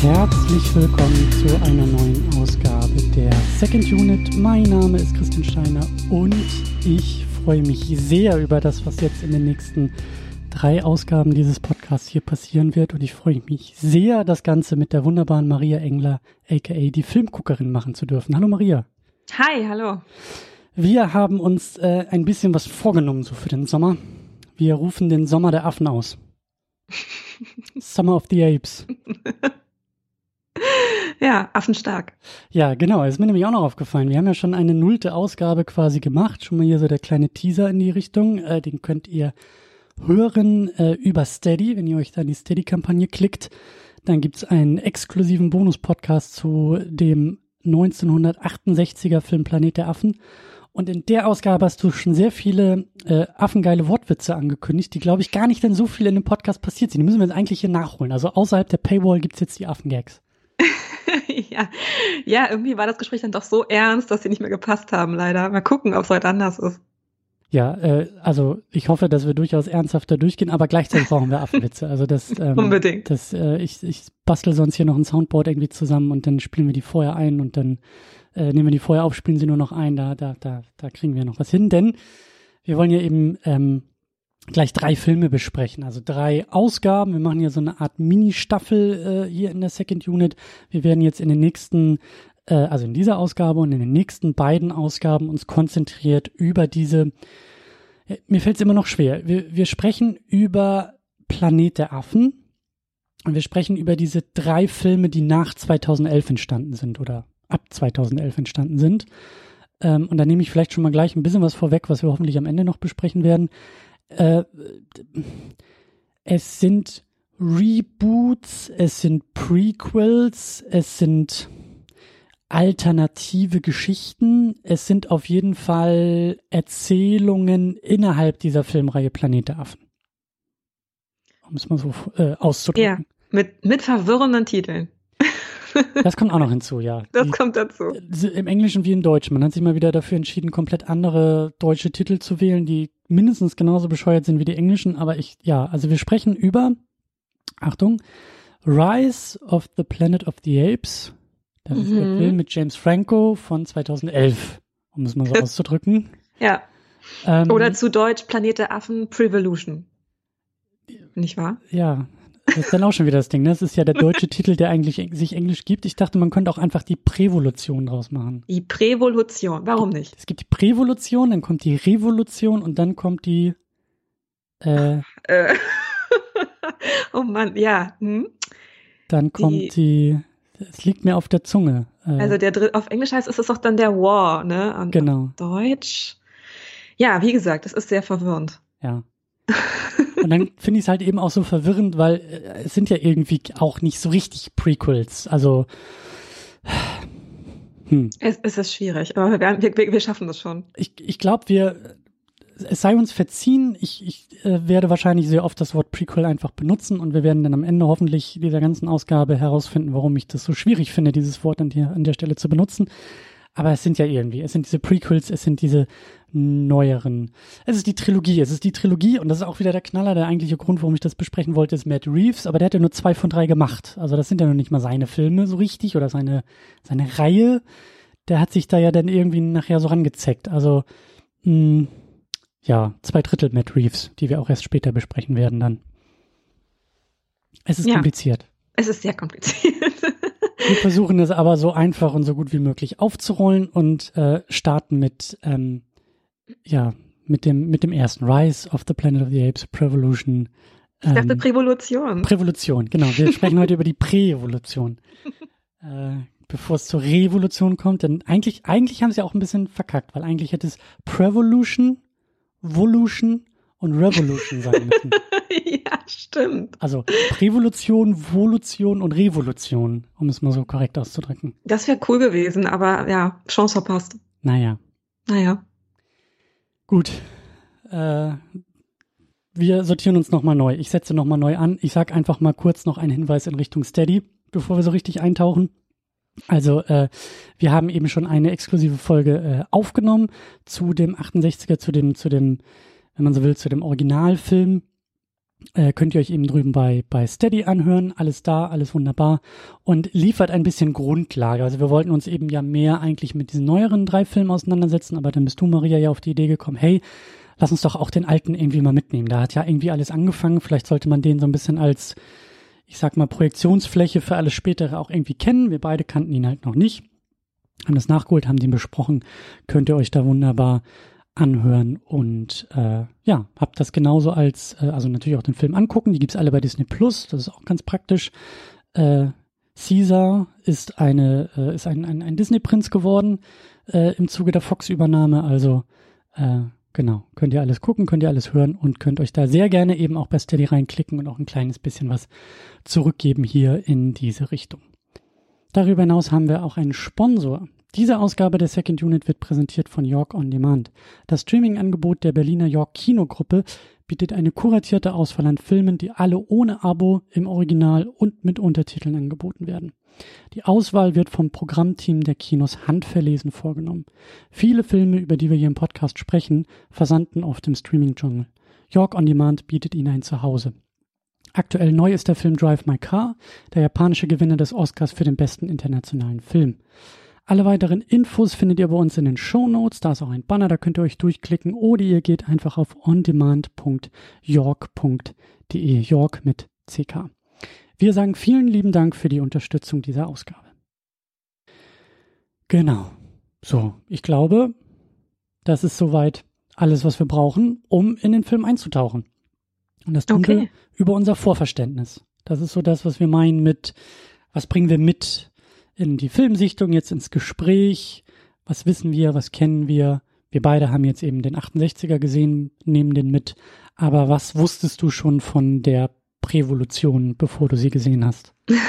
Herzlich willkommen zu einer neuen Ausgabe der Second Unit. Mein Name ist Christian Steiner und ich freue mich sehr über das, was jetzt in den nächsten 3 Ausgaben dieses Podcasts hier passieren wird. Und ich freue mich sehr, das Ganze mit der wunderbaren Maria Engler, a.k.a. die Filmguckerin, machen zu dürfen. Hallo Maria. Hi, hallo. Wir haben uns ein bisschen was vorgenommen so für den Sommer. Wir rufen den Sommer der Affen aus. Summer of the Apes. Ja, affenstark. Ja, genau. Ist mir nämlich auch noch aufgefallen. Wir haben ja schon eine 0. Ausgabe quasi gemacht. Schon mal hier so der kleine Teaser in die Richtung. Den könnt ihr hören über Steady, wenn ihr euch da in die Steady-Kampagne klickt. Dann gibt's einen exklusiven Bonus-Podcast zu dem 1968er Film Planet der Affen. Und in der Ausgabe hast du schon sehr viele affengeile Wortwitze angekündigt, die, glaube ich, gar nicht denn so viel in dem Podcast passiert sind. Die müssen wir jetzt eigentlich hier nachholen. Also außerhalb der Paywall gibt's jetzt die Affengags. Ja, irgendwie war das Gespräch dann doch so ernst, dass sie nicht mehr gepasst haben, leider. Mal gucken, ob es heute anders ist. Ja, also ich hoffe, dass wir durchaus ernsthafter durchgehen, aber gleichzeitig brauchen wir Affenwitze. Also das unbedingt. Ich bastel sonst hier noch ein Soundboard irgendwie zusammen und dann spielen wir die vorher ein und dann nehmen wir die vorher auf, spielen sie nur noch ein. Da kriegen wir noch was hin, denn wir wollen ja eben gleich 3 Filme besprechen, also 3 Ausgaben. Wir machen ja so eine Art Mini-Staffel hier in der Second Unit. Wir werden jetzt in den nächsten, also in dieser Ausgabe und in den nächsten beiden Ausgaben uns konzentriert über diese, mir fällt es immer noch schwer, wir sprechen über Planet der Affen und wir sprechen über diese 3 Filme, die nach 2011 entstanden sind oder ab 2011 entstanden sind. Und da nehme ich vielleicht schon mal gleich ein bisschen was vorweg, was wir hoffentlich am Ende noch besprechen werden. Es sind Reboots, es sind Prequels, es sind alternative Geschichten, es sind auf jeden Fall Erzählungen innerhalb dieser Filmreihe Planet der Affen. Um es mal so auszudrücken. Ja, mit verwirrenden Titeln. Das kommt auch noch hinzu, ja. Das kommt dazu. Im Englischen wie im Deutschen. Man hat sich mal wieder dafür entschieden, komplett andere deutsche Titel zu wählen, die mindestens genauso bescheuert sind wie die englischen. Aber also wir sprechen über, Achtung, Rise of the Planet of the Apes. Das ist der Film mit James Franco von 2011, um es mal so auszudrücken. Ja. Oder zu Deutsch Planet der Affen Prevolution. Nicht wahr? Ja. Das ist dann auch schon wieder das Ding, ne? Das ist ja der deutsche Titel, der eigentlich sich Englisch gibt. Ich dachte, man könnte auch einfach die Prävolution draus machen. Die Prävolution, warum nicht? Es gibt die Prävolution, dann kommt die Revolution und dann kommt die Oh Mann, ja. Dann kommt es liegt mir auf der Zunge. Also auf Englisch heißt es doch dann der War, ne? Und genau. Auf Deutsch. Ja, wie gesagt, das ist sehr verwirrend. Ja. Und dann finde ich es halt eben auch so verwirrend, weil es sind ja irgendwie auch nicht so richtig Prequels. Also Es ist schwierig, aber wir schaffen das schon. Ich glaube, es sei uns verziehen, ich werde wahrscheinlich sehr oft das Wort Prequel einfach benutzen und wir werden dann am Ende hoffentlich dieser ganzen Ausgabe herausfinden, warum ich das so schwierig finde, dieses Wort an der Stelle zu benutzen. Aber es sind diese Prequels, es sind diese neueren. Es ist die Trilogie und das ist auch wieder der Knaller. Der eigentliche Grund, warum ich das besprechen wollte, ist Matt Reeves, aber der hat ja nur 2 von 3 gemacht. Also das sind ja noch nicht mal seine Filme so richtig oder seine Reihe. Der hat sich da ja dann irgendwie nachher so rangezeckt. Also 2/3 Matt Reeves, die wir auch erst später besprechen werden dann. Es ist kompliziert. Es ist sehr kompliziert. Wir versuchen es aber so einfach und so gut wie möglich aufzurollen und starten mit dem ersten Rise of the Planet of the Apes, Prevolution. Ich dachte Prävolution. Prävolution, genau. Wir sprechen heute über die Prävolution. Bevor es zur Revolution kommt, denn eigentlich haben sie auch ein bisschen verkackt, weil eigentlich hätte es Prevolution, Volution und Revolution sein müssen. Ja, stimmt. Also Prävolution, Volution und Revolution, um es mal so korrekt auszudrücken. Das wäre cool gewesen, aber ja, Chance verpasst. Naja. Gut. Wir sortieren uns nochmal neu. Ich setze nochmal neu an. Ich sage einfach mal kurz noch einen Hinweis in Richtung Steady, bevor wir so richtig eintauchen. Also wir haben eben schon eine exklusive Folge aufgenommen zu dem 68er, zu dem, wenn man so will, zu dem Originalfilm könnt ihr euch eben drüben bei Steady anhören. Alles da, alles wunderbar und liefert ein bisschen Grundlage. Also wir wollten uns eben ja mehr eigentlich mit diesen neueren 3 Filmen auseinandersetzen, aber dann bist du, Maria, ja auf die Idee gekommen, hey, lass uns doch auch den alten irgendwie mal mitnehmen. Da hat ja irgendwie alles angefangen. Vielleicht sollte man den so ein bisschen als, ich sag mal, Projektionsfläche für alles Spätere auch irgendwie kennen. Wir beide kannten ihn halt noch nicht. Haben das nachgeholt, haben den besprochen. Könnt ihr euch da wunderbar anhören und habt das genauso als, also natürlich auch den Film angucken. Die gibt's alle bei Disney Plus. Das ist auch ganz praktisch. Caesar ist ein Disney-Prinz geworden im Zuge der Fox-Übernahme. Also genau, könnt ihr alles gucken, könnt ihr alles hören und könnt euch da sehr gerne eben auch bei Steady reinklicken und auch ein kleines bisschen was zurückgeben hier in diese Richtung. Darüber hinaus haben wir auch einen Sponsor. Diese Ausgabe der Second Unit wird präsentiert von York On Demand. Das Streaming-Angebot der Berliner York Kinogruppe bietet eine kuratierte Auswahl an Filmen, die alle ohne Abo im Original und mit Untertiteln angeboten werden. Die Auswahl wird vom Programmteam der Kinos handverlesen vorgenommen. Viele Filme, über die wir hier im Podcast sprechen, versanden oft im Streaming-Dschungel. York On Demand bietet ihnen ein Zuhause. Aktuell neu ist der Film Drive My Car, der japanische Gewinner des Oscars für den besten internationalen Film. Alle weiteren Infos findet ihr bei uns in den Shownotes. Da ist auch ein Banner, da könnt ihr euch durchklicken oder ihr geht einfach auf ondemand.york.de, York mit CK. Wir sagen vielen lieben Dank für die Unterstützung dieser Ausgabe. Genau. So, ich glaube, das ist soweit alles, was wir brauchen, um in den Film einzutauchen. Und das tun wir über unser Vorverständnis. Das ist so das, was wir meinen mit, was bringen wir mit in die Filmsichtung, jetzt ins Gespräch, was wissen wir, was kennen wir. Wir beide haben jetzt eben den 68er gesehen, nehmen den mit. Aber was wusstest du schon von der Prävolution, bevor du sie gesehen hast?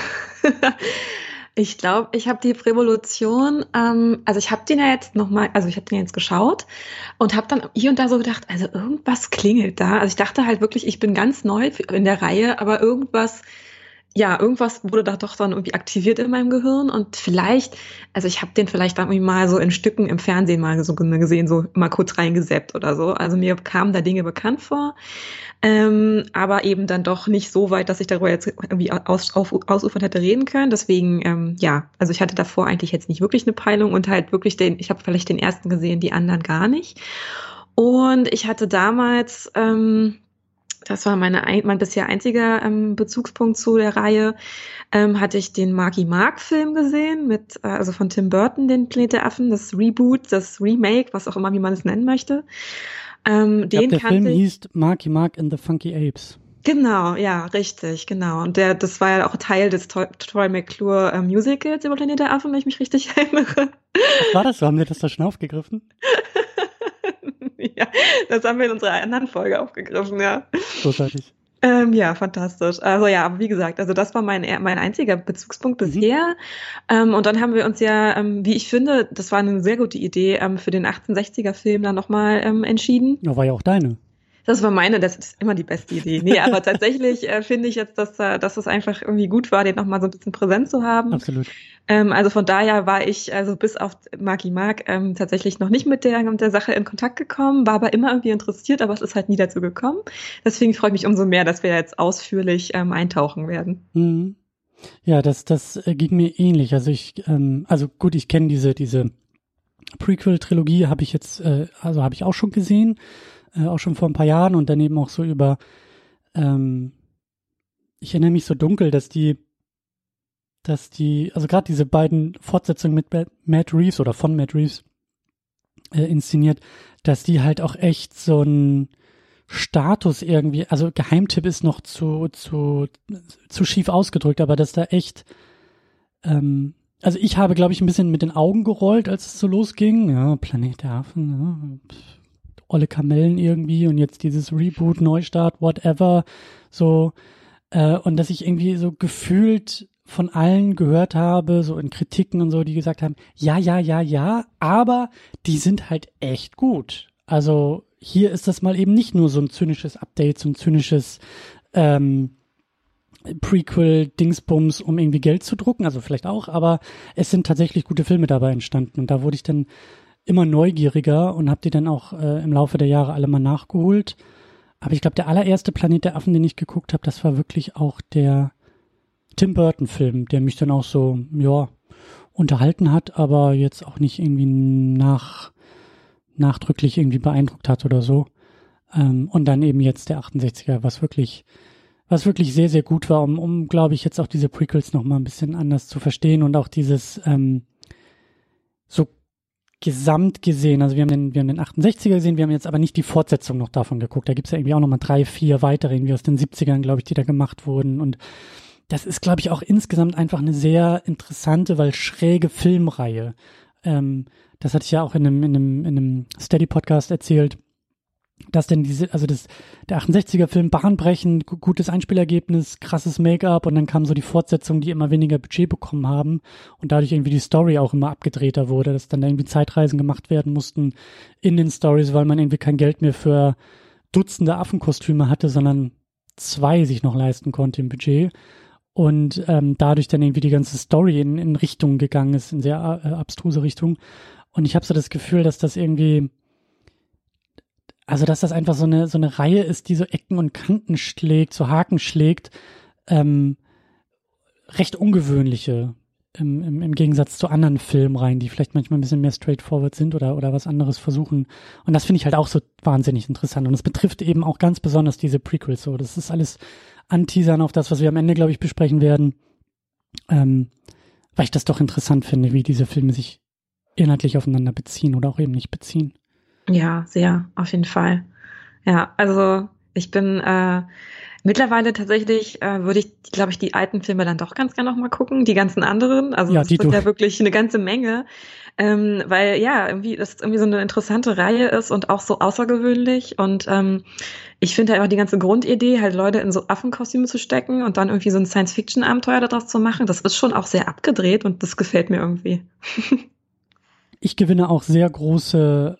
Ich glaube, ich habe die Prävolution, also ich habe den ja jetzt nochmal, also ich habe den jetzt geschaut und habe dann hier und da so gedacht, also irgendwas klingelt da. Also ich dachte halt wirklich, ich bin ganz neu in der Reihe, aber irgendwas wurde da doch dann irgendwie aktiviert in meinem Gehirn und vielleicht, also ich habe den vielleicht irgendwie mal so in Stücken im Fernsehen mal so gesehen, so mal kurz reingesappt oder so. Also mir kamen da Dinge bekannt vor, aber eben dann doch nicht so weit, dass ich darüber jetzt irgendwie ausufern hätte reden können. Deswegen, also ich hatte davor eigentlich jetzt nicht wirklich eine Peilung und halt wirklich ich habe vielleicht den ersten gesehen, die anderen gar nicht. Und ich hatte damals, das war mein bisher einziger Bezugspunkt zu der Reihe, hatte ich den Marky Mark Film gesehen also von Tim Burton, den Planet der Affen, das Reboot, das Remake, was auch immer, wie man es nennen möchte. Der Film hieß Marky Mark and the Funky Apes. Genau, ja, richtig, genau. Und das war ja auch Teil des Troy McClure Musicals über Planet der Affen, wenn ich mich richtig erinnere. Was war das so? Haben wir das da schon aufgegriffen? Ja, das haben wir in unserer anderen Folge aufgegriffen, ja. Großartig. Ja, fantastisch. Also ja, aber wie gesagt, also das war mein einziger Bezugspunkt bisher. Und dann haben wir uns ja, wie ich finde, das war eine sehr gute Idee, für den 1860er-Film dann nochmal entschieden. Ja, war ja auch deine. Das war meine, das ist immer die beste Idee. Nee, aber tatsächlich finde ich jetzt, dass es einfach irgendwie gut war, den nochmal so ein bisschen präsent zu haben. Absolut. Also von daher war ich, also bis auf Marky Mark, tatsächlich noch nicht mit der Sache in Kontakt gekommen, war aber immer irgendwie interessiert, aber es ist halt nie dazu gekommen. Deswegen freue ich mich umso mehr, dass wir jetzt ausführlich eintauchen werden. Mhm. Ja, das ging mir ähnlich. Also ich kenne diese Prequel-Trilogie, habe ich auch schon gesehen. Auch schon vor ein paar Jahren und daneben auch so über, ich erinnere mich so dunkel, dass die, also gerade diese beiden Fortsetzungen mit Matt Reeves oder von Matt Reeves inszeniert, dass die halt auch echt so ein Status irgendwie, also Geheimtipp ist noch zu schief ausgedrückt, aber dass da echt, also ich habe, glaube ich, ein bisschen mit den Augen gerollt, als es so losging. Ja, Planet der Affen, ja, olle Kamellen irgendwie und jetzt dieses Reboot, Neustart, whatever, so, und dass ich irgendwie so gefühlt von allen gehört habe, so in Kritiken und so, die gesagt haben, ja, aber die sind halt echt gut. Also hier ist das mal eben nicht nur so ein zynisches Update, so ein zynisches Prequel-Dingsbums, um irgendwie Geld zu drucken, also vielleicht auch, aber es sind tatsächlich gute Filme dabei entstanden und da wurde ich dann immer neugieriger und habe die dann auch im Laufe der Jahre alle mal nachgeholt. Aber ich glaube, der allererste Planet der Affen, den ich geguckt habe, das war wirklich auch der Tim Burton-Film, der mich dann auch so, ja, unterhalten hat, aber jetzt auch nicht irgendwie nachdrücklich irgendwie beeindruckt hat oder so. Und dann eben jetzt der 68er, was wirklich sehr, sehr gut war, um glaube ich, jetzt auch diese Prequels noch mal ein bisschen anders zu verstehen und auch dieses so gesamt gesehen, also wir haben den 68er gesehen, wir haben jetzt aber nicht die Fortsetzung noch davon geguckt. Da gibt's ja irgendwie auch nochmal 3, 4 weitere, irgendwie aus den 70ern, glaube ich, die da gemacht wurden. Und das ist, glaube ich, auch insgesamt einfach eine sehr interessante, weil schräge Filmreihe. Das hatte ich ja auch in einem Steady-Podcast erzählt, dass denn der 68er-Film bahnbrechend, gutes Einspielergebnis, krasses Make-up und dann kam so die Fortsetzung, die immer weniger Budget bekommen haben und dadurch irgendwie die Story auch immer abgedrehter wurde, dass dann da irgendwie Zeitreisen gemacht werden mussten in den Stories, weil man irgendwie kein Geld mehr für Dutzende Affenkostüme hatte, sondern 2 sich noch leisten konnte im Budget und dadurch dann irgendwie die ganze Story in Richtungen gegangen ist, in sehr abstruse Richtungen. Und ich habe so das Gefühl, dass das irgendwie dass das einfach so eine Reihe ist, die so Ecken und Kanten schlägt, so Haken schlägt, recht ungewöhnliche, im Gegensatz zu anderen Filmreihen, die vielleicht manchmal ein bisschen mehr straightforward sind oder was anderes versuchen. Und das finde ich halt auch so wahnsinnig interessant. Und es betrifft eben auch ganz besonders diese Prequels so. Das ist alles Anteasern auf das, was wir am Ende, glaube ich, besprechen werden, weil ich das doch interessant finde, wie diese Filme sich inhaltlich aufeinander beziehen oder auch eben nicht beziehen. Ja, sehr, auf jeden Fall. Ja, also ich bin mittlerweile tatsächlich, würde ich, glaube ich, die alten Filme dann doch ganz gerne noch mal gucken, die ganzen anderen. Also Ja, das sind ja wirklich eine ganze Menge, weil ja, irgendwie das irgendwie so eine interessante Reihe ist und auch so außergewöhnlich. Und ich finde einfach die ganze Grundidee, halt Leute in so Affenkostüme zu stecken und dann irgendwie so ein Science-Fiction-Abenteuer daraus zu machen, das ist schon auch sehr abgedreht und das gefällt mir irgendwie. Ich gewinne auch ein sehr großes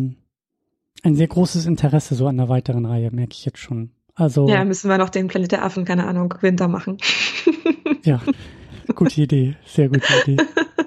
Interesse so an der weiteren Reihe, merke ich jetzt schon. Also ja, müssen wir noch den Planet der Affen, keine Ahnung, Winter machen. Ja, gute Idee, sehr gute Idee.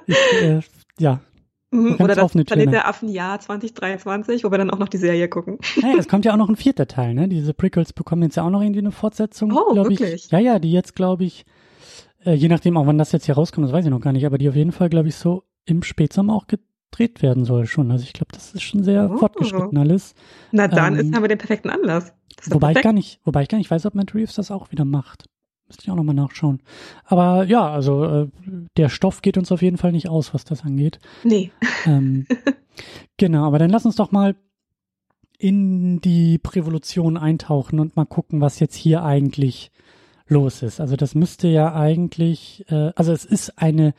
Oder das Planet der Affen Jahr 2023, wo wir dann auch noch die Serie gucken. Naja, es kommt ja auch noch ein 4. Teil, ne? Diese Prequels bekommen jetzt ja auch noch irgendwie eine Fortsetzung, glaube ich. Wirklich? Ja, die jetzt, glaube ich, je nachdem auch wann das jetzt hier rauskommt, das weiß ich noch gar nicht, aber die auf jeden Fall, glaube ich, so im Spätsommer auch gedreht werden soll schon. Also ich glaube, das ist schon sehr fortgeschritten alles. Na dann haben wir den perfekten Anlass. Wobei ich gar nicht weiß, ob Matt Reeves das auch wieder macht. Müsste ich auch nochmal nachschauen. Aber ja, also der Stoff geht uns auf jeden Fall nicht aus, was das angeht. Nee. Genau, aber dann lass uns doch mal in die Prävolution eintauchen und mal gucken, was jetzt hier eigentlich los ist. Also das müsste ja eigentlich, es ist ein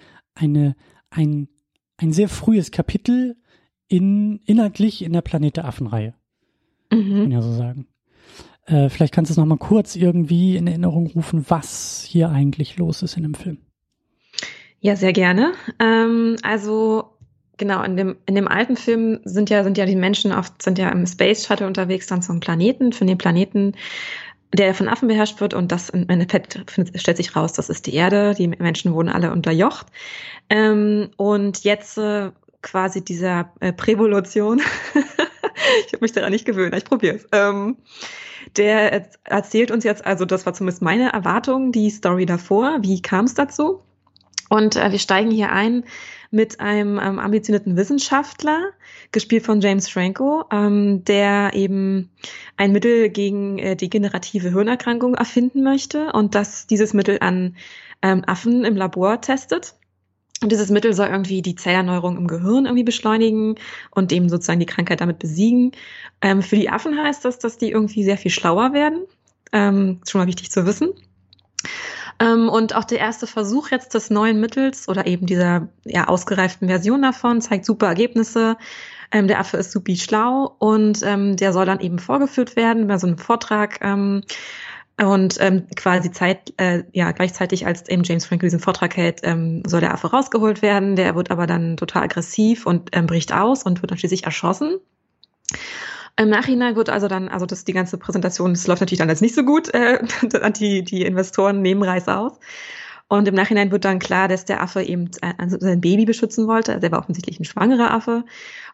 sehr frühes Kapitel inhaltlich in der Planet der Affen-Reihe. Kann man ja so sagen. Vielleicht kannst du es nochmal kurz irgendwie in Erinnerung rufen, was hier eigentlich los ist in dem Film. Ja, sehr gerne. Also genau, in dem alten Film sind ja die Menschen sind ja im Space Shuttle unterwegs dann zum Planeten, für den Planeten, der von Affen beherrscht wird, und das im Endeffekt stellt sich raus, das ist die Erde, die Menschen wurden alle unterjocht. Und jetzt quasi dieser Prävolution, ich habe mich daran nicht gewöhnt, ich probiere es. Der erzählt uns jetzt, also das war zumindest meine Erwartung, die Story davor, wie kam es dazu? Und wir steigen hier ein mit einem ambitionierten Wissenschaftler, gespielt von James Franco, der eben ein Mittel gegen degenerative Hirnerkrankungen erfinden möchte und dieses Mittel an Affen im Labor testet. Und dieses Mittel soll irgendwie die Zellerneuerung im Gehirn irgendwie beschleunigen und eben sozusagen die Krankheit damit besiegen. Für die Affen heißt das, dass die irgendwie sehr viel schlauer werden. Ist schon mal wichtig zu wissen. Und auch der erste Versuch jetzt des neuen Mittels oder eben dieser ausgereiften Version davon zeigt super Ergebnisse. Der Affe ist super schlau und der soll dann eben vorgeführt werden bei so einem Vortrag. Und quasi gleichzeitig als eben James Franco diesen Vortrag hält, soll der Affe rausgeholt werden. Der wird aber dann total aggressiv und bricht aus und wird dann schließlich erschossen. Im Nachhinein wird das die ganze Präsentation, das läuft natürlich dann jetzt nicht so gut, die Investoren nehmen Reiß aus. Und im Nachhinein wird dann klar, dass der Affe eben sein Baby beschützen wollte. Also er war offensichtlich ein schwangerer Affe.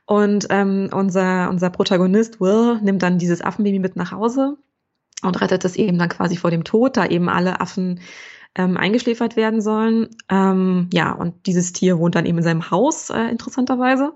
Und unser Protagonist Will nimmt dann dieses Affenbaby mit nach Hause und rettet es eben dann quasi vor dem Tod, da eben alle Affen eingeschläfert werden sollen. Ja, und dieses Tier wohnt dann eben in seinem Haus, interessanterweise.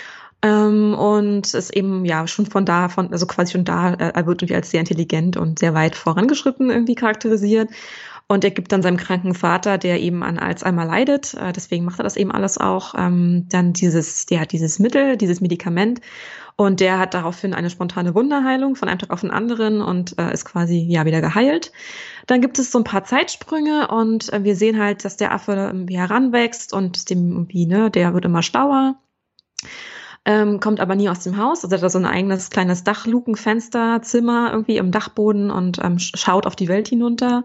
Und ist eben ja schon also quasi schon da, er wird irgendwie als sehr intelligent und sehr weit vorangeschritten irgendwie charakterisiert. Und er gibt dann seinem kranken Vater, der eben an Alzheimer leidet, deswegen macht er das eben alles auch, dann dieses Mittel, dieses Medikament. Und der hat daraufhin eine spontane Wunderheilung von einem Tag auf den anderen und ist quasi ja wieder geheilt. Dann gibt es so ein paar Zeitsprünge und wir sehen halt, dass der Affe irgendwie heranwächst und dem irgendwie, ne, der wird immer schlauer. Kommt aber nie aus dem Haus. Also er hat da so ein eigenes kleines Dachlukenfensterzimmer irgendwie im Dachboden und schaut auf die Welt hinunter.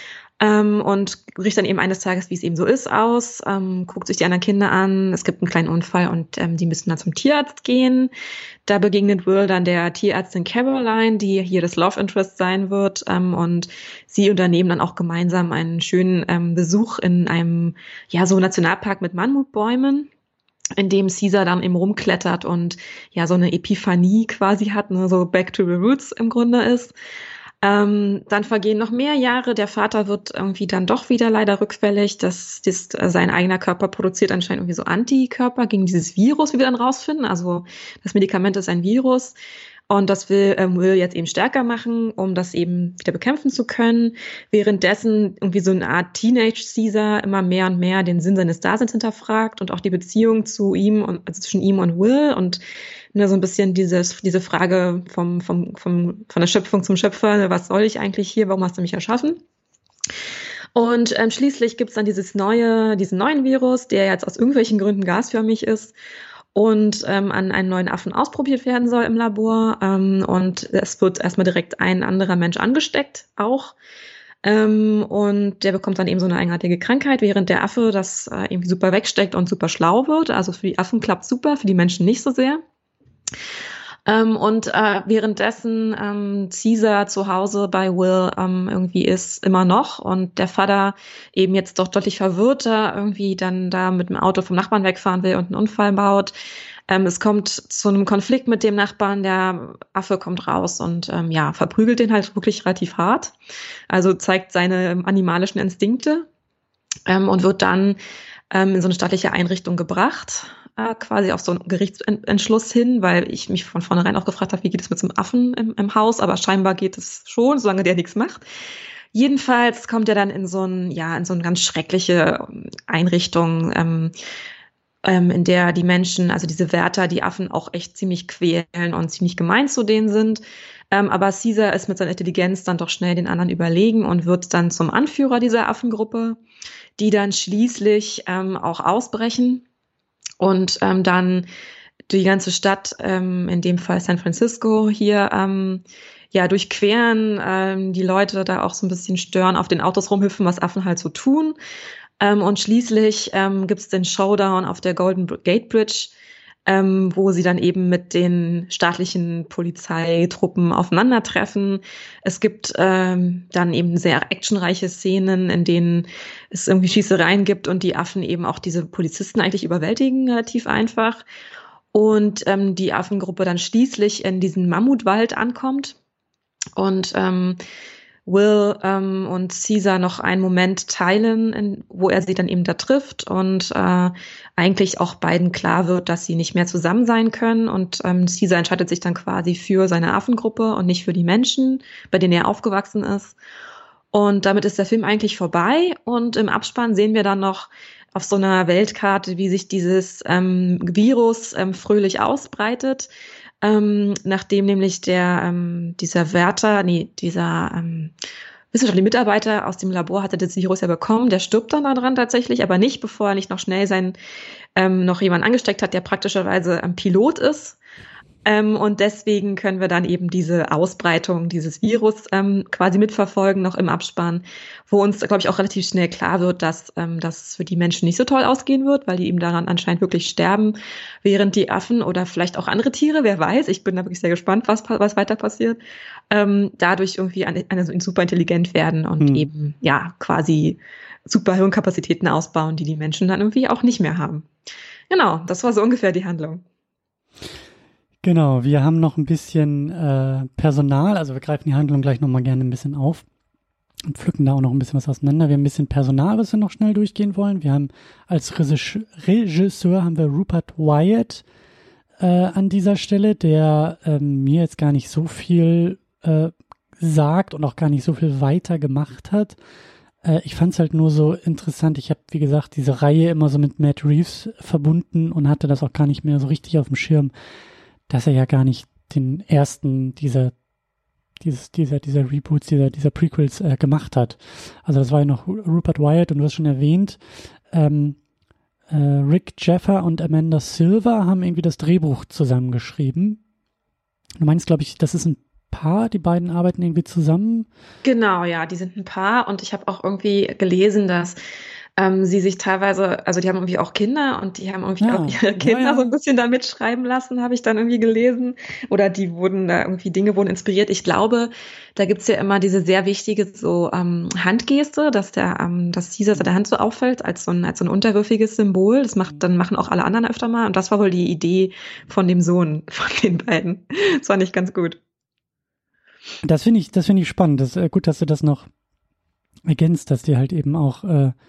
Und bricht dann eben eines Tages, wie es eben so ist, aus, guckt sich die anderen Kinder an, es gibt einen kleinen Unfall und die müssen dann zum Tierarzt gehen. Da begegnet Will dann der Tierärztin Caroline, die hier das Love Interest sein wird, und sie unternehmen dann auch gemeinsam einen schönen Besuch in einem so Nationalpark mit Mammutbäumen, in dem Caesar dann eben rumklettert und ja so eine Epiphanie quasi hat, ne, so Back to the Roots im Grunde ist. Dann vergehen noch mehr Jahre. Der Vater wird irgendwie dann doch wieder leider rückfällig. Sein eigener Körper produziert anscheinend irgendwie so Antikörper gegen dieses Virus, wie wir dann rausfinden. Also das Medikament ist ein Virus. Und das will jetzt eben stärker machen, um das eben wieder bekämpfen zu können. Währenddessen irgendwie so eine Art Teenage-Caesar immer mehr und mehr den Sinn seines Daseins hinterfragt und auch die Beziehung zu ihm und also zwischen ihm und Will und ne, so ein bisschen diese Frage von der Schöpfung zum Schöpfer, was soll ich eigentlich hier, warum hast du mich erschaffen? Und schließlich gibt's dann diesen neuen Virus, der jetzt aus irgendwelchen Gründen gasförmig ist und an einen neuen Affen ausprobiert werden soll im Labor. Und es wird erstmal direkt ein anderer Mensch angesteckt, auch. Und der bekommt dann eben so eine eigenartige Krankheit, während der Affe das irgendwie super wegsteckt und super schlau wird. Also für die Affen klappt super, für die Menschen nicht so sehr. Währenddessen Caesar zu Hause bei Will irgendwie ist immer noch und der Vater eben jetzt doch deutlich verwirrter irgendwie dann da mit dem Auto vom Nachbarn wegfahren will und einen Unfall baut. Es kommt zu einem Konflikt mit dem Nachbarn, der Affe kommt raus und verprügelt den halt wirklich relativ hart. Also zeigt seine animalischen Instinkte und wird dann in so eine staatliche Einrichtung gebracht, quasi auf so einen Gerichtsentschluss hin, weil ich mich von vornherein auch gefragt habe, wie geht es mit so einem Affen im Haus, aber scheinbar geht es schon, solange der nichts macht. Jedenfalls kommt er dann in so eine ganz schreckliche Einrichtung, in der die Menschen, also diese Wärter, die Affen auch echt ziemlich quälen und ziemlich gemein zu denen sind. Aber Caesar ist mit seiner Intelligenz dann doch schnell den anderen überlegen und wird dann zum Anführer dieser Affengruppe, die dann schließlich auch ausbrechen und dann die ganze Stadt, in dem Fall San Francisco hier, durchqueren, die Leute da auch so ein bisschen stören, auf den Autos rumhüpfen, was Affen halt so tun. Und schließlich gibt's den Showdown auf der Golden Gate Bridge, wo sie dann eben mit den staatlichen Polizeitruppen aufeinandertreffen. Es gibt dann eben sehr actionreiche Szenen, in denen es irgendwie Schießereien gibt und die Affen eben auch diese Polizisten eigentlich überwältigen, relativ einfach. Und die Affengruppe dann schließlich in diesen Mammutwald ankommt und Will und Caesar noch einen Moment teilen, wo er sie dann eben da trifft und eigentlich auch beiden klar wird, dass sie nicht mehr zusammen sein können und Caesar entscheidet sich dann quasi für seine Affengruppe und nicht für die Menschen, bei denen er aufgewachsen ist. Und damit ist der Film eigentlich vorbei und im Abspann sehen wir dann noch auf so einer Weltkarte, wie sich dieses Virus fröhlich ausbreitet. Nachdem nämlich dieser wissenschaftliche Mitarbeiter aus dem Labor hatte das Virus ja bekommen, der stirbt dann daran tatsächlich, aber nicht, bevor er nicht noch schnell noch jemanden angesteckt hat, der praktischerweise Pilot ist. Und deswegen können wir dann eben diese Ausbreitung dieses Virus quasi mitverfolgen, noch im Abspann, wo uns, glaube ich, auch relativ schnell klar wird, dass das für die Menschen nicht so toll ausgehen wird, weil die eben daran anscheinend wirklich sterben, während die Affen oder vielleicht auch andere Tiere, wer weiß, ich bin da wirklich sehr gespannt, was weiter passiert, dadurch irgendwie super intelligent werden und eben quasi super Hirnkapazitäten ausbauen, die Menschen dann irgendwie auch nicht mehr haben. Genau, das war so ungefähr die Handlung. Genau, wir haben noch ein bisschen Personal, also wir greifen die Handlung gleich nochmal gerne ein bisschen auf und pflücken da auch noch ein bisschen was auseinander. Wir haben ein bisschen Personal, was wir noch schnell durchgehen wollen. Wir haben als Regisseur haben wir Rupert Wyatt an dieser Stelle, der mir jetzt gar nicht so viel sagt und auch gar nicht so viel weiter gemacht hat. Ich fand es halt nur so interessant. Ich habe, wie gesagt, diese Reihe immer so mit Matt Reeves verbunden und hatte das auch gar nicht mehr so richtig auf dem Schirm, dass er ja gar nicht den ersten dieser Reboots, dieser Prequels gemacht hat. Also das war ja noch Rupert Wyatt und du hast schon erwähnt, Rick Jaffa und Amanda Silver haben irgendwie das Drehbuch zusammengeschrieben. Du meinst, glaube ich, das ist ein Paar, die beiden arbeiten irgendwie zusammen? Genau, ja, die sind ein Paar und ich habe auch irgendwie gelesen, dass sie sich teilweise, also die haben irgendwie auch Kinder und die haben irgendwie auch ihre Kinder so ein bisschen da mitschreiben lassen, habe ich dann irgendwie gelesen. Oder die wurden da irgendwie, Dinge wurden inspiriert. Ich glaube, da gibt's ja immer diese sehr wichtige so Handgeste, dass dass Caesar seine Hand so auffällt als so ein unterwürfiges Symbol. Dann machen auch alle anderen öfter mal. Und das war wohl die Idee von dem Sohn von den beiden. Das fand ich ganz gut. Das finde ich spannend. Das ist gut, dass du das noch ergänzt, dass die halt eben auch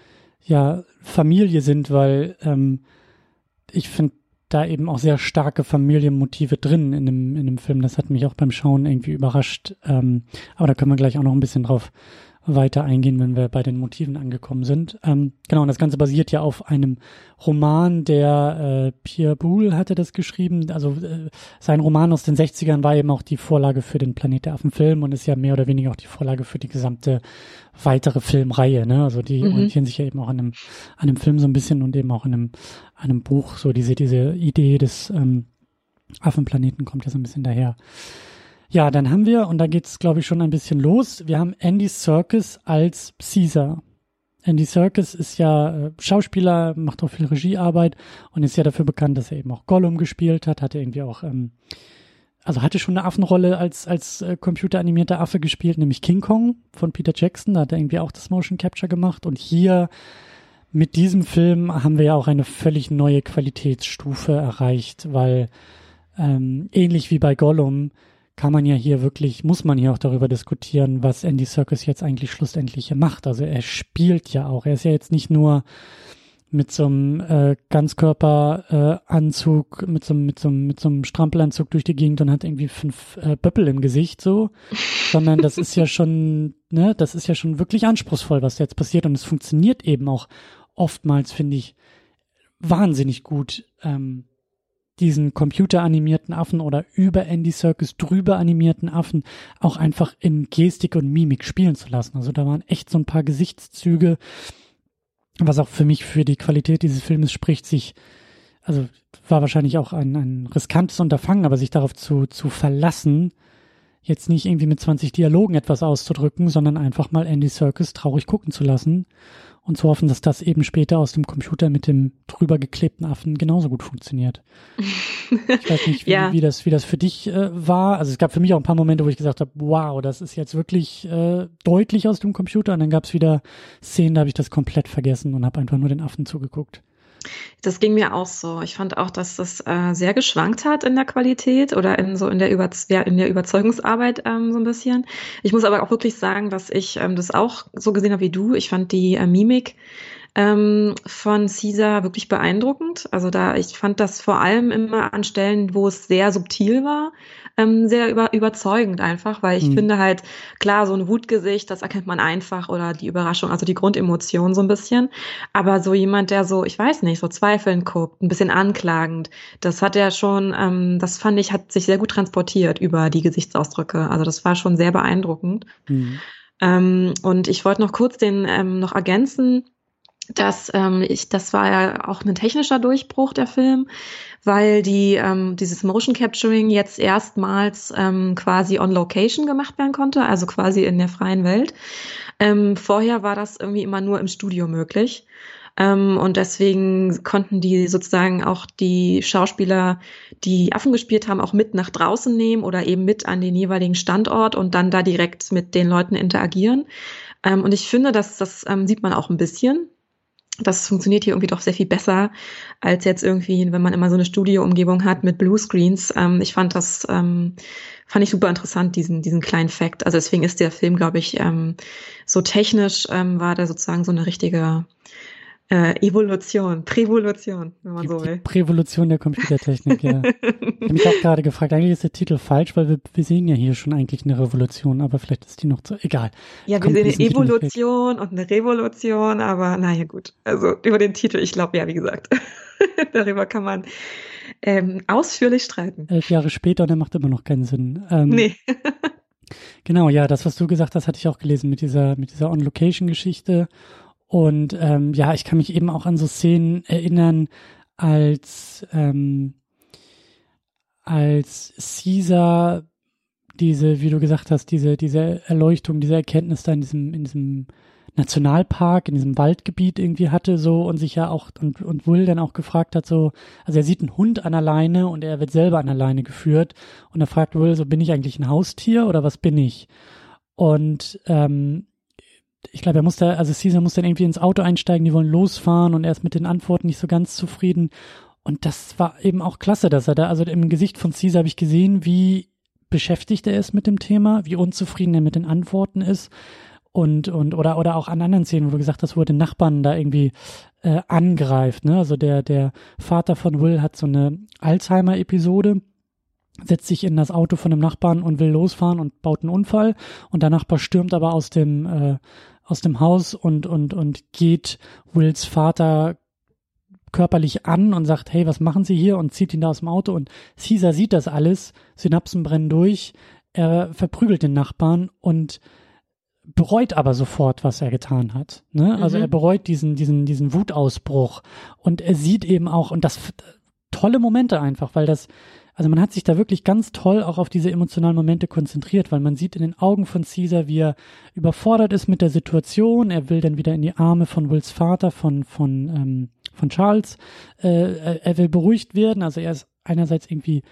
Familie sind, weil ich finde da eben auch sehr starke Familienmotive drin in dem Film. Das hat mich auch beim Schauen irgendwie überrascht. Aber da können wir gleich auch noch ein bisschen drauf weiter eingehen, wenn wir bei den Motiven angekommen sind. Genau, und das Ganze basiert ja auf einem Roman, der Pierre Boulle hatte das geschrieben. Also sein Roman aus den 60ern war eben auch die Vorlage für den Planet der Affen-Film und ist ja mehr oder weniger auch die Vorlage für die gesamte weitere Filmreihe. Ne? Also die orientieren sich ja eben auch an einem Film so ein bisschen und eben auch an einem Buch. So diese Idee des Affenplaneten kommt ja so ein bisschen daher. Ja, dann haben wir, und da geht's, glaube ich, schon ein bisschen los, wir haben Andy Serkis als Caesar. Andy Serkis ist ja Schauspieler, macht auch viel Regiearbeit und ist ja dafür bekannt, dass er eben auch Gollum gespielt hat, hatte irgendwie auch, hatte schon eine Affenrolle als computeranimierter Affe gespielt, nämlich King Kong von Peter Jackson, da hat er irgendwie auch das Motion Capture gemacht und hier mit diesem Film haben wir ja auch eine völlig neue Qualitätsstufe erreicht, weil ähnlich wie bei Gollum muss man hier auch darüber diskutieren, was Andy Serkis jetzt eigentlich schlussendlich hier macht. Also er spielt ja auch. Er ist ja jetzt nicht nur mit so einem Ganzkörperanzug, mit so einem Strampelanzug durch die Gegend und hat irgendwie 5 Böppel im Gesicht so, sondern das ist ja schon wirklich anspruchsvoll, was jetzt passiert und es funktioniert eben auch oftmals, finde ich, wahnsinnig gut, diesen computeranimierten Affen oder über Andy Serkis drüber animierten Affen auch einfach in Gestik und Mimik spielen zu lassen. Also da waren echt so ein paar Gesichtszüge, was auch für mich für die Qualität dieses Filmes spricht, war wahrscheinlich auch ein riskantes Unterfangen, aber sich darauf zu verlassen, jetzt nicht irgendwie mit 20 Dialogen etwas auszudrücken, sondern einfach mal Andy Serkis traurig gucken zu lassen und zu hoffen, dass das eben später aus dem Computer mit dem drüber geklebten Affen genauso gut funktioniert. Ich weiß nicht, wie das für dich war. Also es gab für mich auch ein paar Momente, wo ich gesagt habe, wow, das ist jetzt wirklich deutlich aus dem Computer. Und dann gab es wieder Szenen, da habe ich das komplett vergessen und habe einfach nur den Affen zugeguckt. Das ging mir auch so. Ich fand auch, dass das sehr geschwankt hat in der Qualität oder in der Überzeugungsarbeit so ein bisschen. Ich muss aber auch wirklich sagen, dass ich das auch so gesehen habe wie du. Ich fand die Mimik von Caesar wirklich beeindruckend. Also ich fand das vor allem immer an Stellen, wo es sehr subtil war, sehr überzeugend einfach, weil ich finde halt, klar, so ein Wutgesicht, das erkennt man einfach oder die Überraschung, also die Grundemotion so ein bisschen. Aber so jemand, der so, ich weiß nicht, so zweifelnd guckt, ein bisschen anklagend, das hat er schon, das fand ich, hat sich sehr gut transportiert über die Gesichtsausdrücke. Also das war schon sehr beeindruckend. Und ich wollte noch kurz noch ergänzen, das war ja auch ein technischer Durchbruch, der Film, weil dieses Motion Capturing jetzt erstmals quasi on Location gemacht werden konnte, also quasi in der freien Welt. Vorher war das irgendwie immer nur im Studio möglich. Und deswegen konnten die sozusagen auch die Schauspieler, die Affen gespielt haben, auch mit nach draußen nehmen oder eben mit an den jeweiligen Standort und dann da direkt mit den Leuten interagieren. Und ich finde, das sieht man auch ein bisschen. Das funktioniert hier irgendwie doch sehr viel besser, als jetzt irgendwie, wenn man immer so eine Studioumgebung hat mit Bluescreens. Ich fand fand ich super interessant, diesen kleinen Fact. Also deswegen ist der Film, glaube ich, so technisch, war der sozusagen so eine richtige Prävolution, wenn man so will. Die Prävolution der Computertechnik, ja. Ich habe mich auch gerade gefragt, eigentlich ist der Titel falsch, weil wir sehen ja hier schon eigentlich eine Revolution, aber vielleicht ist die noch zu, egal. Ja, wir sehen eine Evolution und eine Revolution, aber naja, gut. Also über den Titel, ich glaube, ja, wie gesagt, darüber kann man ausführlich streiten. 11 Jahre später und der macht immer noch keinen Sinn. Nee. Genau, ja, das, was du gesagt hast, hatte ich auch gelesen mit dieser On-Location-Geschichte. Und ja, ich kann mich eben auch an so Szenen erinnern, als Caesar diese, wie du gesagt hast, diese Erleuchtung, diese Erkenntnis da in diesem Nationalpark, in diesem Waldgebiet irgendwie hatte so und sich ja auch und Will dann auch gefragt hat so, also er sieht einen Hund an der Leine und er wird selber an der Leine geführt und er fragt Will so, bin ich eigentlich ein Haustier oder was bin ich? Und ich glaube, Caesar muss dann irgendwie ins Auto einsteigen, die wollen losfahren und er ist mit den Antworten nicht so ganz zufrieden. Und das war eben auch klasse, dass er da, also im Gesicht von Caesar habe ich gesehen, wie beschäftigt er ist mit dem Thema, wie unzufrieden er mit den Antworten ist oder auch an anderen Szenen, wo du gesagt hast, wo er den Nachbarn da irgendwie angreift, ne? Also der Vater von Will hat so eine Alzheimer-Episode, setzt sich in das Auto von dem Nachbarn und will losfahren und baut einen Unfall und der Nachbar stürmt aber aus dem Haus und geht Wills Vater körperlich an und sagt, hey, was machen Sie hier? Und zieht ihn da aus dem Auto und Caesar sieht das alles, Synapsen brennen durch, er verprügelt den Nachbarn und bereut aber sofort, was er getan hat. Ne? Also er bereut diesen Wutausbruch und er sieht eben auch, und das tolle Momente einfach, weil also man hat sich da wirklich ganz toll auch auf diese emotionalen Momente konzentriert, weil man sieht in den Augen von Caesar, wie er überfordert ist mit der Situation. Er will dann wieder in die Arme von Wills Vater, von Charles. Er will beruhigt werden. Also er ist einerseits irgendwie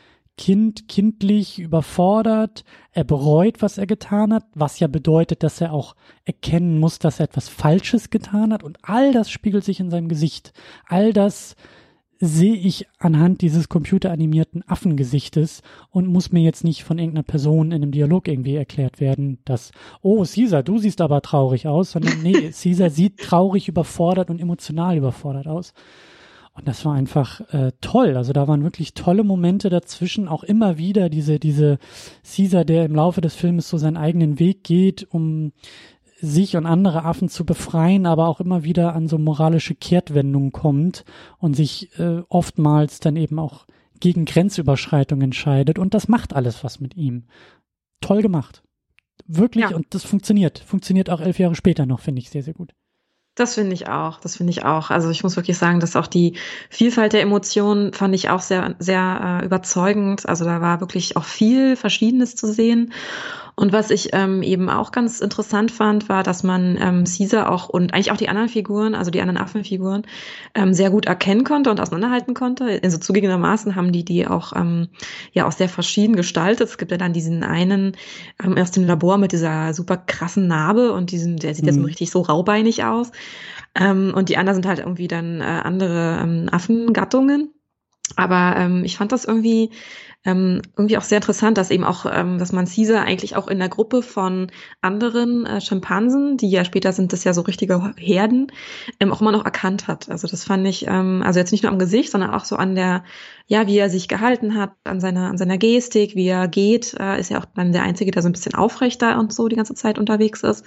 kindlich überfordert. Er bereut, was er getan hat, was ja bedeutet, dass er auch erkennen muss, dass er etwas Falsches getan hat. Und all das spiegelt sich in seinem Gesicht. All das sehe ich anhand dieses computeranimierten Affengesichtes und muss mir jetzt nicht von irgendeiner Person in einem Dialog irgendwie erklärt werden, dass, oh, Caesar, du siehst aber traurig aus, sondern nee, Caesar sieht traurig, überfordert und emotional überfordert aus. Und das war einfach toll. Also da waren wirklich tolle Momente dazwischen, auch immer wieder diese Caesar, der im Laufe des Filmes so seinen eigenen Weg geht, um sich und andere Affen zu befreien, aber auch immer wieder an so moralische Kehrtwendungen kommt und sich oftmals dann eben auch gegen Grenzüberschreitung entscheidet. Und das macht alles was mit ihm. Toll gemacht. Wirklich, ja. Und das funktioniert. Funktioniert auch 11 Jahre später noch, finde ich sehr, sehr gut. Das finde ich auch. Also ich muss wirklich sagen, dass auch die Vielfalt der Emotionen fand ich auch sehr, sehr überzeugend. Also da war wirklich auch viel Verschiedenes zu sehen. Und was ich eben auch ganz interessant fand, war, dass man Caesar auch und eigentlich auch die anderen Figuren, also die anderen Affenfiguren, sehr gut erkennen konnte und auseinanderhalten konnte. Also zugegebenermaßen haben die auch ja auch sehr verschieden gestaltet. Es gibt ja dann diesen einen aus dem Labor mit dieser super krassen Narbe und der sieht jetzt richtig so raubeinig aus. Und die anderen sind halt irgendwie dann andere Affengattungen. Aber ich fand das irgendwie auch sehr interessant, dass eben auch, dass man Caesar eigentlich auch in der Gruppe von anderen Schimpansen, die ja später sind das ja so richtige Herden, auch immer noch erkannt hat. Also das fand ich, also jetzt nicht nur am Gesicht, sondern auch so an der, ja, wie er sich gehalten hat, an seiner Gestik, wie er geht, ist ja auch dann der Einzige, der so ein bisschen aufrechter und so die ganze Zeit unterwegs ist.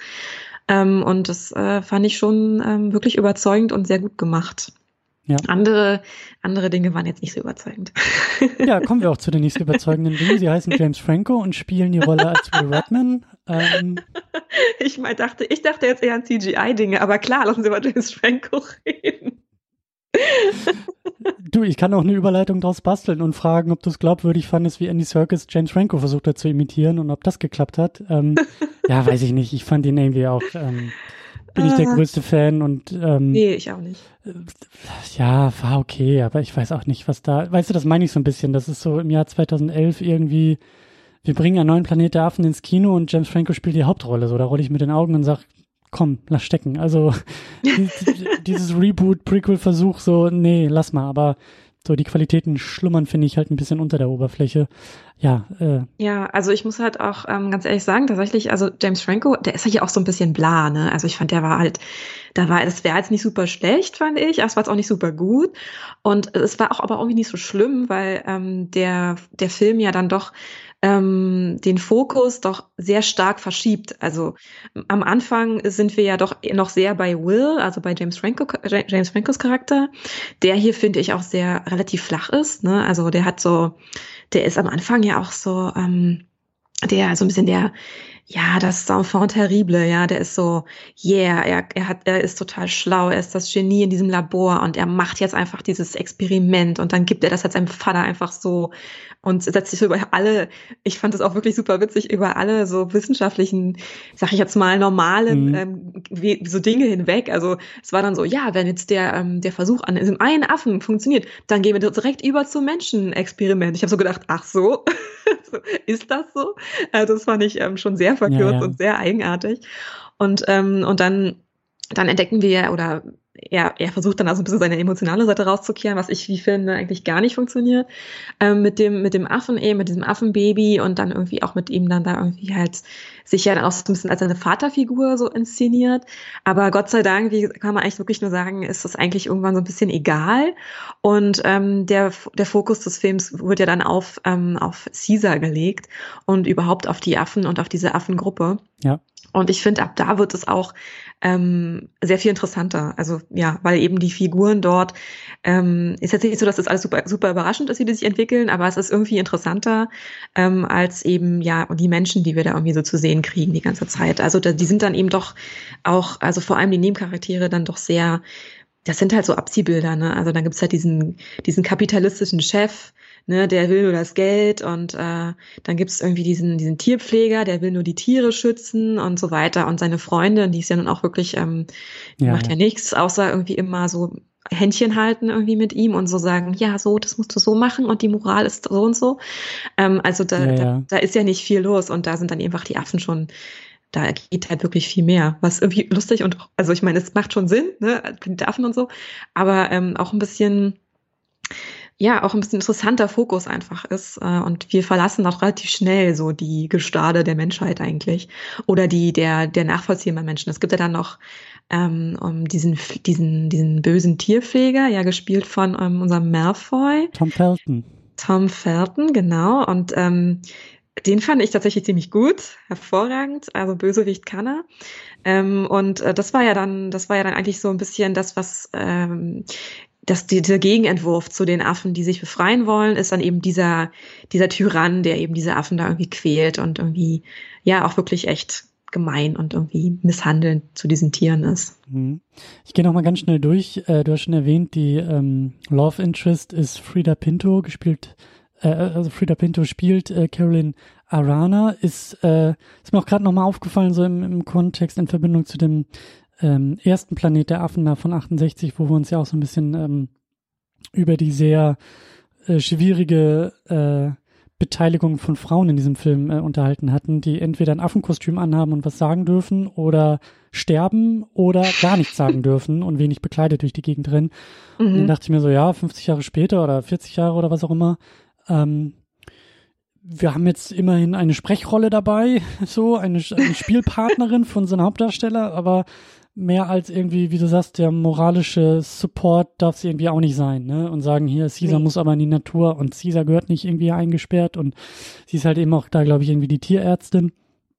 Und das fand ich schon wirklich überzeugend und sehr gut gemacht. Ja. Andere Dinge waren jetzt nicht so überzeugend. Ja, kommen wir auch zu den nicht so überzeugenden Dingen. Sie heißen James Franco und spielen die Rolle als Will Redman. Ich dachte jetzt eher an CGI-Dinge, aber klar, lassen Sie über James Franco reden. Du, ich kann auch eine Überleitung draus basteln und fragen, ob du es glaubwürdig fandest, wie Andy Serkis James Franco versucht hat zu imitieren und ob das geklappt hat. Ja, weiß ich nicht. Ich fand ihn irgendwie auch... bin ich der größte Fan und nee, ich auch nicht. Ja, war okay, aber ich weiß auch nicht, was da, weißt du, das meine ich so ein bisschen, das ist so im Jahr 2011 irgendwie, wir bringen einen neuen Planet der Affen ins Kino und James Franco spielt die Hauptrolle, so, da rolle ich mit den Augen und sag, komm, lass stecken. Also dieses Reboot-Prequel-Versuch so, nee, lass mal. Aber so die Qualitäten schlummern, finde ich, halt ein bisschen unter der Oberfläche. Ja, Ja, also ich muss halt auch ganz ehrlich sagen, tatsächlich, also James Franco, der ist ja hier auch so ein bisschen bla, ne? Also ich fand, das wäre jetzt nicht super schlecht, fand ich, aber es war jetzt auch nicht super gut. Und es war auch aber irgendwie nicht so schlimm, weil der Film ja dann doch den Fokus doch sehr stark verschiebt. Also am Anfang sind wir ja doch noch sehr bei Will, also bei James Francos Charakter, der hier, finde ich, auch sehr relativ flach ist, ne? Also der ist am Anfang ja auch so, der so ein bisschen das Enfant terrible, ja, der ist so, yeah, er ist total schlau, er ist das Genie in diesem Labor und er macht jetzt einfach dieses Experiment und dann gibt er das halt seinem Vater einfach so und setzt sich so über alle, ich fand es auch wirklich super witzig, über alle so wissenschaftlichen, sag ich jetzt mal, normalen so Dinge hinweg. Also es war dann so, ja, wenn jetzt der Versuch an diesem einen Affen funktioniert, dann gehen wir direkt über zum Menschenexperiment. Ich habe so gedacht, ach so, ist das so? Das fand ich schon sehr verkürzt und sehr eigenartig. Und dann entdecken wir, oder er versucht dann also ein bisschen seine emotionale Seite rauszukehren, was ich, wie finde, eigentlich gar nicht funktioniert. Mit dem Affen mit diesem Affenbaby und dann irgendwie auch mit ihm dann da irgendwie halt sich ja dann auch so ein bisschen als eine Vaterfigur so inszeniert. Aber Gott sei Dank, wie kann man eigentlich wirklich nur sagen, ist das eigentlich irgendwann so ein bisschen egal. Und der Fokus des Films wird ja dann auf Caesar gelegt und überhaupt auf die Affen und auf diese Affengruppe. Ja. Und ich finde, ab da wird es auch sehr viel interessanter. Also ja, weil eben die Figuren dort, ist jetzt nicht so, dass das alles super, super überraschend ist, wie die sich entwickeln, aber es ist irgendwie interessanter als eben ja die Menschen, die wir da irgendwie so zu sehen kriegen die ganze Zeit. Also die sind dann eben doch auch, also vor allem die Nebencharaktere dann doch sehr, das sind halt so Abziehbilder, ne? Also dann gibt's halt diesen kapitalistischen Chef, ne, der will nur das Geld und dann gibt's irgendwie diesen Tierpfleger, der will nur die Tiere schützen und so weiter und seine Freundin, die ist ja nun auch wirklich, macht ja nichts, außer irgendwie immer so Händchen halten irgendwie mit ihm und so sagen, ja, so, das musst du so machen und die Moral ist so und so. Also da ist ja nicht viel los und da sind dann einfach die Affen schon, da geht halt wirklich viel mehr, was irgendwie lustig und, also ich meine, es macht schon Sinn, ne, mit den Affen und so, aber auch ein bisschen interessanter Fokus einfach ist. Und wir verlassen auch relativ schnell so die Gestade der Menschheit eigentlich. Oder der nachvollziehbaren Menschen. Es gibt ja dann noch um diesen bösen Tierpfleger, ja, gespielt von unserem Malfoy. Tom Felton, genau. Und den fand ich tatsächlich ziemlich gut, hervorragend. Also Bösewicht kann er. Und das war ja dann eigentlich so ein bisschen das, was dieser Gegenentwurf zu den Affen, die sich befreien wollen, ist dann eben dieser Tyrann, der eben diese Affen da irgendwie quält und irgendwie ja auch wirklich echt gemein und irgendwie misshandelnd zu diesen Tieren ist. Ich gehe noch mal ganz schnell durch. Du hast schon erwähnt, die Love Interest ist Freida Pinto, Freida Pinto spielt Carolyn Arana. Ist mir auch gerade noch mal aufgefallen, so im Kontext in Verbindung zu dem ersten Planet der Affen da von 68, wo wir uns ja auch so ein bisschen über die sehr schwierige Beteiligung von Frauen in diesem Film unterhalten hatten, die entweder ein Affenkostüm anhaben und was sagen dürfen oder sterben oder gar nichts sagen dürfen und wenig bekleidet durch die Gegend rennen. Und dann dachte ich mir so, ja, 50 Jahre später oder 40 Jahre oder was auch immer, wir haben jetzt immerhin eine Sprechrolle dabei, so eine Spielpartnerin von so einem Hauptdarsteller, aber mehr als irgendwie, wie du sagst, der moralische Support darf sie irgendwie auch nicht sein, ne? Und sagen, hier, Caesar muss aber in die Natur und Caesar gehört nicht irgendwie eingesperrt und sie ist halt eben auch da, glaube ich, irgendwie die Tierärztin.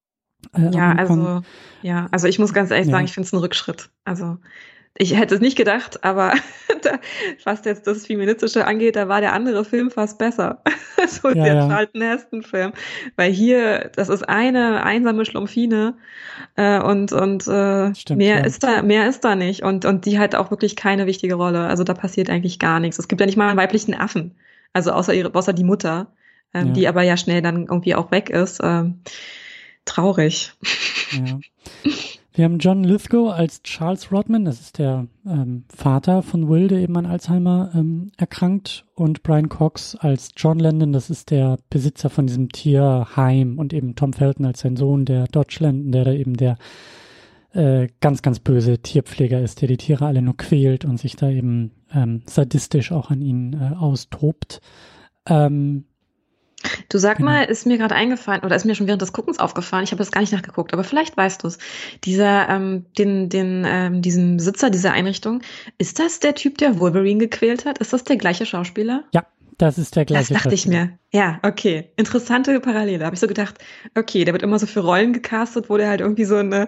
Also ich muss ganz ehrlich sagen, ich finde es ein Rückschritt. Also ich hätte es nicht gedacht, aber was jetzt das Feministische angeht, da war der andere Film fast besser. Der Charlton Heston-Film. Weil hier, das ist eine einsame Schlumpfine und stimmt, mehr ist da nicht. Und die hat auch wirklich keine wichtige Rolle. Also da passiert eigentlich gar nichts. Es gibt ja nicht mal einen weiblichen Affen. Also außer die Mutter, die aber ja schnell dann irgendwie auch weg ist. Traurig. Ja. Wir haben John Lithgow als Charles Rodman, das ist der Vater von Will, der eben an Alzheimer erkrankt, und Brian Cox als John Landon, das ist der Besitzer von diesem Tierheim, und eben Tom Felton als sein Sohn, der Dodge Landon, der da eben der ganz, ganz böse Tierpfleger ist, der die Tiere alle nur quält und sich da eben sadistisch auch an ihnen austobt. Du sag Genau. mal, ist mir gerade eingefallen, oder ist mir schon während des Guckens aufgefallen, ich habe das gar nicht nachgeguckt, aber vielleicht weißt du es. Diesen Besitzer dieser Einrichtung, ist das der Typ, der Wolverine gequält hat? Ist das der gleiche Schauspieler? Ja, das ist der Das gleiche dachte ich Schauspieler. mir. Ja, okay. Interessante Parallele. Habe ich so gedacht, okay, der wird immer so für Rollen gecastet, wo der halt irgendwie so eine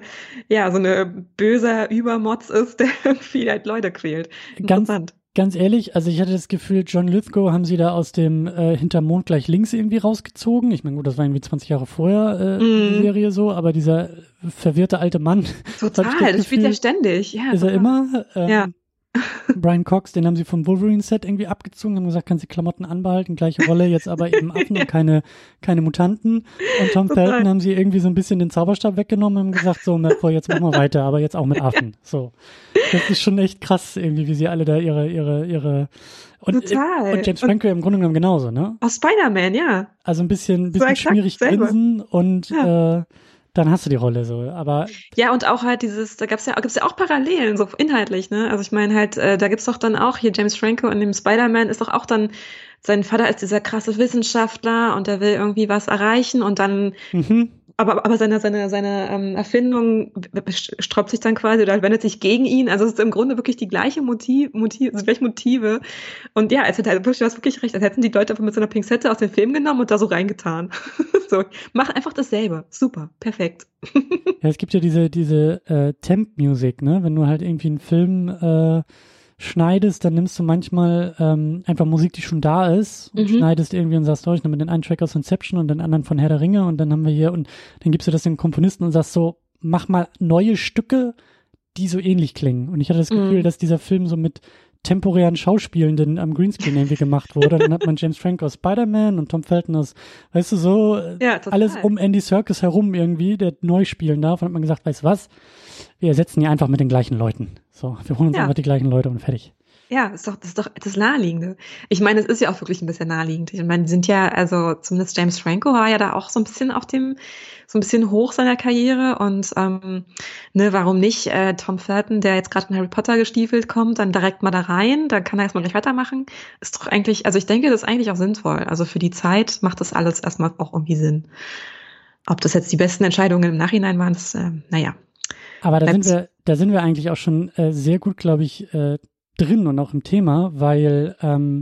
böser Übermotz ist, der irgendwie halt Leute quält. Interessant. Ganz ehrlich, also ich hatte das Gefühl, John Lithgow haben sie da aus dem Hinterm Mond gleich links irgendwie rausgezogen. Ich meine, gut, das war irgendwie 20 Jahre vorher die Serie so, aber dieser verwirrte alte Mann. Total, das spielt ja ständig. Ja, ist total. er immer. Ja. Brian Cox, den haben sie vom Wolverine-Set irgendwie abgezogen, haben gesagt, kannst die Klamotten anbehalten, gleiche Rolle, jetzt aber eben Affen und keine Mutanten. Und Tom Felton haben sie irgendwie so ein bisschen den Zauberstab weggenommen und haben gesagt, so, jetzt machen wir weiter, aber jetzt auch mit Affen. So. Das ist schon echt krass, irgendwie, wie sie alle da ihre Total. Und James Franco im Grunde genommen genauso, ne? Aus Spider-Man, ja. Also ein bisschen So exakt schmierig selber. grinsen und dann hast du die Rolle so, aber ja, und auch halt da gibt's ja auch Parallelen, so inhaltlich, ne? Also ich meine halt, da gibt's doch dann auch hier James Franco in dem Spider-Man ist doch auch dann sein Vater als dieser krasse Wissenschaftler und der will irgendwie was erreichen und dann aber seine Erfindung sträubt sich dann quasi oder wendet sich gegen ihn. Also es ist im Grunde wirklich die gleiche Motive. Und ja, du hast wirklich recht, als hätten die Leute einfach mit so einer Pinzette aus dem Film genommen und da so reingetan. So, mach einfach dasselbe. Super, perfekt. Ja, es gibt ja diese Temp-Music, ne? Wenn du halt irgendwie einen Film schneidest, dann nimmst du manchmal einfach Musik, die schon da ist und schneidest irgendwie und sagst, ich nehme den einen Track aus Inception und den anderen von Herr der Ringe und dann haben wir hier und dann gibst du das den Komponisten und sagst so, mach mal neue Stücke, die so ähnlich klingen. Und ich hatte das Gefühl, dass dieser Film so mit temporären Schauspielenden am Greenscreen irgendwie gemacht wurde. Dann hat man James Franco aus Spider-Man und Tom Felton aus, weißt du, so alles um Andy Serkis herum irgendwie, der neu spielen darf. Und hat man gesagt, weißt du was, wir ersetzen die einfach mit den gleichen Leuten. So, wir holen uns einfach die gleichen Leute und fertig. Ja, das ist doch das Naheliegende. Ich meine, es ist ja auch wirklich ein bisschen naheliegend. Ich meine, die sind ja, also zumindest James Franco war ja da auch so ein bisschen so ein bisschen hoch seiner Karriere und warum nicht Tom Felton, der jetzt gerade in Harry Potter gestiefelt kommt, dann direkt mal da rein, dann kann er erstmal gleich weitermachen. Ist doch eigentlich, also ich denke, das ist eigentlich auch sinnvoll. Also für die Zeit macht das alles erstmal auch irgendwie Sinn. Ob das jetzt die besten Entscheidungen im Nachhinein waren, das, naja. Aber da sind wir eigentlich auch schon sehr gut, glaube ich, drin und auch im Thema, weil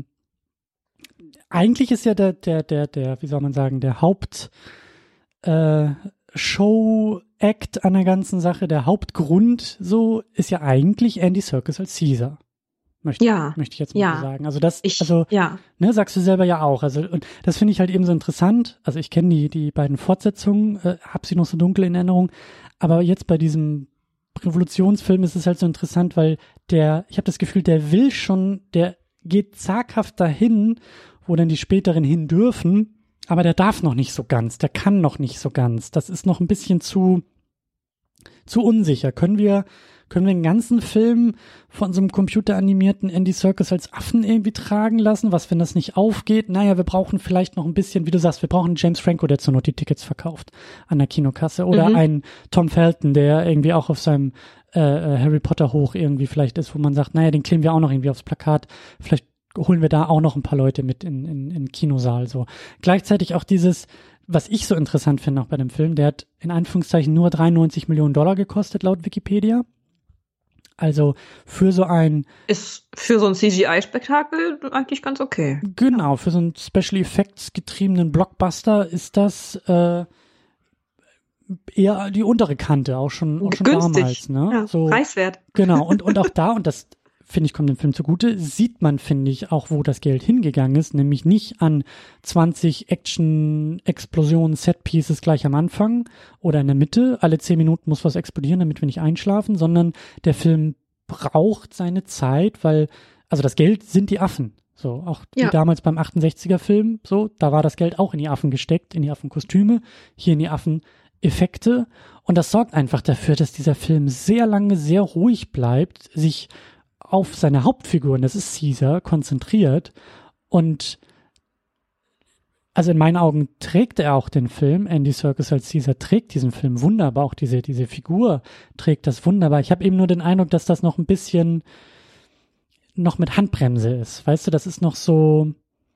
eigentlich ist ja der, wie soll man sagen, der Show-Act an der ganzen Sache, der Hauptgrund so, ist ja eigentlich Andy Serkis als Caesar. Möchte ich jetzt mal so sagen. Also sagst du selber ja auch. Also, und das finde ich halt eben so interessant. Also ich kenne die beiden Fortsetzungen, hab sie noch so dunkel in Erinnerung, aber jetzt bei diesem Revolutionsfilm ist es halt so interessant, weil ich habe das Gefühl, der geht zaghaft dahin, wo dann die späteren hin dürfen, aber der darf noch nicht so ganz, der kann noch nicht so ganz. Das ist noch ein bisschen zu unsicher. Können wir den ganzen Film von so einem computeranimierten Andy Serkis als Affen irgendwie tragen lassen? Was, wenn das nicht aufgeht? Naja, wir brauchen vielleicht noch ein bisschen, wie du sagst, wir brauchen einen James Franco, der zur Not die Tickets verkauft an der Kinokasse. Oder einen Tom Felton, der irgendwie auch auf seinem Harry Potter hoch irgendwie vielleicht ist, wo man sagt, naja, den kleben wir auch noch irgendwie aufs Plakat. Vielleicht holen wir da auch noch ein paar Leute mit in Kinosaal. So. Gleichzeitig auch dieses, was ich so interessant finde auch bei dem Film, der hat in Anführungszeichen nur $93 Millionen gekostet, laut Wikipedia. Also für so ein CGI-Spektakel eigentlich ganz okay. Genau, für so einen Special Effects getriebenen Blockbuster ist das eher die untere Kante, auch schon damals. Ne? Ja, so, preiswert. Genau, und auch da, und das finde ich, kommt dem Film zugute, sieht man, finde ich, auch, wo das Geld hingegangen ist, nämlich nicht an 20 Action-Explosionen, Set-Pieces gleich am Anfang oder in der Mitte, alle 10 Minuten muss was explodieren, damit wir nicht einschlafen, sondern der Film braucht seine Zeit, weil, also das Geld sind die Affen. So, auch wie damals beim 68er-Film, so, da war das Geld auch in die Affen gesteckt, in die Affenkostüme, hier in die Affeneffekte. Und das sorgt einfach dafür, dass dieser Film sehr lange sehr ruhig bleibt, sich auf seine Hauptfiguren, das ist Caesar, konzentriert und Also in meinen Augen trägt er auch den Film. Andy Serkis als Caesar trägt diesen Film wunderbar. Auch diese Figur trägt das wunderbar. Ich habe eben nur den Eindruck, dass das noch ein bisschen noch mit Handbremse ist. Weißt du, das ist noch so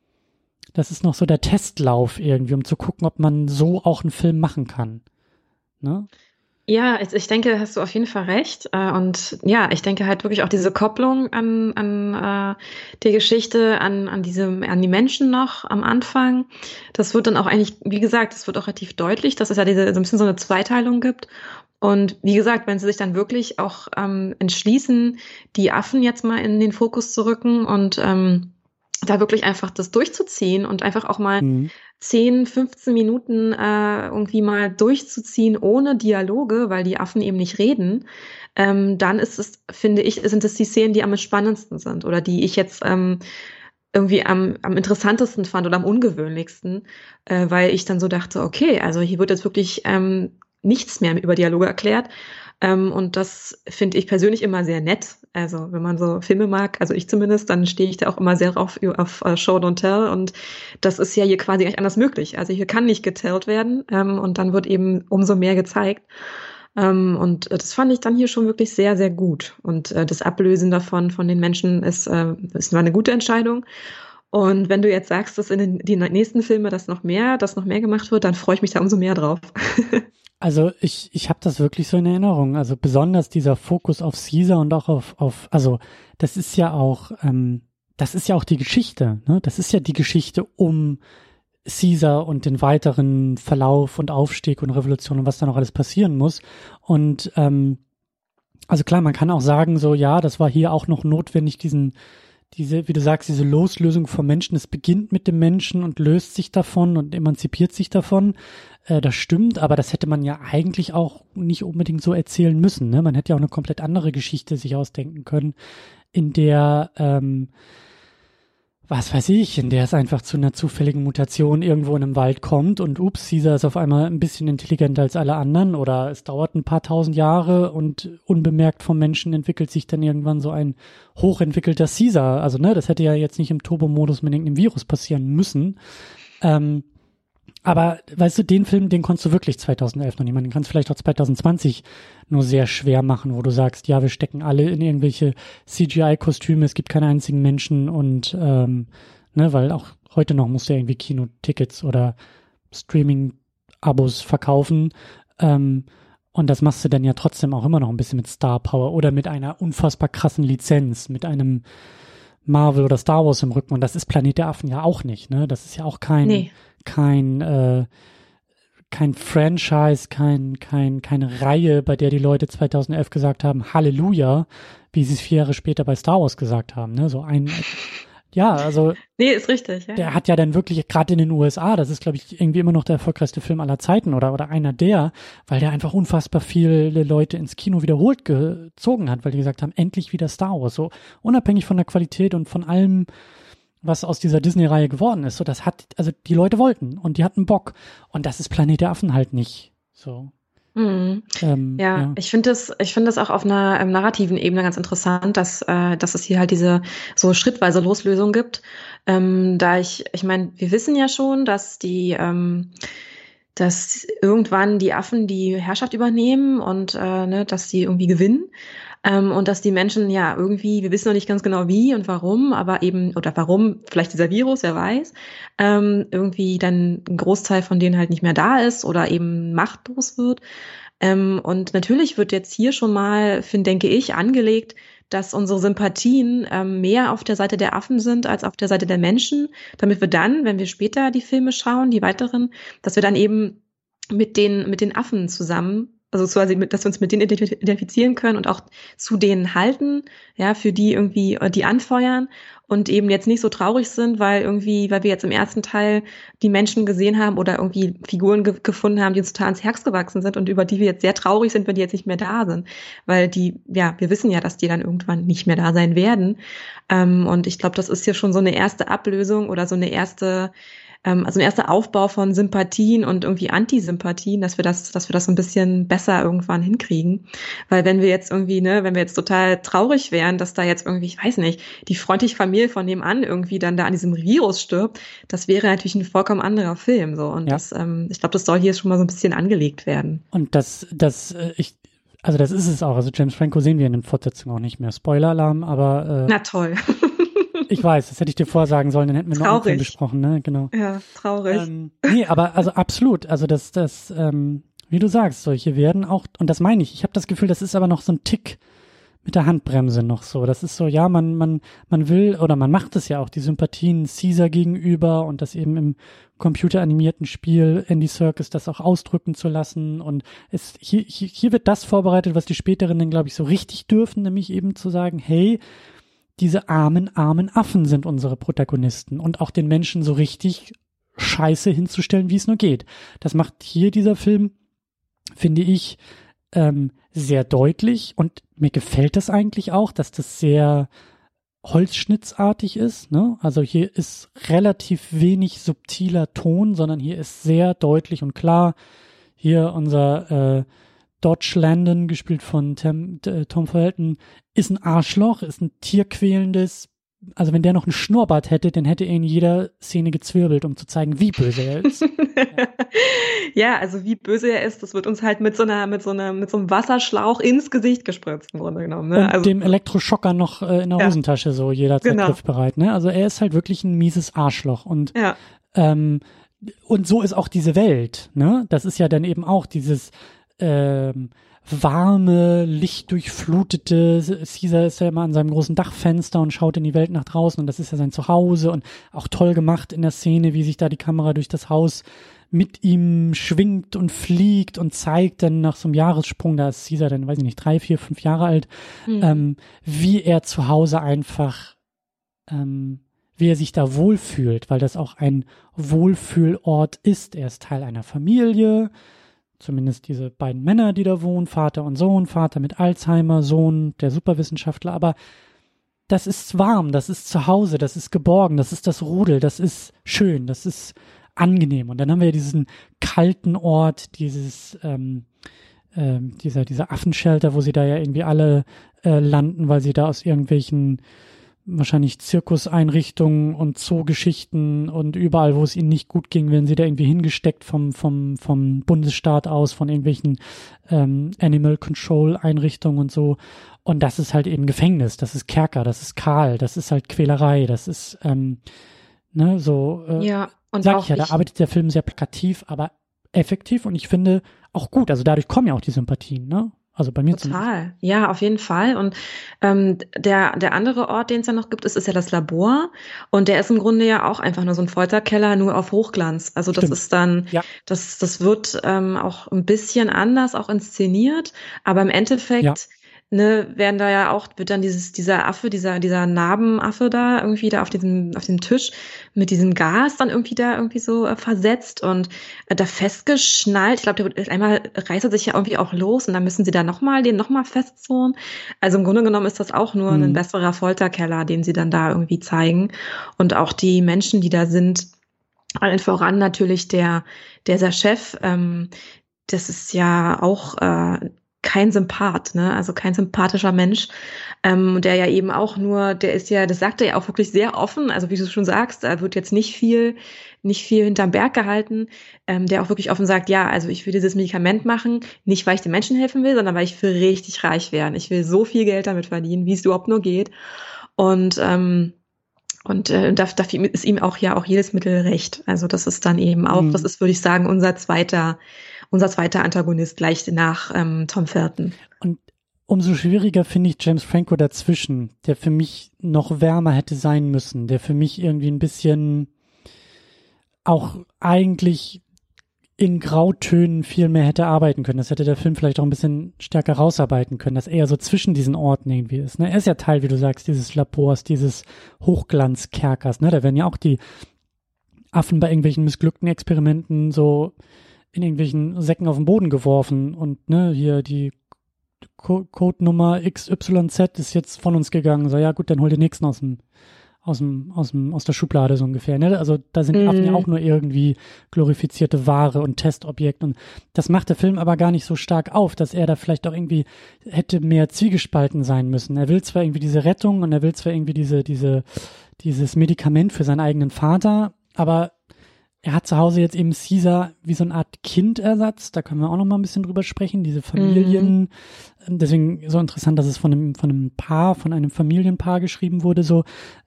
der Testlauf irgendwie, um zu gucken, ob man so auch einen Film machen kann. Ne? Ja, ich denke, da hast du auf jeden Fall recht. Und ja, ich denke halt wirklich auch diese Kopplung an die Geschichte, an die Menschen noch am Anfang. Das wird dann auch eigentlich, wie gesagt, das wird auch relativ deutlich, dass es ja so ein bisschen so eine Zweiteilung gibt. Und wie gesagt, wenn sie sich dann wirklich auch entschließen, die Affen jetzt mal in den Fokus zu rücken und da wirklich einfach das durchzuziehen und einfach auch mal 10, 15 Minuten irgendwie mal durchzuziehen ohne Dialoge, weil die Affen eben nicht reden, dann ist es, finde ich, sind es die Szenen, die am spannendsten sind oder die ich jetzt irgendwie am interessantesten fand oder am ungewöhnlichsten, weil ich dann so dachte, okay, also hier wird jetzt wirklich nichts mehr über Dialoge erklärt. Und das finde ich persönlich immer sehr nett. Also wenn man so Filme mag, also ich zumindest, dann stehe ich da auch immer sehr auf Show Don't Tell. Und das ist ja hier quasi gar nicht anders möglich. Also hier kann nicht getellt werden und dann wird eben umso mehr gezeigt. Und das fand ich dann hier schon wirklich sehr, sehr gut. Und das Ablösen davon von den Menschen war eine gute Entscheidung. Und wenn du jetzt sagst, dass in die nächsten Filme das noch mehr gemacht wird, dann freue ich mich da umso mehr drauf. Also ich habe das wirklich so in Erinnerung. Also besonders dieser Fokus auf Caesar und auch also das ist ja auch die Geschichte, ne? Das ist ja die Geschichte um Caesar und den weiteren Verlauf und Aufstieg und Revolution und was da noch alles passieren muss. Und also klar, man kann auch sagen, so ja, das war hier auch noch notwendig, wie du sagst, diese Loslösung vom Menschen. Es beginnt mit dem Menschen und löst sich davon und emanzipiert sich davon. Das stimmt, aber das hätte man ja eigentlich auch nicht unbedingt so erzählen müssen. Ne? Man hätte ja auch eine komplett andere Geschichte sich ausdenken können, in der was weiß ich, in der es einfach zu einer zufälligen Mutation irgendwo in einem Wald kommt und ups, Caesar ist auf einmal ein bisschen intelligenter als alle anderen oder es dauert ein paar tausend Jahre und unbemerkt vom Menschen entwickelt sich dann irgendwann so ein hochentwickelter Caesar. Also ne, das hätte ja jetzt nicht im Turbo-Modus mit irgendeinem Virus passieren müssen. Aber weißt du, den Film, den konntest du wirklich 2011 noch nicht. Den kannst du vielleicht auch 2020 nur sehr schwer machen, wo du sagst, ja, wir stecken alle in irgendwelche CGI-Kostüme, es gibt keine einzigen Menschen und ne, weil auch heute noch musst du ja irgendwie Kinotickets oder Streaming-Abos verkaufen. Und das machst du dann ja trotzdem auch immer noch ein bisschen mit Star Power oder mit einer unfassbar krassen Lizenz, mit einem Marvel oder Star Wars im Rücken. Und das ist Planet der Affen ja auch nicht, ne? Das ist ja auch kein Franchise, keine Reihe, bei der die Leute 2011 gesagt haben, Halleluja, wie sie es 4 Jahre später bei Star Wars gesagt haben, ne? Also. Nee, ist richtig, ja. Der hat ja dann wirklich, gerade in den USA, das ist, glaube ich, irgendwie immer noch der erfolgreichste Film aller Zeiten oder einer weil der einfach unfassbar viele Leute ins Kino wiederholt gezogen hat, weil die gesagt haben, endlich wieder Star Wars, so unabhängig von der Qualität und von allem, was aus dieser Disney-Reihe geworden ist. So, also die Leute wollten und die hatten Bock. Und das ist Planet der Affen halt nicht. So. Mhm. Ja, ich finde das auch auf einer narrativen Ebene ganz interessant, dass es hier halt diese so schrittweise Loslösung gibt. Ich meine, wir wissen ja schon, dass dass irgendwann die Affen die Herrschaft übernehmen und dass sie irgendwie gewinnen. Und dass die Menschen ja irgendwie, wir wissen noch nicht ganz genau wie und warum, aber eben, oder warum vielleicht dieser Virus, wer weiß, irgendwie dann ein Großteil von denen halt nicht mehr da ist oder eben machtlos wird. Und natürlich wird jetzt hier schon mal, denke ich, angelegt, dass unsere Sympathien mehr auf der Seite der Affen sind als auf der Seite der Menschen, damit wir dann, wenn wir später die Filme schauen, die weiteren, dass wir dann eben mit den Affen zusammen, also quasi, dass wir uns mit denen identifizieren können und auch zu denen halten, ja, für die irgendwie die anfeuern und eben jetzt nicht so traurig sind, weil wir jetzt im ersten Teil die Menschen gesehen haben oder irgendwie Figuren gefunden haben, die uns total ans Herz gewachsen sind und über die wir jetzt sehr traurig sind, wenn die jetzt nicht mehr da sind, weil wir wissen ja, dass die dann irgendwann nicht mehr da sein werden. Und ich glaube, das ist hier schon so eine erste Ablösung oder so eine erste also ein erster Aufbau von Sympathien und irgendwie Antisympathien, dass wir das so ein bisschen besser irgendwann hinkriegen. Weil wenn wir jetzt irgendwie, ne, wenn wir jetzt total traurig wären, dass da jetzt irgendwie, ich weiß nicht, die freundliche Familie von nebenan irgendwie dann da an diesem Virus stirbt, das wäre natürlich ein vollkommen anderer Film, so. Und Ja. ich glaube, das soll hier schon mal so ein bisschen angelegt werden. Und das ist es auch. Also James Franco sehen wir in den Fortsetzungen auch nicht mehr. Spoiler-Alarm, aber Na toll. ich weiß, das hätte ich dir vorher sagen sollen, dann hätten wir noch einen Film Traurig. besprochen, ne? Genau. Ja, traurig. Nee, aber also absolut. Also wie du sagst, solche werden auch, und das meine ich habe das Gefühl, das ist aber noch so ein Tick mit der Handbremse noch so. Das ist so, ja, man will, oder man macht es ja auch, die Sympathien Caesar gegenüber und das eben im computeranimierten Spiel Andy Serkis das auch ausdrücken zu lassen. Und hier wird das vorbereitet, was die späteren dann, glaube ich, so richtig dürfen, nämlich eben zu sagen, hey, diese armen Affen sind unsere Protagonisten und auch den Menschen so richtig Scheiße hinzustellen, wie es nur geht. Das macht hier dieser Film, finde ich, sehr deutlich, und mir gefällt das eigentlich auch, dass das sehr holzschnittsartig ist, ne? Also hier ist relativ wenig subtiler Ton, sondern hier ist sehr deutlich und klar. Hier unser Dodge Landon, gespielt von Tom Felton, ist ein Arschloch, ist ein tierquälendes. Also wenn der noch einen Schnurrbart hätte, dann hätte er in jeder Szene gezwirbelt, um zu zeigen, wie böse er ist. Ja, also wie böse er ist, das wird uns halt mit so einem Wasserschlauch ins Gesicht gespritzt, im Grunde genommen. Ne? Und Also, dem Elektroschocker noch in der Hosentasche so jederzeit Genau. griffbereit. Ne? Also er ist halt wirklich ein mieses Arschloch. Und ja. Und so ist auch diese Welt. Ne? Das ist ja dann eben auch dieses warme, lichtdurchflutete. Caesar ist ja immer an seinem großen Dachfenster und schaut in die Welt nach draußen, und das ist ja sein Zuhause, und auch toll gemacht in der Szene, wie sich da die Kamera durch das Haus mit ihm schwingt und fliegt und zeigt dann nach so einem Jahressprung, da ist Caesar dann, weiß ich nicht, 3, 4, 5 Jahre alt, wie er zu Hause einfach, wie er sich da wohlfühlt, weil das auch ein Wohlfühlort ist. Er ist Teil einer Familie, zumindest diese beiden Männer, die da wohnen, Vater und Sohn, Vater mit Alzheimer, Sohn der Superwissenschaftler, aber das ist warm, das ist zu Hause, das ist geborgen, das ist das Rudel, das ist schön, das ist angenehm. Und dann haben wir ja diesen kalten Ort, dieser Affenshelter, wo sie da ja irgendwie alle landen, weil sie da aus irgendwelchen wahrscheinlich Zirkuseinrichtungen und Zoogeschichten und überall, wo es ihnen nicht gut ging, werden sie da irgendwie hingesteckt vom Bundesstaat aus, von irgendwelchen Animal Control Einrichtungen und so. Und das ist halt eben Gefängnis, das ist Kerker, das ist kahl, das ist halt Quälerei, das ist Ja, und sag auch ich ja, da arbeitet der Film sehr plakativ, aber effektiv, und ich finde auch gut. Also dadurch kommen ja auch die Sympathien, ne? Also bei mir zumindest. Total, ja, auf jeden Fall. Und der andere Ort, den es ja noch gibt, ist ja das Labor. Und der ist im Grunde ja auch einfach nur so ein Folterkeller, nur auf Hochglanz. Also das Stimmt. ist dann, Ja. das wird auch ein bisschen anders auch inszeniert, aber im Endeffekt werden da ja auch, wird dann dieser Narbenaffe da irgendwie da auf dem Tisch mit diesem Gas dann irgendwie so versetzt und da festgeschnallt. Ich glaube, einmal reißt er sich ja irgendwie auch los und dann müssen sie da den nochmal festzurren. Also im Grunde genommen ist das auch nur ein besserer Folterkeller, den sie dann da irgendwie zeigen. Und auch die Menschen, die da sind, allen voran natürlich der Chef, das ist ja auch kein Sympath, ne? Also kein sympathischer Mensch, der ja eben auch nur, das sagt er ja auch wirklich sehr offen, also wie du schon sagst, da wird jetzt nicht viel hinterm Berg gehalten, der auch wirklich offen sagt, ja, also ich will dieses Medikament machen, nicht weil ich den Menschen helfen will, sondern weil ich will richtig reich werden. Ich will so viel Geld damit verdienen, wie es überhaupt nur geht. Und dafür ist ihm auch jedes Mittel recht. Also das ist dann eben auch, das ist, würde ich sagen, unser zweiter Antagonist gleich nach Tom Felton. Und umso schwieriger finde ich James Franco dazwischen, der für mich noch wärmer hätte sein müssen, der für mich irgendwie ein bisschen auch eigentlich in Grautönen viel mehr hätte arbeiten können. Das hätte der Film vielleicht auch ein bisschen stärker rausarbeiten können, dass er so zwischen diesen Orten irgendwie ist. Ne? Er ist ja Teil, wie du sagst, dieses Labors, dieses Hochglanzkerkers. Ne? Da werden ja auch die Affen bei irgendwelchen missglückten Experimenten so in irgendwelchen Säcken auf den Boden geworfen und ne, hier die Codenummer XYZ ist jetzt von uns gegangen. So, ja gut, dann hol den nächsten aus aus der Schublade so ungefähr. Ne? Also da sind die Affen ja auch nur irgendwie glorifizierte Ware und Testobjekt. Und das macht der Film aber gar nicht so stark auf, dass er da vielleicht auch irgendwie hätte mehr zwiegespalten sein müssen. Er will zwar irgendwie diese Rettung und er will zwar irgendwie dieses Medikament für seinen eigenen Vater, aber er hat zu Hause jetzt eben Caesar wie so eine Art Kindersatz, da können wir auch noch mal ein bisschen drüber sprechen, diese Familien, deswegen so interessant, dass es von einem Familienpaar geschrieben wurde, so,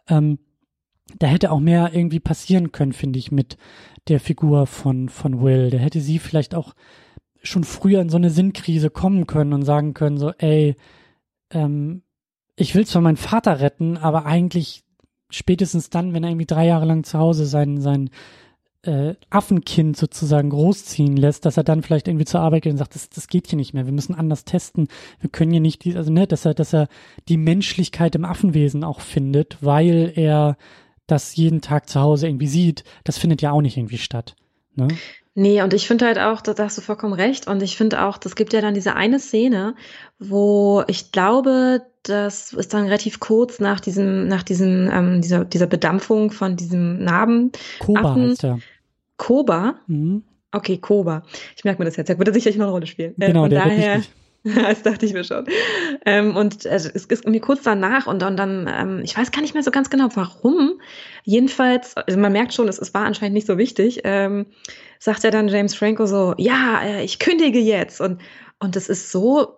da hätte auch mehr irgendwie passieren können, finde ich, mit der Figur von Will. Da hätte sie vielleicht auch schon früher in so eine Sinnkrise kommen können und sagen können, so, ey, ich will zwar meinen Vater retten, aber eigentlich spätestens dann, wenn er irgendwie 3 Jahre lang zu Hause sein Affenkind sozusagen großziehen lässt, dass er dann vielleicht irgendwie zur Arbeit geht und sagt, das geht hier nicht mehr, wir müssen anders testen, wir können hier nicht, dass er die Menschlichkeit im Affenwesen auch findet, weil er das jeden Tag zu Hause irgendwie sieht, das findet ja auch nicht irgendwie statt, ne? Nee, und ich finde halt auch, da hast du vollkommen recht. Und ich finde auch, das gibt ja dann diese eine Szene, wo ich glaube, das ist dann relativ kurz nach dieser Bedampfung von diesem Narbenaffen. Koba heißt er. Koba? Mhm. Okay, Koba. Ich merke mir das jetzt. Ja, wird er sicherlich noch eine Rolle spielen. Genau, von der daher, wird wichtig. das dachte ich mir schon. Und also, es ist irgendwie kurz danach und dann, ich weiß gar nicht mehr so ganz genau, warum. Jedenfalls, also man merkt schon, es war anscheinend nicht so wichtig, sagt ja dann James Franco so, ja, ich kündige jetzt. Und das ist so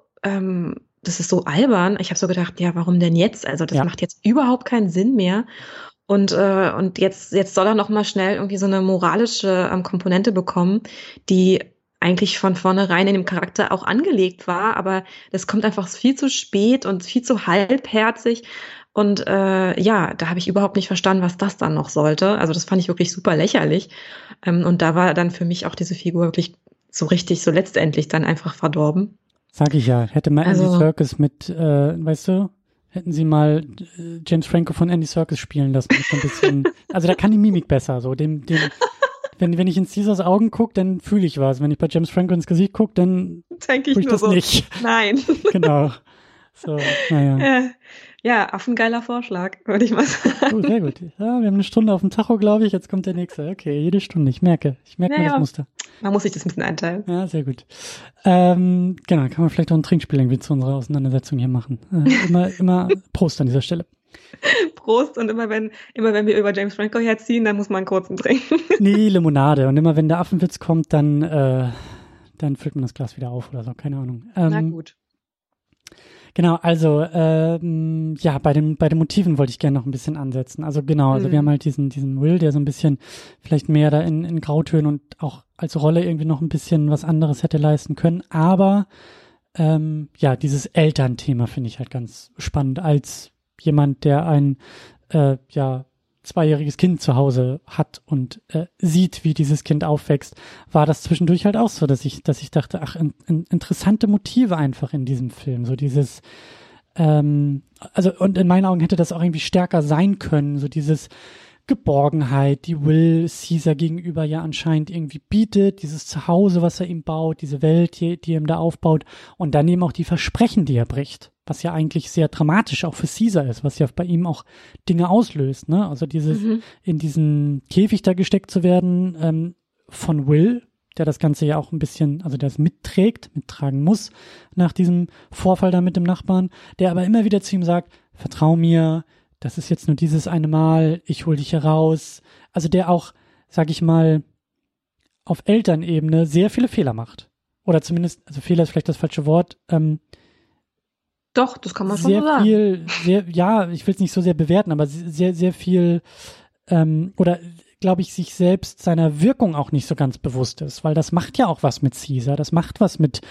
albern. Ich habe so gedacht, ja, warum denn jetzt? Also das macht jetzt überhaupt keinen Sinn mehr. Und jetzt soll er noch mal schnell irgendwie so eine moralische Komponente bekommen, die eigentlich von vornherein in dem Charakter auch angelegt war, aber das kommt einfach viel zu spät und viel zu halbherzig. Und da habe ich überhaupt nicht verstanden, was das dann noch sollte. Also das fand ich wirklich super lächerlich. Und da war dann für mich auch diese Figur wirklich so richtig, so letztendlich dann einfach verdorben. Sag ich ja, hätte mal Andy Serkis mit, weißt du, hätten sie mal James Franco von Andy Serkis spielen lassen. Mit so ein bisschen, also da kann die Mimik besser. So wenn ich in Caesars Augen gucke, dann fühle ich was. Wenn ich bei James Franco ins Gesicht gucke, dann denke ich das so, nicht. Nein. Genau. So, naja. Ja, affengeiler Vorschlag, würde ich mal sagen. Oh, sehr gut. Ja, wir haben eine Stunde auf dem Tacho, glaube ich. Jetzt kommt der nächste. Okay, jede Stunde. Ich merke mir das Muster. Man muss sich das ein bisschen einteilen. Ja, sehr gut. Genau, kann man vielleicht auch ein Trinkspiel irgendwie zu unserer Auseinandersetzung hier machen. Immer Prost an dieser Stelle. Prost, und immer wenn wir über James Franco herziehen, dann muss man einen kurzen trinken. Nee, Limonade. Und immer wenn der Affenwitz kommt, dann füllt man das Glas wieder auf oder so. Keine Ahnung. Na gut. Genau, also bei den Motiven wollte ich gerne noch ein bisschen ansetzen. Also genau, wir haben halt diesen Will, der so ein bisschen vielleicht mehr da in Grautönen und auch als Rolle irgendwie noch ein bisschen was anderes hätte leisten können. Aber dieses Elternthema finde ich halt ganz spannend als jemand, der ein 2-jähriges Kind zu Hause hat und sieht, wie dieses Kind aufwächst, war das zwischendurch halt auch so, dass ich dachte, ach, interessante Motive einfach in diesem Film, so dieses, und in meinen Augen hätte das auch irgendwie stärker sein können, so dieses Geborgenheit, die Will Caesar gegenüber ja anscheinend irgendwie bietet, dieses Zuhause, was er ihm baut, diese Welt, die er ihm da aufbaut und dann eben auch die Versprechen, die er bricht, was ja eigentlich sehr dramatisch auch für Caesar ist, was ja bei ihm auch Dinge auslöst, ne? Also in diesen Käfig da gesteckt zu werden von Will, der das Ganze ja auch ein bisschen, also der es mittragen muss nach diesem Vorfall da mit dem Nachbarn, der aber immer wieder zu ihm sagt, vertrau mir, das ist jetzt nur dieses eine Mal, ich hol dich heraus. Also der auch, sag ich mal, auf Elternebene sehr viele Fehler macht. Oder zumindest, also Fehler ist vielleicht das falsche Wort. Doch, das kann man schon so sagen. Ich will es nicht so sehr bewerten, aber sehr, sehr viel, oder glaube ich, sich selbst seiner Wirkung auch nicht so ganz bewusst ist. Weil das macht ja auch was mit Caesar. Das macht was mit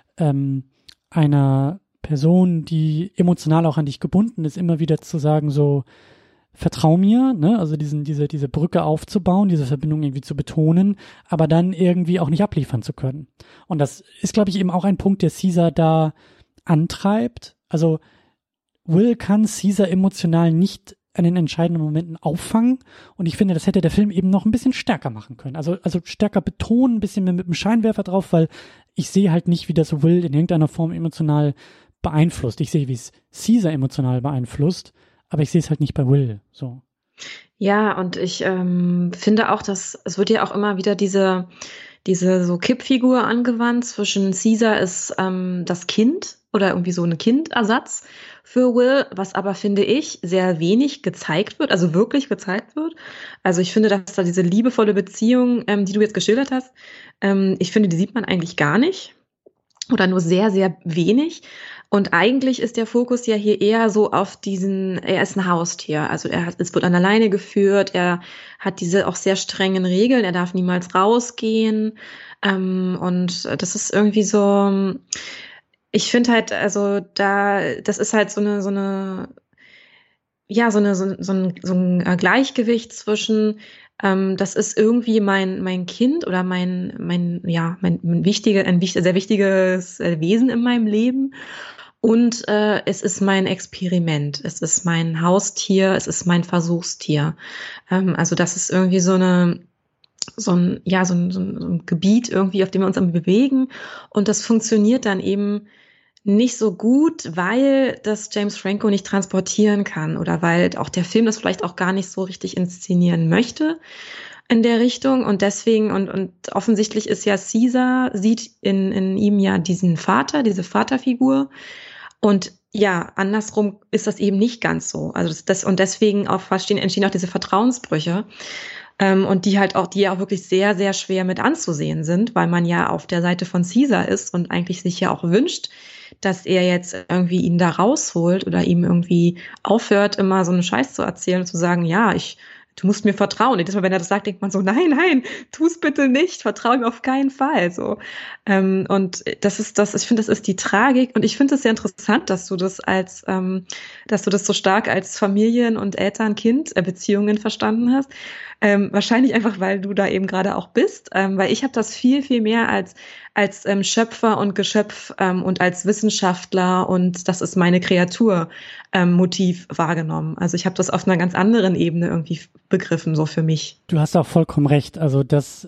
einer Person, die emotional auch an dich gebunden ist, immer wieder zu sagen, so, vertrau mir, ne, also diese Brücke aufzubauen, diese Verbindung irgendwie zu betonen, aber dann irgendwie auch nicht abliefern zu können. Und das ist, glaube ich, eben auch ein Punkt, der Caesar da antreibt. Also Will kann Caesar emotional nicht an den entscheidenden Momenten auffangen und ich finde, das hätte der Film eben noch ein bisschen stärker machen können. Also stärker betonen, ein bisschen mehr mit dem Scheinwerfer drauf, weil ich sehe halt nicht, wie das Will in irgendeiner Form emotional beeinflusst. Ich sehe, wie es Caesar emotional beeinflusst, aber ich sehe es halt nicht bei Will. So. Ja, und ich finde auch, dass es wird ja auch immer wieder diese so Kippfigur angewandt. Zwischen Caesar ist das Kind oder irgendwie so ein Kindersatz für Will, was aber, finde ich, sehr wenig gezeigt wird, also wirklich gezeigt wird. Also ich finde, dass da diese liebevolle Beziehung, die du jetzt geschildert hast, ich finde, die sieht man eigentlich gar nicht oder nur sehr, sehr wenig. Und eigentlich ist der Fokus ja hier eher so auf er ist ein Haustier. Also es wird an der Leine geführt, er hat diese auch sehr strengen Regeln, er darf niemals rausgehen. Und das ist irgendwie so, ich finde halt, also das ist halt ja, so ein Gleichgewicht zwischen, das ist irgendwie mein Kind oder ein sehr wichtiges Wesen in meinem Leben. Und es ist mein Experiment, es ist mein Haustier, es ist mein Versuchstier. Also das ist irgendwie so ein Gebiet irgendwie, auf dem wir uns am bewegen. Und das funktioniert dann eben nicht so gut, weil das James Franco nicht transportieren kann oder weil auch der Film das vielleicht auch gar nicht so richtig inszenieren möchte in der Richtung. Und deswegen, und offensichtlich ist ja Caesar, sieht in ihm ja diesen Vater, diese Vaterfigur. Und ja, andersrum ist das eben nicht ganz so. Also und deswegen entstehen auch diese Vertrauensbrüche. Und die ja auch wirklich sehr, sehr schwer mit anzusehen sind, weil man ja auf der Seite von Caesar ist und eigentlich sich ja auch wünscht, dass er jetzt irgendwie ihn da rausholt oder ihm irgendwie aufhört, immer so einen Scheiß zu erzählen und zu sagen, ja, du musst mir vertrauen. Und jedes Mal, wenn er das sagt, denkt man so, nein, nein, tu's bitte nicht, vertrau ihm auf keinen Fall. So. Und ich finde, das ist die Tragik. Und ich finde es sehr interessant, dass du dass du das so stark als Familien- und Eltern-Kind-Beziehungen verstanden hast. Wahrscheinlich einfach, weil du da eben gerade auch bist, weil ich habe das viel, viel mehr als Schöpfer und Geschöpf und als Wissenschaftler und das ist meine Kreatur Motiv wahrgenommen. Also ich habe das auf einer ganz anderen Ebene irgendwie begriffen, so für mich. Du hast auch vollkommen recht. Also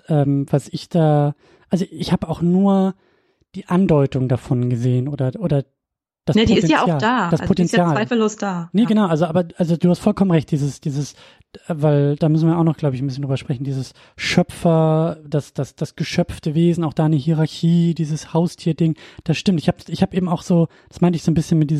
also ich habe auch nur die Andeutung davon gesehen oder das Ne, die ist ja Potenzial. auch da. Das Also die ist Potenzial. ja zweifellos da. Nee, Ja. genau, also du hast vollkommen recht, weil da müssen wir auch noch, glaube ich, ein bisschen drüber sprechen, dieses Schöpfer, das geschöpfte Wesen, auch da eine Hierarchie, dieses Haustier-Ding, das stimmt. Ich hab eben auch so, das meinte ich so ein bisschen mit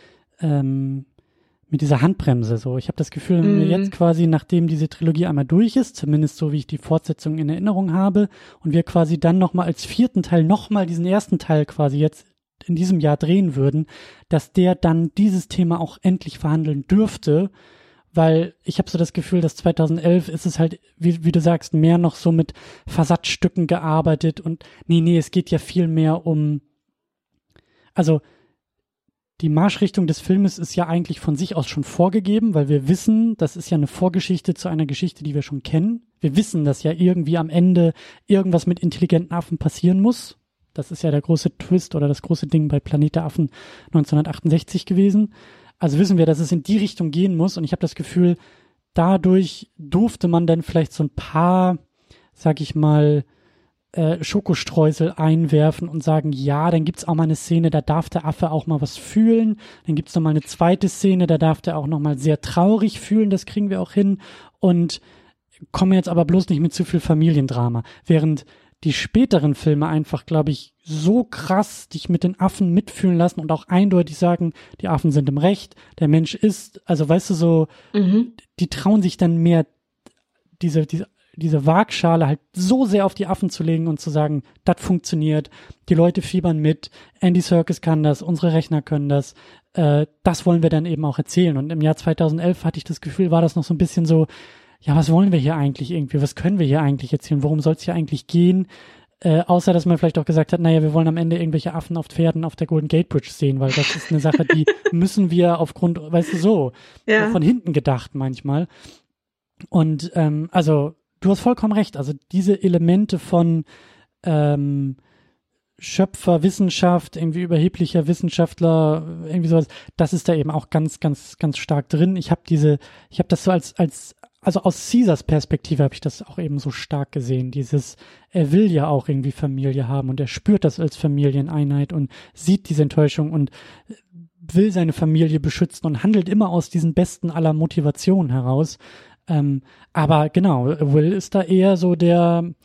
mit dieser Handbremse, so. Ich habe das Gefühl, wenn wir jetzt quasi, nachdem diese Trilogie einmal durch ist, zumindest so, wie ich die Fortsetzung in Erinnerung habe, und wir quasi dann nochmal als vierten Teil nochmal diesen ersten Teil quasi jetzt in diesem Jahr drehen würden, dass der dann dieses Thema auch endlich verhandeln dürfte, weil ich habe so das Gefühl, dass 2011 ist es halt, wie du sagst, mehr noch so mit Versatzstücken gearbeitet und nee, es geht ja viel mehr also die Marschrichtung des Filmes ist ja eigentlich von sich aus schon vorgegeben, weil wir wissen, das ist ja eine Vorgeschichte zu einer Geschichte, die wir schon kennen. Wir wissen, dass ja irgendwie am Ende irgendwas mit intelligenten Affen passieren muss. Das ist ja der große Twist oder das große Ding bei Planet der Affen 1968 gewesen. Also wissen wir, dass es in die Richtung gehen muss. Und ich habe das Gefühl, dadurch durfte man dann vielleicht so ein paar, sag ich mal, Schokostreusel einwerfen und sagen, ja, dann gibt's auch mal eine Szene, da darf der Affe auch mal was fühlen. Dann gibt's noch mal eine zweite Szene, da darf der auch noch mal sehr traurig fühlen. Das kriegen wir auch hin. Und kommen jetzt aber bloß nicht mit zu viel Familiendrama. Während die späteren Filme einfach, glaube ich, so krass dich mit den Affen mitfühlen lassen und auch eindeutig sagen, die Affen sind im Recht, der Mensch ist, also weißt du so, die trauen sich dann mehr, diese Waagschale halt so sehr auf die Affen zu legen und zu sagen, das funktioniert, die Leute fiebern mit, Andy Serkis kann das, unsere Rechner können das, das wollen wir dann eben auch erzählen. Und im Jahr 2011 hatte ich das Gefühl, war das noch so ein bisschen so, ja, was wollen wir hier eigentlich irgendwie? Was können wir hier eigentlich erzählen? Worum soll es hier eigentlich gehen? Außer, dass man vielleicht auch gesagt hat, naja, wir wollen am Ende irgendwelche Affen auf Pferden auf der Golden Gate Bridge sehen, weil das ist eine Sache, die müssen wir aufgrund, weißt du, so, von hinten gedacht manchmal. Und also, du hast vollkommen recht. Also diese Elemente von Schöpfer, Wissenschaft, irgendwie überheblicher Wissenschaftler, irgendwie sowas, das ist da eben auch ganz, ganz, ganz stark drin. Ich habe das so also aus Caesars Perspektive habe ich das auch eben so stark gesehen. Er will ja auch irgendwie Familie haben und er spürt das als Familieneinheit und sieht diese Enttäuschung und will seine Familie beschützen und handelt immer aus diesen besten aller Motivationen heraus. Aber genau, Will ist da eher so und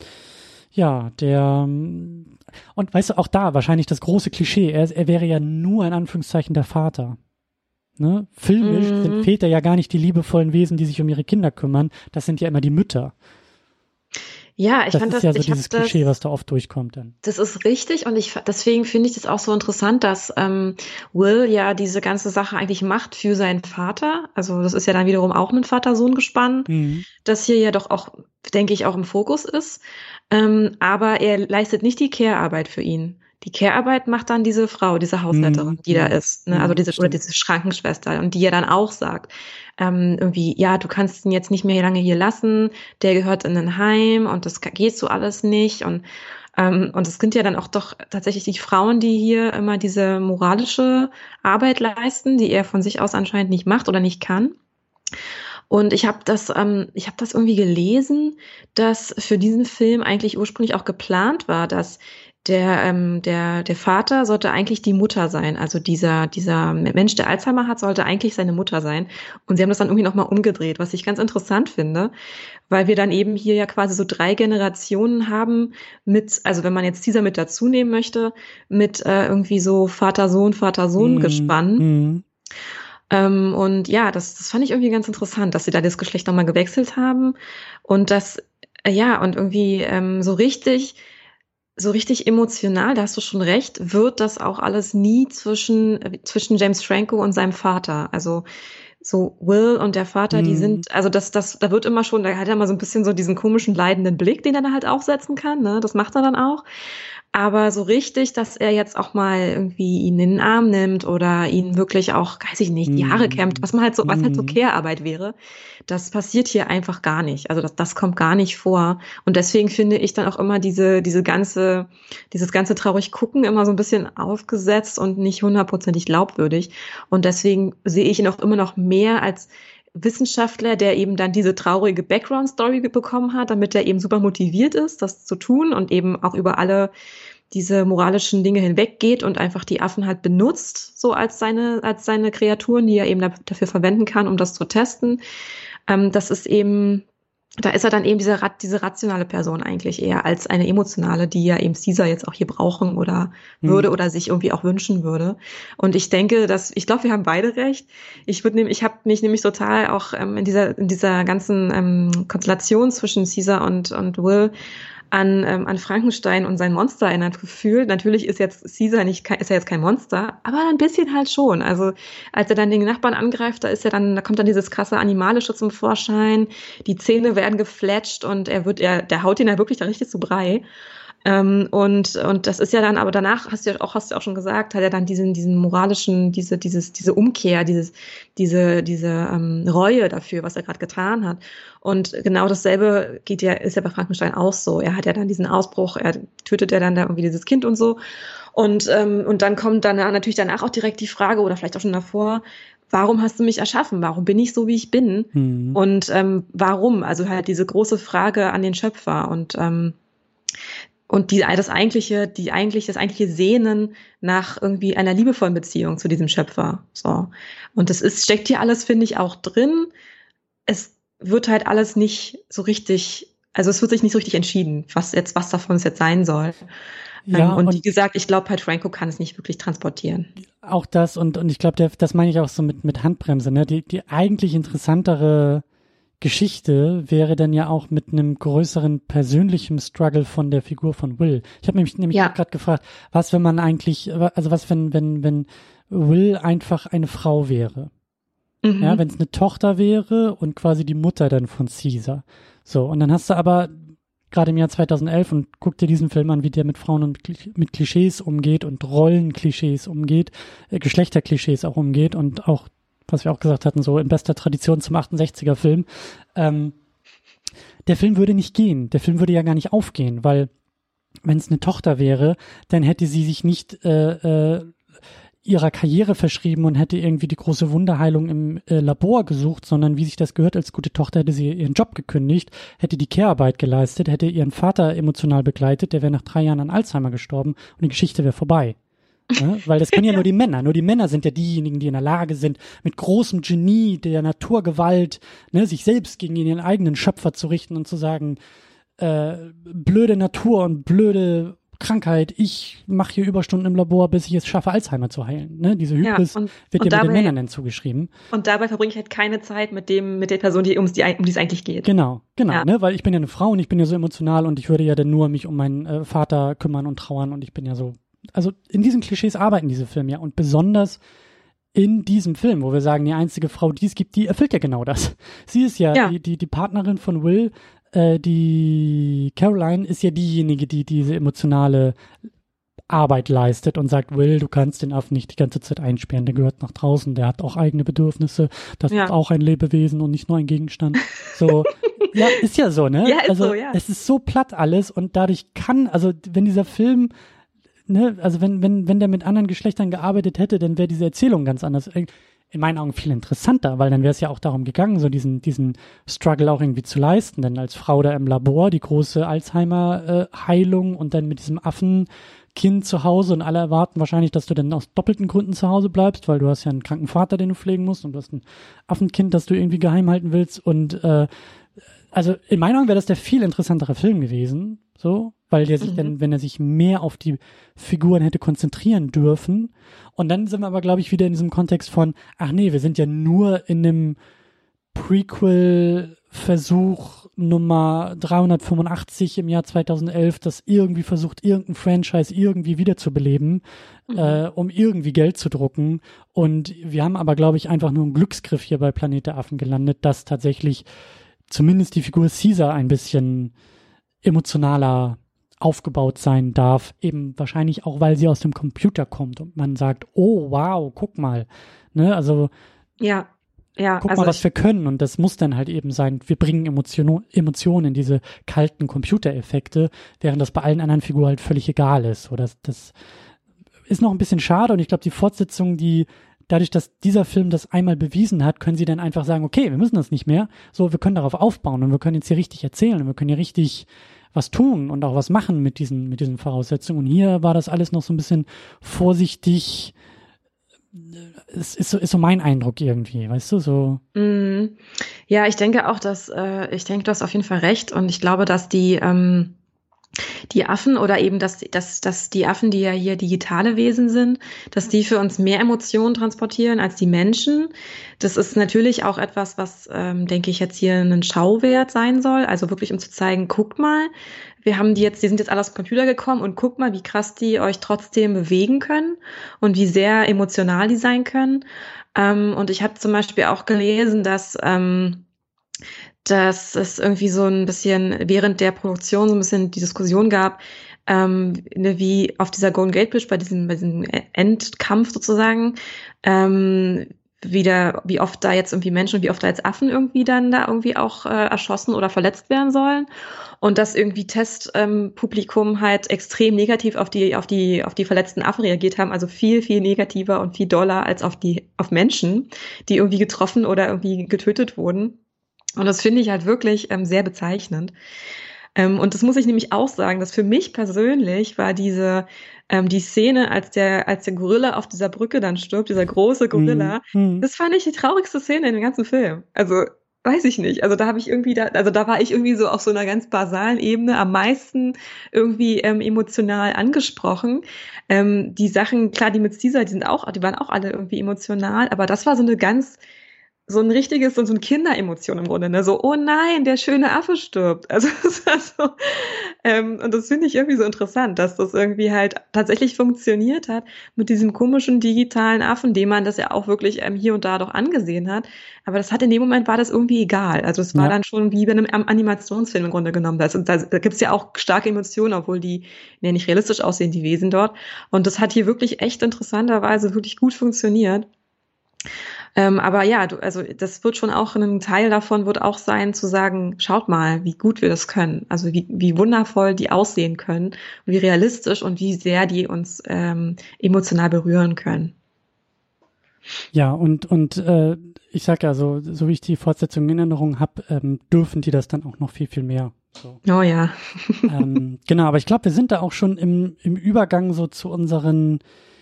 weißt du, auch da wahrscheinlich das große Klischee, er wäre ja nur in Anführungszeichen der Vater. Ne? Filmisch sind Väter ja gar nicht die liebevollen Wesen, die sich um ihre Kinder kümmern, das sind ja immer die Mütter. Ja, das ist ja so dieses Klischee, was da oft durchkommt dann. Das ist richtig und deswegen finde ich das auch so interessant, dass Will ja diese ganze Sache eigentlich macht für seinen Vater. Also das ist ja dann wiederum auch ein Vater-Sohn-Gespann, das hier ja doch auch, denke ich, auch im Fokus ist. Aber er leistet nicht die Care-Arbeit für ihn. Die Care-Arbeit macht dann diese Frau, diese Haushälterin, die da ist, ne? Also diese Schrankenschwester und die ja dann auch sagt, irgendwie, ja, du kannst ihn jetzt nicht mehr lange hier lassen, der gehört in ein Heim und das geht so alles nicht und es sind ja dann auch doch tatsächlich die Frauen, die hier immer diese moralische Arbeit leisten, die er von sich aus anscheinend nicht macht oder nicht kann. Und ich habe das irgendwie gelesen, dass für diesen Film eigentlich ursprünglich auch geplant war, dass der Vater sollte eigentlich die Mutter sein. Also dieser Mensch, der Alzheimer hat, sollte eigentlich seine Mutter sein. Und sie haben das dann irgendwie nochmal umgedreht, was ich ganz interessant finde, weil wir dann eben hier ja quasi so 3 Generationen haben also wenn man jetzt Caesar mit dazu nehmen möchte, mit irgendwie so Vater-Sohn Gespann. Und ja, das fand ich irgendwie ganz interessant, dass sie da das Geschlecht nochmal gewechselt haben und das, und irgendwie so richtig emotional, da hast du schon recht, wird das auch alles nie zwischen James Franco und seinem Vater. Also so Will und der Vater, die sind, also da wird immer schon, da hat er mal so ein bisschen so diesen komischen leidenden Blick, den er dann halt aufsetzen kann, ne? Das macht er dann auch. Aber so richtig, dass er jetzt auch mal irgendwie ihn in den Arm nimmt oder ihn wirklich auch, weiß ich nicht, die Haare kämmt, was halt so Care-Arbeit wäre, das passiert hier einfach gar nicht. Also das kommt gar nicht vor. Und deswegen finde ich dann auch immer dieses ganze traurig gucken immer so ein bisschen aufgesetzt und nicht 100%ig glaubwürdig. Und deswegen sehe ich ihn auch immer noch mehr als Wissenschaftler, der eben dann diese traurige Background-Story bekommen hat, damit er eben super motiviert ist, das zu tun und eben auch über alle diese moralischen Dinge hinweggeht und einfach die Affen halt benutzt, so als seine Kreaturen, die er eben dafür verwenden kann, um das zu testen. Das ist eben, da ist er dann eben diese rationale Person eigentlich eher als eine emotionale, die ja eben Caesar jetzt auch hier brauchen oder würde oder sich irgendwie auch wünschen würde. Und ich denke, ich glaube, wir haben beide recht. Ich habe mich nämlich total auch in dieser ganzen Konstellation zwischen Caesar und Will an Frankenstein und sein Monster erinnert gefühlt. Natürlich ist jetzt Caesar ist er jetzt kein Monster, aber ein bisschen halt schon. Also als er dann den Nachbarn angreift, da kommt dann dieses krasse Animalische zum Vorschein. Die Zähne werden gefletscht und der haut ihn ja wirklich da richtig zu Brei. Und das ist ja dann, aber danach hast du auch schon gesagt, hat er dann diesen moralischen, diese Umkehr, diese Reue dafür, was er gerade getan hat. Und genau dasselbe ist ja bei Frankenstein auch so. Er hat ja dann diesen Ausbruch, er tötet ja dann da irgendwie dieses Kind und so. Und dann kommt dann natürlich danach auch direkt die Frage, oder vielleicht auch schon davor, warum hast du mich erschaffen? Warum bin ich so, wie ich bin? Und warum? Also halt diese große Frage an den Schöpfer und das eigentliche Sehnen nach irgendwie einer liebevollen Beziehung zu diesem Schöpfer. So. Und steckt hier alles, finde ich, auch drin. Es wird halt alles nicht so richtig, also es wird sich nicht so richtig entschieden, was davon es jetzt sein soll. Ja, und wie gesagt, ich glaube halt, Franco kann es nicht wirklich transportieren. Auch das und ich glaube, das meine ich auch so mit Handbremse, ne? Die eigentlich interessantere Geschichte wäre dann ja auch mit einem größeren persönlichen Struggle von der Figur von Will. Ich habe mich nämlich gerade gefragt, was wenn Will einfach eine Frau wäre. Ja, wenn es eine Tochter wäre und quasi die Mutter dann von Caesar. So, und dann hast du aber gerade im Jahr 2011 und guck dir diesen Film an, wie der mit Frauen und mit Klischees umgeht und Rollenklischees umgeht, Geschlechterklischees auch umgeht und auch, was wir auch gesagt hatten, so in bester Tradition zum 68er Film. Der Film würde nicht gehen. Der Film würde ja gar nicht aufgehen, weil wenn es eine Tochter wäre, dann hätte sie sich nicht ihrer Karriere verschrieben und hätte irgendwie die große Wunderheilung im Labor gesucht, sondern wie sich das gehört als gute Tochter, hätte sie ihren Job gekündigt, hätte die Care-Arbeit geleistet, hätte ihren Vater emotional begleitet, der wäre nach 3 Jahren an Alzheimer gestorben und die Geschichte wäre vorbei. Ne? Weil das können ja nur die Männer. Nur die Männer sind ja diejenigen, die in der Lage sind, mit großem Genie der Naturgewalt, ne, sich selbst gegen ihren eigenen Schöpfer zu richten und zu sagen, blöde Natur und blöde Krankheit, ich mache hier Überstunden im Labor, bis ich es schaffe, Alzheimer zu heilen. Ne? Diese Hybris wird ja mit den Männern dann zugeschrieben. Und dabei verbringe ich halt keine Zeit mit der Person, um die es eigentlich geht. Genau, ne? Weil ich bin ja eine Frau und ich bin ja so emotional und ich würde ja dann nur mich um meinen Vater kümmern und trauern und ich bin ja so, also in diesen Klischees arbeiten diese Filme ja und besonders in diesem Film, wo wir sagen, die einzige Frau, die es gibt, die erfüllt ja genau das. Sie ist ja. Die Partnerin von Will, die Caroline ist ja diejenige, die diese emotionale Arbeit leistet und sagt, Will, du kannst den Affen nicht die ganze Zeit einsperren, der gehört nach draußen, der hat auch eigene Bedürfnisse, das ist auch ein Lebewesen und nicht nur ein Gegenstand. So, ja, ist ja so, ne? Ja, ist also, so, ja. Es ist so platt alles und dadurch also wenn dieser Film, ne, also wenn der mit anderen Geschlechtern gearbeitet hätte, dann wäre diese Erzählung ganz anders. In meinen Augen viel interessanter, weil dann wäre es ja auch darum gegangen, so diesen Struggle auch irgendwie zu leisten, denn als Frau da im Labor die große Alzheimer-Heilung und dann mit diesem Affenkind zu Hause und alle erwarten wahrscheinlich, dass du dann aus doppelten Gründen zu Hause bleibst, weil du hast ja einen kranken Vater, den du pflegen musst und du hast ein Affenkind, das du irgendwie geheim halten willst und also in meinen Augen wäre das der viel interessantere Film gewesen, so, weil der sich dann, wenn er sich mehr auf die Figuren hätte konzentrieren dürfen. Und dann sind wir aber, glaube ich, wieder in diesem Kontext von, ach nee, wir sind ja nur in einem Prequel-Versuch Nummer 385 im Jahr 2011, das irgendwie versucht, irgendein Franchise irgendwie wiederzubeleben, um irgendwie Geld zu drucken. Und wir haben aber, glaube ich, einfach nur einen Glücksgriff hier bei Planet der Affen gelandet, dass tatsächlich zumindest die Figur Caesar ein bisschen emotionaler aufgebaut sein darf, eben wahrscheinlich auch, weil sie aus dem Computer kommt und man sagt, oh wow, guck mal, ne, also guck mal, was wir können und das muss dann halt eben sein, wir bringen Emotionen in diese kalten Computereffekte, während das bei allen anderen Figuren halt völlig egal ist, oder das ist noch ein bisschen schade und ich glaube, die Fortsetzung, dadurch, dass dieser Film das einmal bewiesen hat, können sie dann einfach sagen, okay, wir müssen das nicht mehr, so, wir können darauf aufbauen und wir können jetzt hier richtig erzählen und wir können hier richtig was tun und auch was machen mit diesen Voraussetzungen. Und hier war das alles noch so ein bisschen vorsichtig. Es ist so mein Eindruck irgendwie, weißt du, so. Ja, ich denke auch, du hast auf jeden Fall recht und ich glaube, dass die Affen oder eben, dass die Affen, die ja hier digitale Wesen sind, dass die für uns mehr Emotionen transportieren als die Menschen. Das ist natürlich auch etwas, was, denke ich, jetzt hier ein Schauwert sein soll. Also wirklich, um zu zeigen, guckt mal, die sind jetzt alle aus dem Computer gekommen und guckt mal, wie krass die euch trotzdem bewegen können und wie sehr emotional die sein können. Und ich habe zum Beispiel auch gelesen, dass es irgendwie so ein bisschen während der Produktion so ein bisschen die Diskussion gab, wie auf dieser Golden Gate Bridge bei diesem Endkampf sozusagen, wie oft da jetzt irgendwie Menschen und wie oft da jetzt Affen irgendwie dann da irgendwie auch erschossen oder verletzt werden sollen. Und dass irgendwie Testpublikum halt extrem negativ auf die verletzten Affen reagiert haben, also viel, viel negativer und viel doller als auf Menschen, die irgendwie getroffen oder irgendwie getötet wurden. Und das finde ich halt wirklich sehr bezeichnend. Und das muss ich nämlich auch sagen, dass für mich persönlich war die Szene, als der Gorilla auf dieser Brücke dann stirbt, dieser große Gorilla, das fand ich die traurigste Szene in dem ganzen Film. Also, weiß ich nicht. Also da war ich irgendwie so auf so einer ganz basalen Ebene am meisten irgendwie emotional angesprochen. Die Sachen, klar, die mit Caesar, die waren auch alle irgendwie emotional, aber das war so ein richtiges, so ein Kinderemotion im Grunde, ne? So, oh nein, der schöne Affe stirbt. Also, das war so, und das finde ich irgendwie so interessant, dass das irgendwie halt tatsächlich funktioniert hat mit diesem komischen digitalen Affen, dem man das ja auch wirklich hier und da doch angesehen hat. Aber das hat in dem Moment war das irgendwie egal. Also, es war dann schon wie bei einem Animationsfilm im Grunde genommen. Da gibt's ja auch starke Emotionen, obwohl die nicht realistisch aussehen, die Wesen dort. Und das hat hier wirklich echt interessanterweise wirklich gut funktioniert. Aber ja, das wird schon auch, ein Teil davon wird auch sein, zu sagen, schaut mal, wie gut wir das können. Also wie wundervoll die aussehen können, wie realistisch und wie sehr die uns emotional berühren können. Ja, und ich sag ja, so wie ich die Fortsetzung in Erinnerung habe, dürfen die das dann auch noch viel, viel mehr. So. Oh ja. Genau, aber ich glaube, wir sind da auch schon im Übergang so zu unseren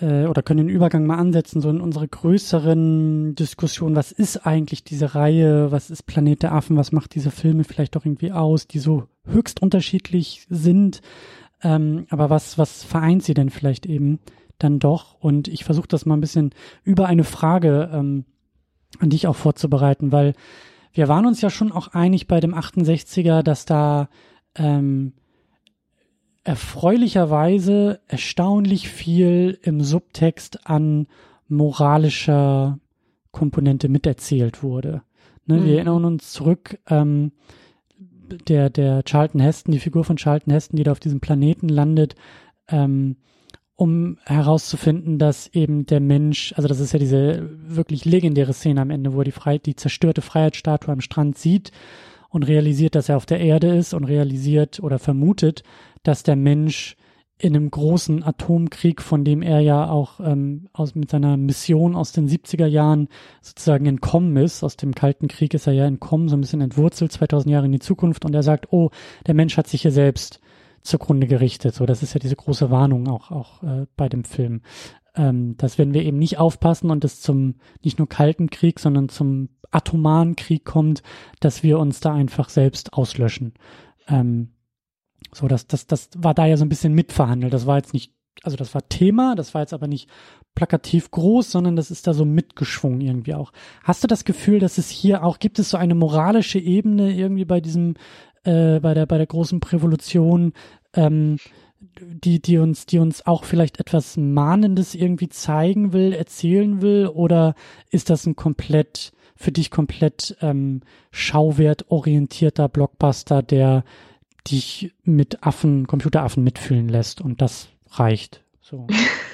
oder können den Übergang mal ansetzen, so in unsere größeren Diskussionen, was ist eigentlich diese Reihe, was ist Planet der Affen, was macht diese Filme vielleicht doch irgendwie aus, die so höchst unterschiedlich sind, aber was vereint sie denn vielleicht eben dann doch? Und ich versuche das mal ein bisschen über eine Frage an dich auch vorzubereiten, weil wir waren uns ja schon auch einig bei dem 68er, dass da erfreulicherweise erstaunlich viel im Subtext an moralischer Komponente miterzählt wurde. Ne, wir erinnern uns zurück, der Charlton Heston, die Figur von Charlton Heston, die da auf diesem Planeten landet, um herauszufinden, dass eben der Mensch, also das ist ja diese wirklich legendäre Szene am Ende, wo er die zerstörte Freiheitsstatue am Strand sieht und realisiert, dass er auf der Erde ist und realisiert oder vermutet, dass der Mensch in einem großen Atomkrieg, von dem er ja auch mit seiner Mission aus den 70er Jahren sozusagen entkommen ist, aus dem Kalten Krieg ist er ja entkommen, so ein bisschen entwurzelt, 2000 Jahre in die Zukunft, und er sagt, oh, der Mensch hat sich hier selbst zugrunde gerichtet. So, das ist ja diese große Warnung auch bei dem Film. Dass wenn wir eben nicht aufpassen und es zum nicht nur Kalten Krieg, sondern zum atomaren Krieg kommt, dass wir uns da einfach selbst auslöschen. So, das war da ja so ein bisschen mitverhandelt. Das war jetzt nicht, also das war Thema, das war jetzt aber nicht plakativ groß, sondern das ist da so mitgeschwungen irgendwie auch. Hast du das Gefühl, dass es hier auch, gibt es so eine moralische Ebene irgendwie bei diesem, bei der großen Prävolution, die uns auch vielleicht etwas Mahnendes irgendwie zeigen will, erzählen will, oder ist das ein für dich komplett schauwertorientierter Blockbuster, der dich mit Computeraffen mitfühlen lässt, und das reicht. So.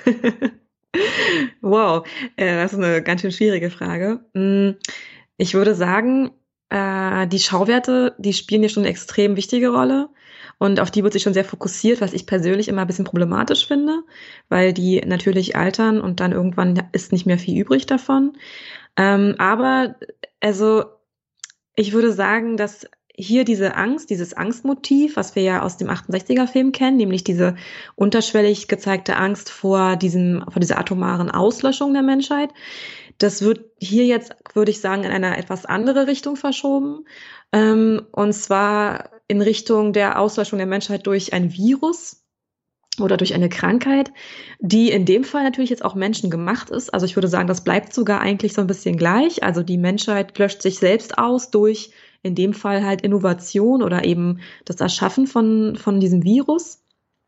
Wow, das ist eine ganz schön schwierige Frage. Ich würde sagen, die Schauwerte, die spielen hier schon eine extrem wichtige Rolle, und auf die wird sich schon sehr fokussiert, was ich persönlich immer ein bisschen problematisch finde, weil die natürlich altern und dann irgendwann ist nicht mehr viel übrig davon. Aber also ich würde sagen, dass hier diese Angst, dieses Angstmotiv, was wir ja aus dem 68er-Film kennen, nämlich diese unterschwellig gezeigte Angst vor dieser atomaren Auslöschung der Menschheit, das wird hier jetzt, würde ich sagen, in eine etwas andere Richtung verschoben. Und zwar in Richtung der Auslöschung der Menschheit durch ein Virus oder durch eine Krankheit, die in dem Fall natürlich jetzt auch menschengemacht ist. Also ich würde sagen, das bleibt sogar eigentlich so ein bisschen gleich. Also die Menschheit löscht sich selbst aus durch in dem Fall halt Innovation oder eben das Erschaffen von diesem Virus.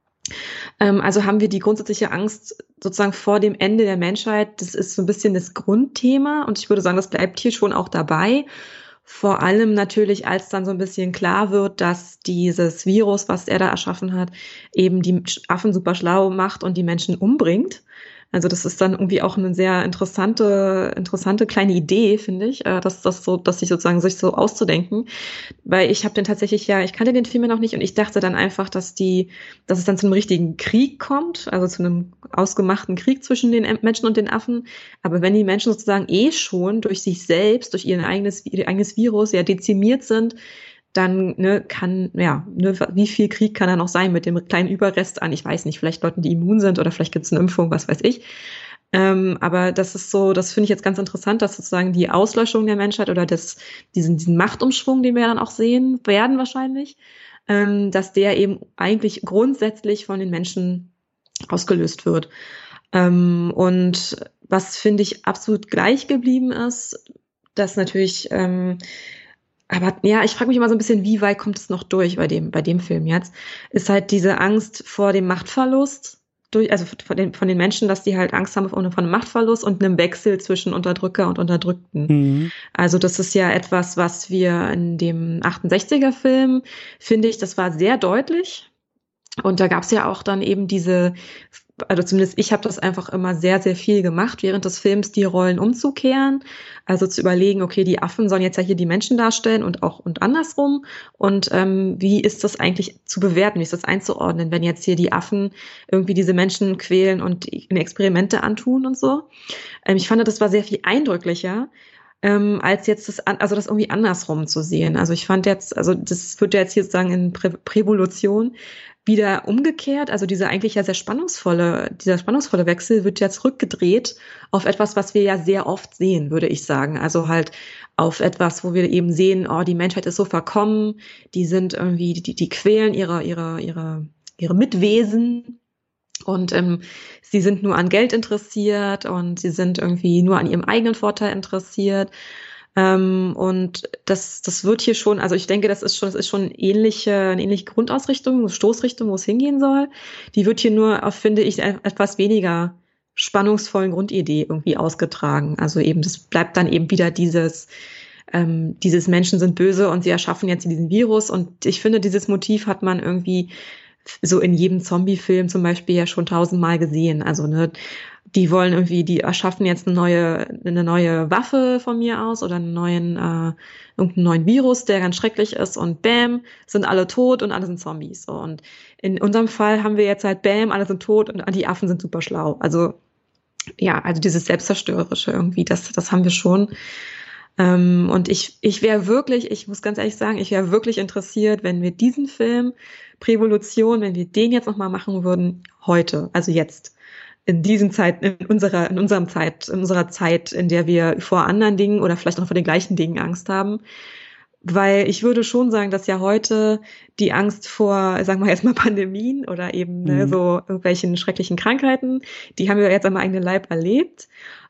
Also haben wir die grundsätzliche Angst sozusagen vor dem Ende der Menschheit. Das ist so ein bisschen das Grundthema, und ich würde sagen, das bleibt hier schon auch dabei. Vor allem natürlich, als dann so ein bisschen klar wird, dass dieses Virus, was er da erschaffen hat, eben die Affen super schlau macht und die Menschen umbringt. Also das ist dann irgendwie auch eine sehr interessante kleine Idee, finde ich, dass sich sozusagen sich so auszudenken, weil ich habe den tatsächlich ich kannte den Film ja noch nicht, und ich dachte dann einfach, dass es dann zu einem richtigen Krieg kommt, also zu einem ausgemachten Krieg zwischen den Menschen und den Affen. Aber wenn die Menschen sozusagen schon durch sich selbst, durch ihr eigenes Virus ja dezimiert sind, dann wie viel Krieg kann da noch sein mit dem kleinen Überrest an, ich weiß nicht, vielleicht Leuten, die immun sind, oder vielleicht gibt es eine Impfung, was weiß ich. Aber das ist so, das finde ich jetzt ganz interessant, dass sozusagen die Auslöschung der Menschheit oder diesen Machtumschwung, den wir dann auch sehen werden wahrscheinlich, dass der eben eigentlich grundsätzlich von den Menschen ausgelöst wird. Und was, finde ich, absolut gleich geblieben ist, dass natürlich aber ja, ich frage mich immer so ein bisschen, wie weit kommt es noch durch bei dem Film jetzt? Ist halt diese Angst vor dem Machtverlust, also von den Menschen, dass die halt Angst haben vor einem Machtverlust und einem Wechsel zwischen Unterdrücker und Unterdrückten. Mhm. Also das ist ja etwas, was wir in dem 68er-Film, finde ich, das war sehr deutlich. Und da gab es ja auch dann eben also zumindest ich habe das einfach immer sehr, sehr viel gemacht, während des Films die Rollen umzukehren. Also zu überlegen, okay, die Affen sollen jetzt ja hier die Menschen darstellen und andersrum. Und wie ist das eigentlich zu bewerten, wie ist das einzuordnen, wenn jetzt hier die Affen irgendwie diese Menschen quälen und Experimente antun und so. Ich fand, das war sehr viel eindrücklicher, als jetzt also das irgendwie andersrum zu sehen. Also ich fand jetzt, also das wird ja jetzt hier sozusagen in Prävolution wieder umgekehrt. Also dieser eigentlich ja dieser spannungsvolle Wechsel wird ja zurückgedreht auf etwas, was wir ja sehr oft sehen, würde ich sagen. Also halt auf etwas, wo wir eben sehen, oh, die Menschheit ist so verkommen, die sind irgendwie, die quälen ihre Mitwesen. Und sie sind nur an Geld interessiert und sie sind irgendwie nur an ihrem eigenen Vorteil interessiert. Und das wird hier schon, also ich denke, das ist schon eine ähnliche Grundausrichtung, eine Stoßrichtung, wo es hingehen soll. Die wird hier nur auf, finde ich, etwas weniger spannungsvollen Grundidee irgendwie ausgetragen. Also eben, das bleibt dann eben wieder dieses Menschen sind böse und sie erschaffen jetzt diesen Virus. Und ich finde, dieses Motiv hat man irgendwie so in jedem Zombie-Film zum Beispiel ja schon 1000-mal gesehen. Also ne, die erschaffen jetzt eine neue Waffe von mir aus oder irgendeinen neuen Virus, der ganz schrecklich ist und bam, sind alle tot und alle sind Zombies. So. Und in unserem Fall haben wir jetzt halt bam, alle sind tot und die Affen sind super schlau. Also ja, also dieses Selbstzerstörerische irgendwie, das haben wir schon. Und ich muss ganz ehrlich sagen, ich wäre wirklich interessiert, wenn wir diesen Film Prävolution, wenn wir den jetzt nochmal machen würden, heute, also jetzt, in unserer Zeit, in der wir vor anderen Dingen oder vielleicht auch vor den gleichen Dingen Angst haben. Weil ich würde schon sagen, dass ja heute die Angst vor, sagen wir jetzt mal Pandemien oder eben so irgendwelchen schrecklichen Krankheiten, die haben wir jetzt am eigenen Leib erlebt.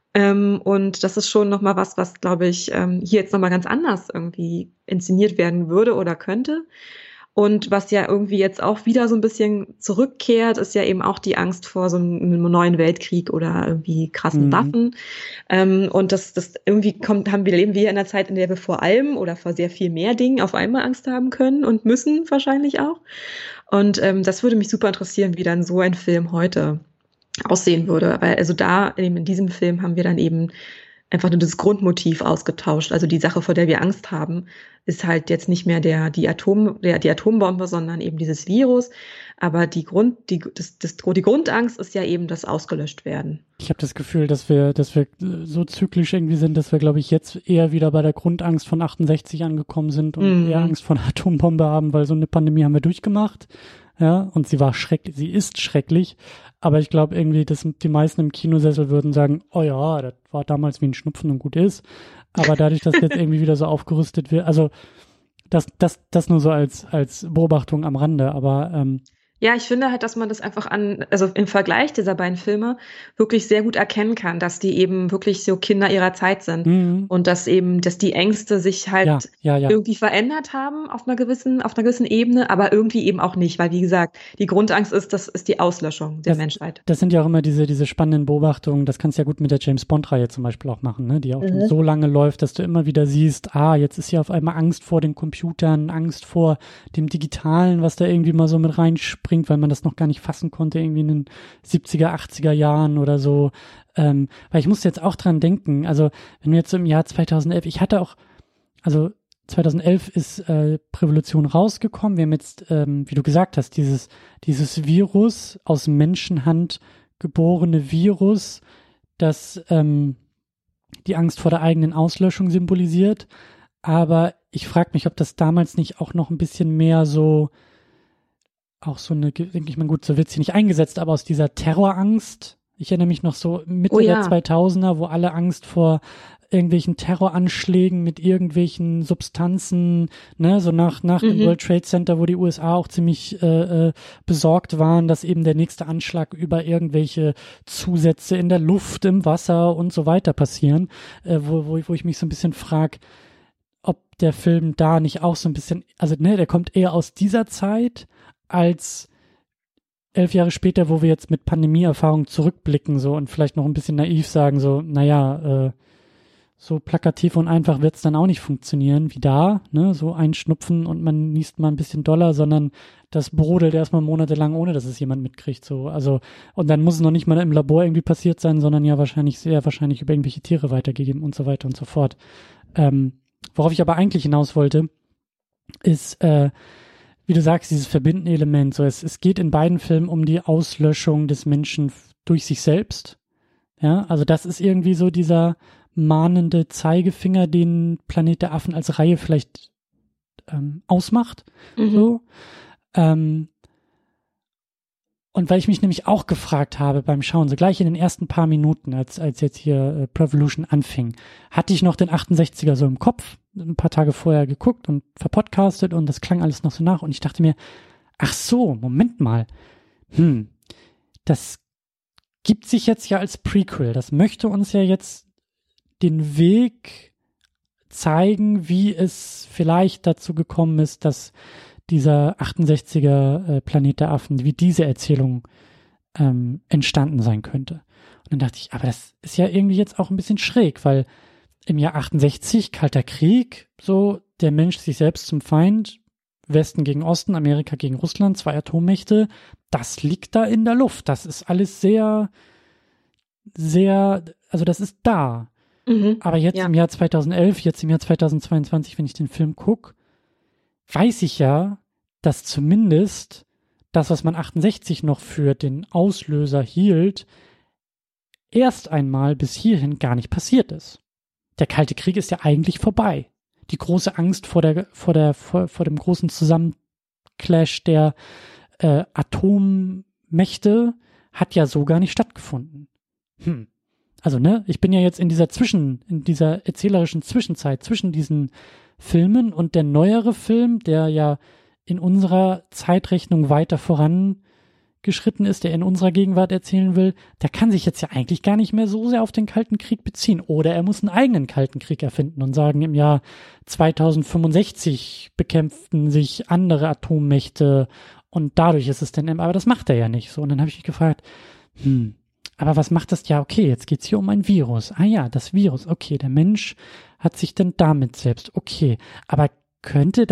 Und das ist schon nochmal was, glaube ich, hier jetzt nochmal ganz anders irgendwie inszeniert werden würde oder könnte. Und was ja irgendwie jetzt auch wieder so ein bisschen zurückkehrt, ist ja eben auch die Angst vor so einem neuen Weltkrieg oder irgendwie krassen Waffen. Und das irgendwie leben wir in einer Zeit, in der wir vor allem oder vor sehr viel mehr Dingen auf einmal Angst haben können und müssen wahrscheinlich auch. Und das würde mich super interessieren, wie dann so ein Film heute aussehen würde. Weil also da, eben in diesem Film haben wir dann eben einfach nur das Grundmotiv ausgetauscht. Also die Sache, vor der wir Angst haben, ist halt jetzt nicht mehr die Atombombe, sondern eben dieses Virus. Aber die Grundangst ist ja eben das ausgelöscht werden. Ich habe das Gefühl, dass wir so zyklisch irgendwie sind, dass wir, glaube ich, jetzt eher wieder bei der Grundangst von 68 angekommen sind und eher Angst vor einer Atombombe haben, weil so eine Pandemie haben wir durchgemacht. Ja, und sie ist schrecklich. Aber ich glaube irgendwie, dass die meisten im Kinosessel würden sagen, oh ja, das war damals wie ein Schnupfen und gut ist. Aber dadurch, dass jetzt irgendwie wieder so aufgerüstet wird, also das nur so als Beobachtung am Rande, aber ja, ich finde halt, dass man das einfach also im Vergleich dieser beiden Filme wirklich sehr gut erkennen kann, dass die eben wirklich so Kinder ihrer Zeit sind und dass die Ängste sich halt irgendwie verändert haben auf einer gewissen Ebene, aber irgendwie eben auch nicht, weil wie gesagt, die Grundangst das ist die Auslöschung der Menschheit. Das sind ja auch immer diese spannenden Beobachtungen, das kannst du ja gut mit der James-Bond-Reihe zum Beispiel auch machen, ne? Die auch schon so lange läuft, dass du immer wieder siehst, jetzt ist hier auf einmal Angst vor den Computern, Angst vor dem Digitalen, was da irgendwie mal so mit reinspringt, weil man das noch gar nicht fassen konnte, irgendwie in den 70er, 80er Jahren oder so. Weil ich musste jetzt auch dran denken, also wenn wir jetzt so im Jahr 2011, 2011 ist Prävolution rausgekommen, wir haben jetzt, wie du gesagt hast, dieses Virus aus Menschenhand geborene Virus, das die Angst vor der eigenen Auslöschung symbolisiert, aber ich frage mich, ob das damals nicht auch noch ein bisschen mehr so denke ich mal, gut, so wird's hier nicht eingesetzt, aber aus dieser Terrorangst, ich erinnere mich noch so Mitte der 2000er, wo alle Angst vor irgendwelchen Terroranschlägen mit irgendwelchen Substanzen, ne, so nach dem World Trade Center, wo die USA auch ziemlich besorgt waren, dass eben der nächste Anschlag über irgendwelche Zusätze in der Luft, im Wasser und so weiter passieren, wo ich mich so ein bisschen frage, ob der Film da nicht auch so ein bisschen, also ne, der kommt eher aus dieser Zeit, als 11 Jahre später, wo wir jetzt mit Pandemieerfahrung zurückblicken so und vielleicht noch ein bisschen naiv sagen, so, so plakativ und einfach wird's dann auch nicht funktionieren wie da, ne, so ein Schnupfen und man niest mal ein bisschen doller, sondern das brodelt erstmal monatelang, ohne dass es jemand mitkriegt, so, also, und dann muss es noch nicht mal im Labor irgendwie passiert sein, sondern ja sehr wahrscheinlich über irgendwelche Tiere weitergegeben und so weiter und so fort. Worauf ich aber eigentlich hinaus wollte, ist, wie du sagst, dieses verbindende Element. So, es geht in beiden Filmen um die Auslöschung des Menschen durch sich selbst. Ja, also das ist irgendwie so dieser mahnende Zeigefinger, den Planet der Affen als Reihe vielleicht ausmacht. So. Und weil ich mich nämlich auch gefragt habe beim Schauen, so gleich in den ersten paar Minuten, als jetzt hier Prevolution anfing, hatte ich noch den 68er so im Kopf, ein paar Tage vorher geguckt und verpodcastet und das klang alles noch so nach und ich dachte mir, ach so, Moment mal, das gibt sich jetzt ja als Prequel, das möchte uns ja jetzt den Weg zeigen, wie es vielleicht dazu gekommen ist, dass dieser 68er Planet der Affen, wie diese Erzählung entstanden sein könnte. Und dann dachte ich, aber das ist ja irgendwie jetzt auch ein bisschen schräg, weil im Jahr 68, Kalter Krieg, so der Mensch sich selbst zum Feind, Westen gegen Osten, Amerika gegen Russland, 2 Atommächte, das liegt da in der Luft. Das ist alles sehr, sehr, also das ist da. Aber jetzt im Jahr 2011, jetzt im Jahr 2022, wenn ich den Film gucke, weiß ich ja, dass zumindest das, was man 68 noch für den Auslöser hielt, erst einmal bis hierhin gar nicht passiert ist. Der Kalte Krieg ist ja eigentlich vorbei. Die große Angst vor dem großen Zusammenclash der Atommächte hat ja so gar nicht stattgefunden. Also, ich bin ja jetzt in dieser erzählerischen Zwischenzeit zwischen diesen Filmen und der neuere Film, der ja in unserer Zeitrechnung weiter vorangeschritten ist, der in unserer Gegenwart erzählen will, der kann sich jetzt ja eigentlich gar nicht mehr so sehr auf den Kalten Krieg beziehen. Oder er muss einen eigenen Kalten Krieg erfinden und sagen, im Jahr 2065 bekämpften sich andere Atommächte und dadurch ist es dann, aber das macht er ja nicht so. Und dann habe ich mich gefragt, aber was macht das? Ja, okay, jetzt geht's hier um ein Virus. Ah ja, das Virus. Okay, der Mensch hat sich dann damit selbst. Okay, aber könnte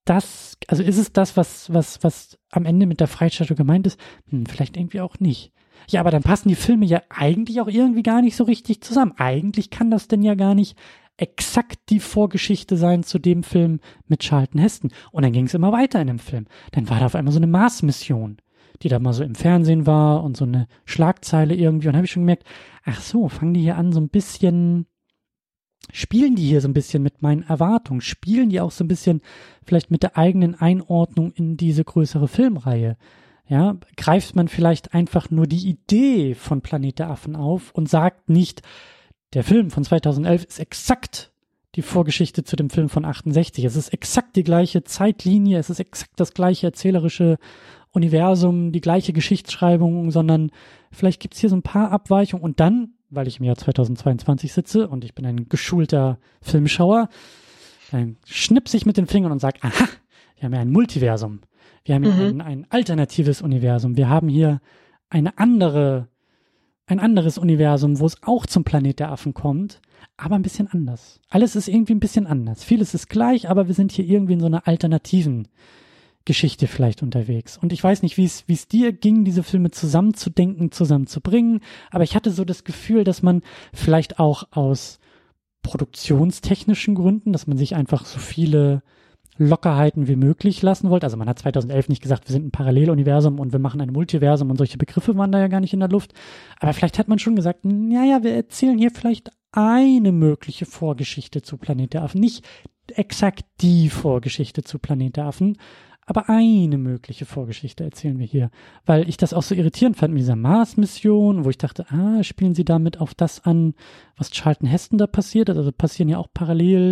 also ist es das, was am Ende mit der Freischaltung gemeint ist? Vielleicht irgendwie auch nicht. Ja, aber dann passen die Filme ja eigentlich auch irgendwie gar nicht so richtig zusammen. Eigentlich kann das denn ja gar nicht exakt die Vorgeschichte sein zu dem Film mit Charlton Heston. Und dann ging es immer weiter in dem Film. Dann war da auf einmal so eine Mars-Mission, die da mal so im Fernsehen war und so eine Schlagzeile irgendwie. Und dann habe ich schon gemerkt, ach so, fangen die hier an so ein bisschen, spielen die hier so ein bisschen mit meinen Erwartungen, spielen die auch so ein bisschen vielleicht mit der eigenen Einordnung in diese größere Filmreihe. Ja, greift man vielleicht einfach nur die Idee von Planet der Affen auf und sagt nicht, der Film von 2011 ist exakt die Vorgeschichte zu dem Film von 68. Es ist exakt die gleiche Zeitlinie, es ist exakt das gleiche erzählerische Universum, die gleiche Geschichtsschreibung, sondern vielleicht gibt's hier so ein paar Abweichungen und dann, weil ich im Jahr 2022 sitze und ich bin ein geschulter Filmschauer, dann schnipse ich mit den Fingern und sage, aha, wir haben ja ein Multiversum, wir haben hier ein alternatives Universum, wir haben hier ein anderes Universum, wo es auch zum Planet der Affen kommt, aber ein bisschen anders. Alles ist irgendwie ein bisschen anders. Vieles ist gleich, aber wir sind hier irgendwie in so einer alternativen Geschichte vielleicht unterwegs. Und ich weiß nicht, wie es dir ging, diese Filme zusammenzudenken, zusammenzubringen, aber ich hatte so das Gefühl, dass man vielleicht auch aus produktionstechnischen Gründen, dass man sich einfach so viele Lockerheiten wie möglich lassen wollte. Also man hat 2011 nicht gesagt, wir sind ein Paralleluniversum und wir machen ein Multiversum und solche Begriffe waren da ja gar nicht in der Luft. Aber vielleicht hat man schon gesagt, naja, wir erzählen hier vielleicht eine mögliche Vorgeschichte zu Planet der Affen. Nicht exakt die Vorgeschichte zu Planet der Affen, aber eine mögliche Vorgeschichte erzählen wir hier. Weil ich das auch so irritierend fand mit dieser Mars-Mission, wo ich dachte, spielen sie damit auf das an, was Charlton Heston da passiert? Also passieren ja auch parallel,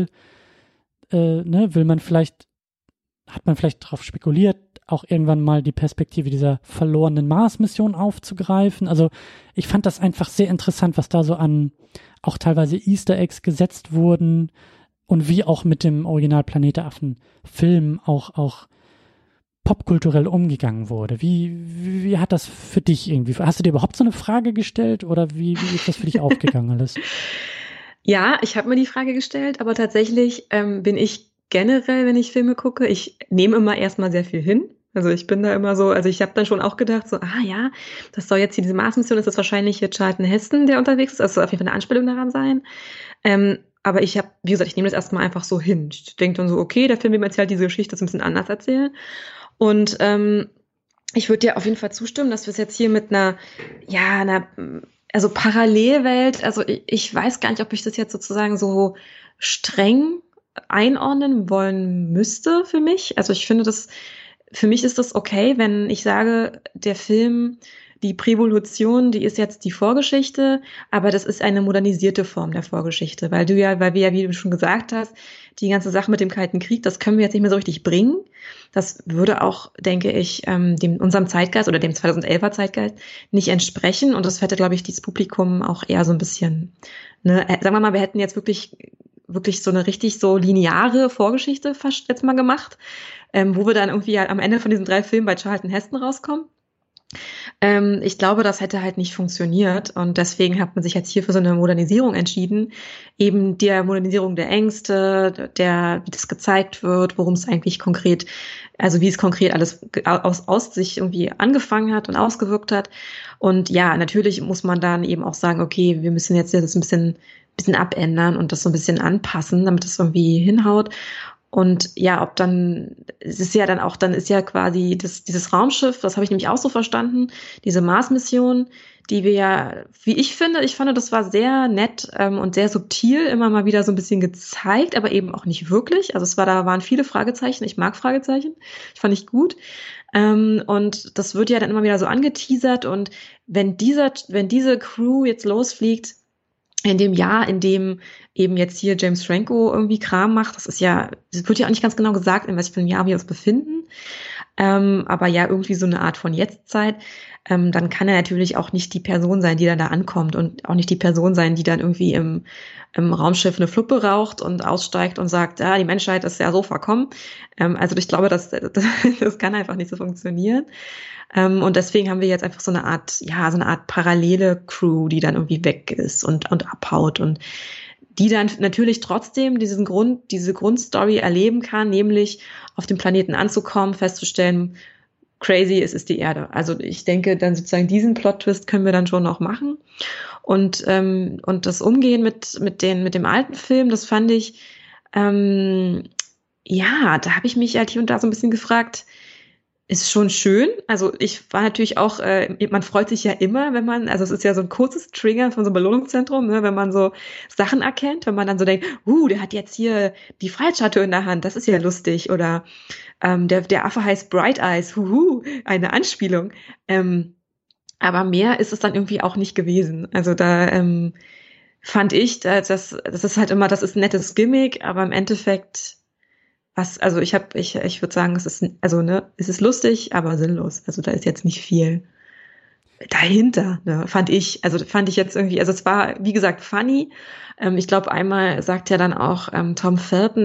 hat man vielleicht darauf spekuliert, auch irgendwann mal die Perspektive dieser verlorenen Mars-Mission aufzugreifen. Also ich fand das einfach sehr interessant, was da so an auch teilweise Easter Eggs gesetzt wurden und wie auch mit dem Original Planet der Affen Film auch popkulturell umgegangen wurde. Wie hat das für dich irgendwie, hast du dir überhaupt so eine Frage gestellt oder wie ist das für dich aufgegangen alles? Ja, ich habe mir die Frage gestellt, aber tatsächlich bin ich generell, wenn ich Filme gucke, ich nehme immer erstmal sehr viel hin. Also ich bin da immer so, also ich habe dann schon auch gedacht, so, ja, das soll jetzt hier diese Mars-Mission, ist das wahrscheinlich hier Charlton Heston, der unterwegs ist, also soll auf jeden Fall eine Anspielung daran sein. Aber ich habe, wie gesagt, ich nehme das erstmal einfach so hin. Ich denke dann so, okay, der Film will mir jetzt halt diese Geschichte so ein bisschen anders erzählen. Und ich würde dir auf jeden Fall zustimmen, dass wir es jetzt hier mit einer also Parallelwelt, also ich weiß gar nicht, ob ich das jetzt sozusagen so streng einordnen wollen müsste für mich. Also ich finde das, für mich ist das okay, wenn ich sage, der Film, die Prävolution, die ist jetzt die Vorgeschichte, aber das ist eine modernisierte Form der Vorgeschichte, weil wir ja, wie du schon gesagt hast, die ganze Sache mit dem Kalten Krieg, das können wir jetzt nicht mehr so richtig bringen. Das würde auch, denke ich, unserem Zeitgeist oder dem 2011er Zeitgeist nicht entsprechen. Und das hätte, glaube ich, dieses Publikum auch eher so ein bisschen, ne, sagen wir mal, wir hätten jetzt wirklich so eine richtig so lineare Vorgeschichte fast jetzt mal gemacht, wo wir dann irgendwie halt am Ende von diesen 3 Filmen bei Charlton Heston rauskommen. Ich glaube, das hätte halt nicht funktioniert und deswegen hat man sich jetzt hier für so eine Modernisierung entschieden, eben der Modernisierung der Ängste, wie das gezeigt wird, worum es eigentlich konkret, also wie es konkret alles aus sich irgendwie angefangen hat und ausgewirkt hat. Und ja, natürlich muss man dann eben auch sagen, okay, wir müssen jetzt das ein bisschen abändern und das so ein bisschen anpassen, damit es irgendwie hinhaut. Und ja, ob dann, es ist ja dann auch, dann ist ja quasi dieses Raumschiff, das habe ich nämlich auch so verstanden, diese Mars-Mission, die wir ja, ich fand, das war sehr nett und sehr subtil, immer mal wieder so ein bisschen gezeigt, aber eben auch nicht wirklich. Also da waren viele Fragezeichen, ich mag Fragezeichen, fand ich gut. Und das wird ja dann immer wieder so angeteasert und wenn diese Crew jetzt losfliegt, in dem Jahr, in dem eben jetzt hier James Franco irgendwie Kram macht, das wird ja auch nicht ganz genau gesagt, in was für einem Jahr wir uns befinden, aber ja irgendwie so eine Art von Jetztzeit, dann kann er natürlich auch nicht die Person sein, die dann da ankommt und auch nicht die Person sein, die dann irgendwie im Raumschiff eine Fluppe raucht und aussteigt und sagt, die Menschheit ist ja so verkommen. Also ich glaube, das kann einfach nicht so funktionieren. Und deswegen haben wir jetzt einfach so eine Art parallele Crew, die dann irgendwie weg ist und abhaut und die dann natürlich trotzdem diese Grundstory erleben kann, nämlich auf dem Planeten anzukommen, festzustellen, crazy, es ist die Erde. Also ich denke, dann sozusagen diesen Plot-Twist können wir dann schon noch machen. Und das Umgehen mit dem alten Film, das fand ich, da habe ich mich halt hier und da so ein bisschen gefragt, ist schon schön. Also ich war natürlich auch, man freut sich ja immer, also es ist ja so ein kurzes Trigger von so einem Belohnungszentrum, ne, wenn man so Sachen erkennt, wenn man dann so denkt, der hat jetzt hier die Freiheitsstatue in der Hand, das ist ja lustig. Oder der Affe heißt Bright Eyes, eine Anspielung. Aber mehr ist es dann irgendwie auch nicht gewesen. Also da fand ich, das ist halt immer, das ist ein nettes Gimmick, aber im Endeffekt ich würde sagen, es ist lustig, aber sinnlos. Also da ist jetzt nicht viel dahinter, ne, fand ich. Also fand ich jetzt irgendwie, also es war, wie gesagt, funny. Ich glaube, einmal sagt ja dann auch Tom Felton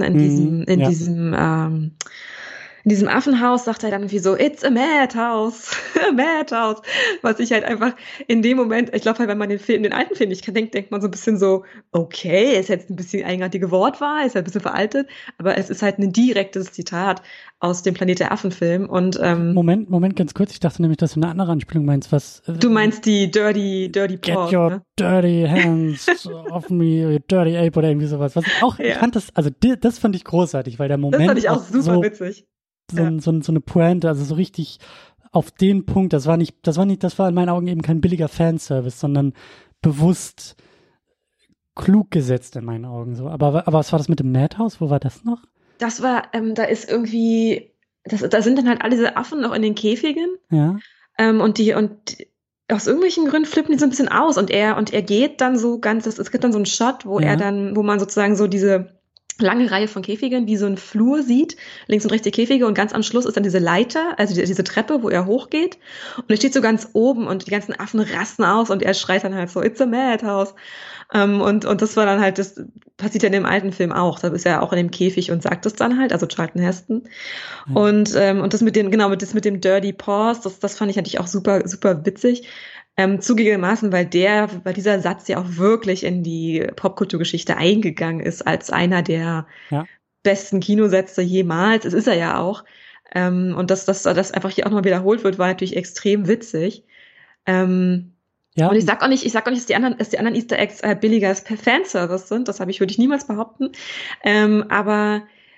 in diesem Affenhaus sagt er dann irgendwie so, it's a madhouse, a madhouse, was ich halt einfach in dem Moment, ich glaube halt, wenn man den alten Film nicht kennt, denkt man so ein bisschen so, okay, ist jetzt ein bisschen eigenartige Wortwahl, ist halt ein bisschen veraltet, aber es ist halt ein direktes Zitat aus dem Planet der Affen-Film und Moment, ganz kurz, ich dachte nämlich, dass du eine andere Anspielung meinst, was... Du meinst die Dirty Paws, Get your ne? dirty hands off me, you dirty ape oder irgendwie sowas. Was ich auch, ich fand das fand ich großartig, weil der Moment... Das fand ich auch super witzig. So eine Pointe, also so richtig auf den Punkt, das war in meinen Augen eben kein billiger Fanservice, sondern bewusst klug gesetzt in meinen Augen so. Aber was war das mit dem Madhouse? Wo war das noch? Das war, da ist irgendwie, da sind dann halt alle diese Affen noch in den Käfigen. Ja. Und aus irgendwelchen Gründen flippen die so ein bisschen aus und er geht dann so es gibt dann so einen Shot, wo wo man sozusagen so diese lange Reihe von Käfigen, wie so ein Flur sieht, links und rechts die Käfige und ganz am Schluss ist dann diese Leiter, also diese Treppe, wo er hochgeht und er steht so ganz oben und die ganzen Affen rasten aus und er schreit dann halt so, it's a madhouse. Und das war dann halt, das passiert ja in dem alten Film auch, da ist er auch in dem Käfig und sagt das dann halt, also Charlton Heston. Ja. Und das mit dem Dirty Paws, das fand ich natürlich auch super, super witzig. Zugegebenermaßen, weil dieser Satz ja auch wirklich in die Popkulturgeschichte eingegangen ist als einer der besten Kinosätze jemals. Es ist er ja auch. Und dass das einfach hier auch nochmal wiederholt wird, war natürlich extrem witzig. Und ich sag auch nicht, dass die anderen Easter Eggs billiger als Fanservice sind. Das würde ich niemals behaupten. Aber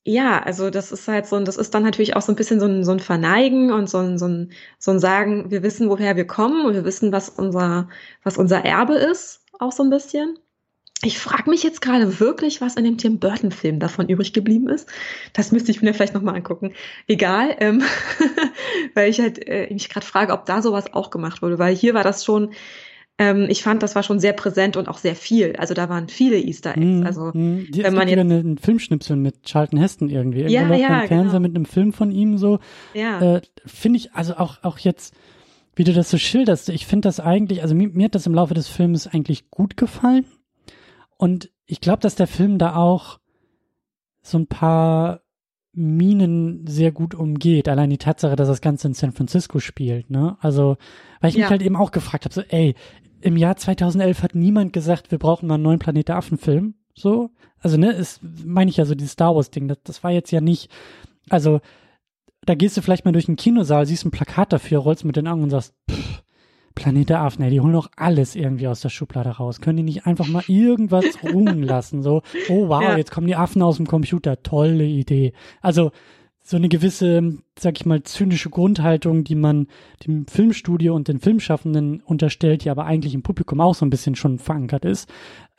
ja, also das ist halt das ist dann natürlich auch so ein bisschen so ein Verneigen und so ein Sagen, wir wissen, woher wir kommen und wir wissen, was unser Erbe ist, auch so ein bisschen. Ich frage mich jetzt gerade wirklich, was in dem Tim Burton-Film davon übrig geblieben ist. Das müsste ich mir vielleicht nochmal angucken. Egal, weil ich halt mich gerade frage, ob da sowas auch gemacht wurde, weil hier war das schon, ich fand, das war schon sehr präsent und auch sehr viel. Also da waren viele Easter Eggs. Also Es wenn man gibt wieder jetzt, einen Filmschnipsel mit Charlton Heston irgendwie. Irgendwo ja, läuft beim ja, Fernseher genau, mit einem Film von ihm so. ja, Finde ich, also auch jetzt, wie du das so schilderst, ich finde das eigentlich, also mir hat das im Laufe des Films eigentlich gut gefallen. Und ich glaube, dass der Film da auch so ein paar Minen sehr gut umgeht. Allein die Tatsache, dass das Ganze in San Francisco spielt, ne? Also, weil ich mich ja, halt eben auch gefragt habe, so, ey, im Jahr 2011 hat niemand gesagt, wir brauchen mal einen neuen Planet der Affen-Film. So, also, ne, ist, meine ich ja so, dieses Star Wars-Ding, das war jetzt ja nicht, also, da gehst du vielleicht mal durch den Kinosaal, siehst ein Plakat dafür, rollst mit den Augen und sagst, pff, Planet der Affen, ey, die holen doch alles irgendwie aus der Schublade raus. Können die nicht einfach mal irgendwas ruhen lassen? So, oh wow, ja, jetzt kommen die Affen aus dem Computer. Tolle Idee. Also so eine gewisse, sag ich mal, zynische Grundhaltung, die man dem Filmstudio und den Filmschaffenden unterstellt, die aber eigentlich im Publikum auch so ein bisschen schon verankert ist.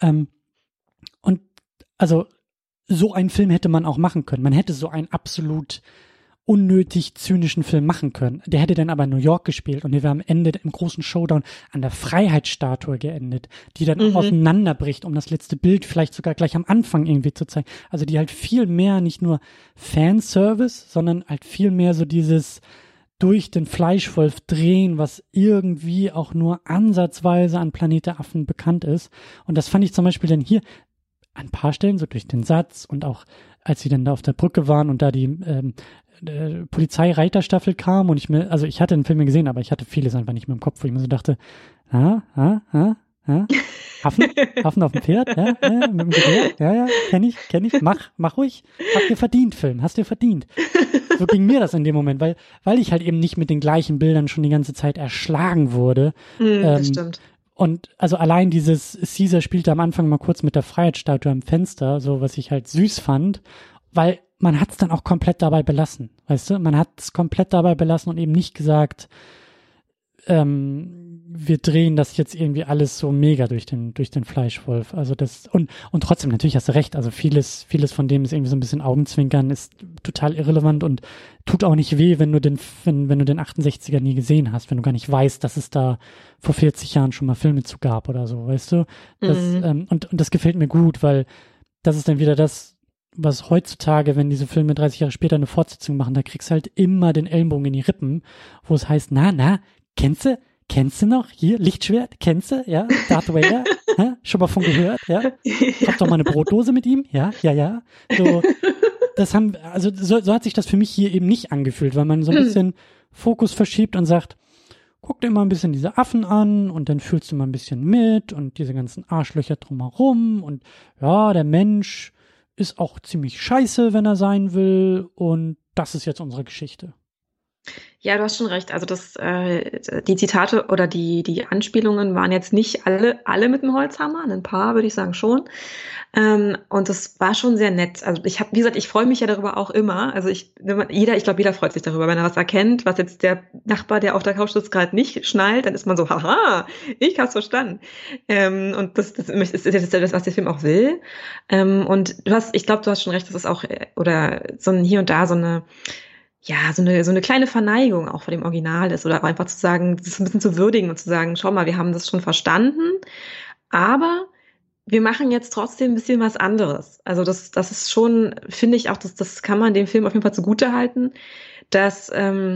Und also so einen Film hätte man auch machen können. Man hätte so einen absolut unnötig zynischen Film machen können. Der hätte dann aber in New York gespielt und der wäre am Ende im großen Showdown an der Freiheitsstatue geendet, die dann auch auseinanderbricht, um das letzte Bild vielleicht sogar gleich am Anfang irgendwie zu zeigen. Also die halt viel mehr nicht nur Fanservice, sondern halt viel mehr so dieses durch den Fleischwolf drehen, was irgendwie auch nur ansatzweise an Planet der Affen bekannt ist. Und das fand ich zum Beispiel dann hier an ein paar Stellen so durch den Satz und auch als sie dann da auf der Brücke waren und da die Polizeireiterstaffel kam und ich hatte den Film gesehen, aber ich hatte vieles einfach nicht mehr im Kopf, wo ich mir so dachte, Affen auf dem Pferd, mit dem Gewehr, ja, kenn ich, mach ruhig, hast dir verdient, Film, hast dir verdient. So ging mir das in dem Moment, weil ich halt eben nicht mit den gleichen Bildern schon die ganze Zeit erschlagen wurde. das stimmt. Und also allein dieses Caesar spielte am Anfang mal kurz mit der Freiheitsstatue am Fenster, so was ich halt süß fand, weil man hat es dann auch komplett dabei belassen, weißt du? Man hat es komplett dabei belassen und eben nicht gesagt, wir drehen das jetzt irgendwie alles so mega durch den Fleischwolf. Also das, und trotzdem, natürlich hast du recht, also vieles von dem ist irgendwie so ein bisschen Augenzwinkern, ist total irrelevant und tut auch nicht weh, wenn du den 68er nie gesehen hast, wenn du gar nicht weißt, dass es da vor 40 Jahren schon mal Filme zu gab oder so, weißt du? Das, und das gefällt mir gut, weil das ist dann wieder das, was heutzutage, wenn diese Filme 30 Jahre später eine Fortsetzung machen, da kriegst du halt immer den Ellenbogen in die Rippen, wo es heißt, kennst du noch? Hier, Lichtschwert, kennst du? Ja, Darth Vader, schon mal von gehört, ja? Hab doch mal eine Brotdose mit ihm, ja. So, so hat sich das für mich hier eben nicht angefühlt, weil man so ein bisschen Fokus verschiebt und sagt, guck dir mal ein bisschen diese Affen an und dann fühlst du mal ein bisschen mit und diese ganzen Arschlöcher drumherum und ja, der Mensch ist auch ziemlich scheiße, wenn er sein will und das ist jetzt unsere Geschichte. Ja, du hast schon recht. Also die Zitate oder die Anspielungen waren jetzt nicht alle mit dem Holzhammer, ein paar würde ich sagen schon. Und das war schon sehr nett. Also wie gesagt, ich freue mich ja darüber auch immer. Also ich glaube, jeder freut sich darüber, wenn er was erkennt, was jetzt der Nachbar, der auf der Couch sitzt, gerade nicht schnallt, dann ist man so, haha, ich hab's verstanden. Und das ist jetzt das, was der Film auch will. Und ich glaube, du hast schon recht, das ist auch, oder so ein hier und da so eine kleine Verneigung auch vor dem Original ist oder auch einfach zu sagen, das ein bisschen zu würdigen und zu sagen, schau mal, wir haben das schon verstanden, aber wir machen jetzt trotzdem ein bisschen was anderes. Also das ist schon, finde ich auch, das kann man dem Film auf jeden Fall zugutehalten, dass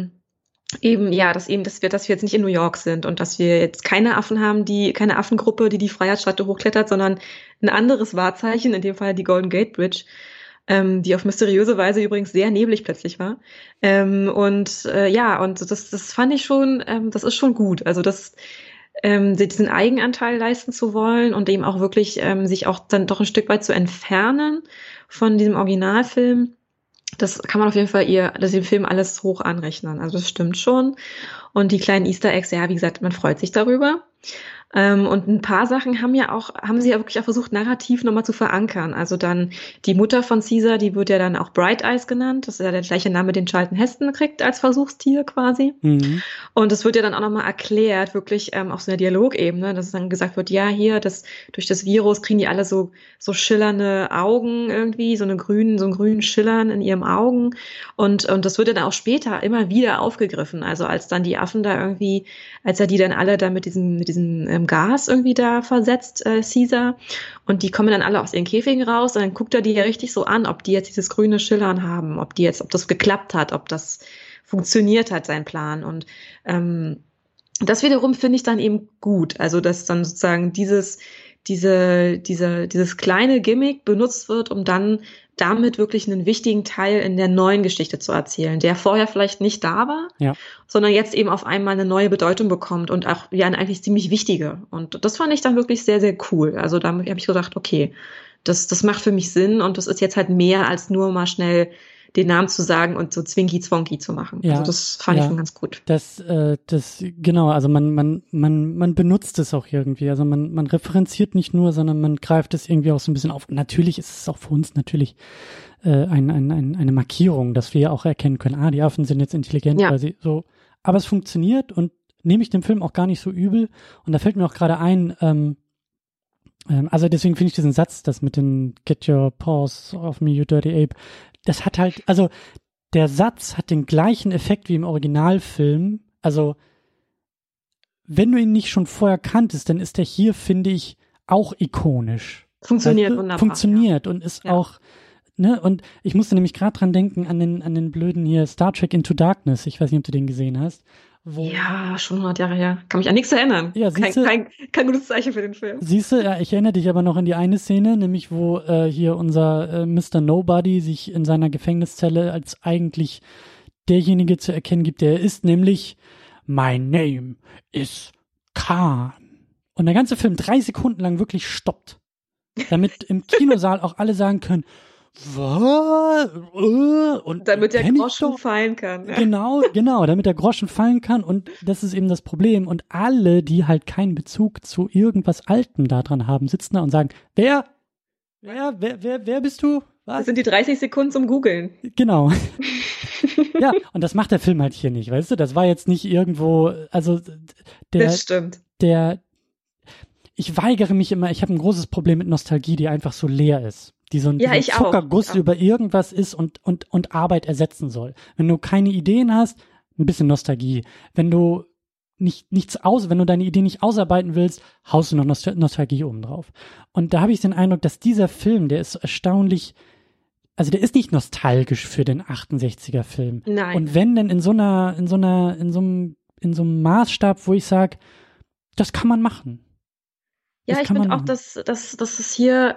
dass wir jetzt nicht in New York sind und dass wir jetzt keine Affen haben, keine Affengruppe, die Freiheitsstatue hochklettert, sondern ein anderes Wahrzeichen, in dem Fall die Golden Gate Bridge, die auf mysteriöse Weise übrigens sehr neblig plötzlich war. Und das fand ich schon, das ist schon gut. Also diesen Eigenanteil leisten zu wollen und eben auch wirklich sich auch dann doch ein Stück weit zu entfernen von diesem Originalfilm. Das kann man auf jeden Fall dem Film alles hoch anrechnen. Also das stimmt schon. Und die kleinen Easter Eggs, ja, wie gesagt, man freut sich darüber. Und ein paar Sachen haben sie ja wirklich auch versucht, narrativ nochmal zu verankern. Also dann die Mutter von Caesar, die wird ja dann auch Bright Eyes genannt. Das ist ja der gleiche Name, den Charlton Heston kriegt als Versuchstier quasi. Mhm. Und es wird ja dann auch nochmal erklärt, wirklich auf so einer Dialogebene, dass dann gesagt wird, ja, hier, durch das Virus kriegen die alle so schillernde Augen irgendwie, so einen grünen Schillern in ihren Augen. Und das wird ja dann auch später immer wieder aufgegriffen. Also als dann die Affen da irgendwie, als er die dann alle da mit diesem Gas irgendwie da versetzt, Caesar, und die kommen dann alle aus ihren Käfigen raus, und dann guckt er die ja richtig so an, ob die jetzt dieses grüne Schillern haben, ob das geklappt hat, ob das funktioniert hat, sein Plan. Und das wiederum finde ich dann eben gut. Also, dass dann sozusagen dieses kleine Gimmick benutzt wird, um dann damit wirklich einen wichtigen Teil in der neuen Geschichte zu erzählen, der vorher vielleicht nicht da war, Ja. sondern jetzt eben auf einmal eine neue Bedeutung bekommt und auch ja eine eigentlich ziemlich wichtige. Und das fand ich dann wirklich sehr, sehr cool. Also da habe ich gedacht, okay, das macht für mich Sinn, und das ist jetzt halt mehr als nur mal schnell den Namen zu sagen und so Zwinki-Zwonki zu machen. Ja, also das fand ich schon ganz gut. Das genau, also man benutzt es auch irgendwie. Also man referenziert nicht nur, sondern man greift es irgendwie auch so ein bisschen auf. Natürlich ist es auch für uns natürlich eine Markierung, dass wir auch erkennen können, die Affen sind jetzt intelligent, Ja. weil sie so. Aber es funktioniert, und nehme ich dem Film auch gar nicht so übel. Und da fällt mir auch gerade ein, also deswegen finde ich diesen Satz, das mit den Get your paws off me, you dirty ape, das hat halt, also der Satz hat den gleichen Effekt wie im Originalfilm. Also wenn du ihn nicht schon vorher kanntest, dann ist der hier, finde ich, auch ikonisch. Funktioniert Weißt du? wunderbar. Funktioniert und ist Ja. auch, ne, und ich musste nämlich gerade dran denken an den blöden hier Star Trek Into Darkness. Ich weiß nicht, ob du den gesehen hast. Ja, schon 100 Jahre her. Kann mich an nichts erinnern. Ja, siehste, kein gutes Zeichen für den Film. Siehste, ja, ich erinnere dich aber noch an die eine Szene, nämlich wo hier unser Mr. Nobody sich in seiner Gefängniszelle als eigentlich derjenige zu erkennen gibt, der er ist, nämlich My name is Khan. Und der ganze Film 3 Sekunden lang wirklich stoppt, damit im Kinosaal auch alle sagen können, was? Und damit der kenn ich Groschen doch. fallen kann. Ja. Genau, damit der Groschen fallen kann, und das ist eben das Problem. Und alle, die halt keinen Bezug zu irgendwas Altem da dran haben, sitzen da und sagen, wer bist du? Was? Das sind die 30 Sekunden zum Googeln. Genau. Ja, und das macht der Film halt hier nicht, weißt du? Das war jetzt nicht irgendwo, also Das stimmt. ich weigere mich immer, ich habe ein großes Problem mit Nostalgie, die einfach so leer ist. Die so ein Zuckerguss über irgendwas ist und Arbeit ersetzen soll. Wenn du keine Ideen hast, ein bisschen Nostalgie. Wenn du wenn du deine Idee nicht ausarbeiten willst, haust du noch Nostalgie oben drauf. Und da habe ich den Eindruck, dass dieser Film, der ist erstaunlich, also der ist nicht nostalgisch für den 68er Film. Nein. Und wenn denn in so einem Maßstab, wo ich sage, das kann man machen. Ja, ich finde auch, dass es hier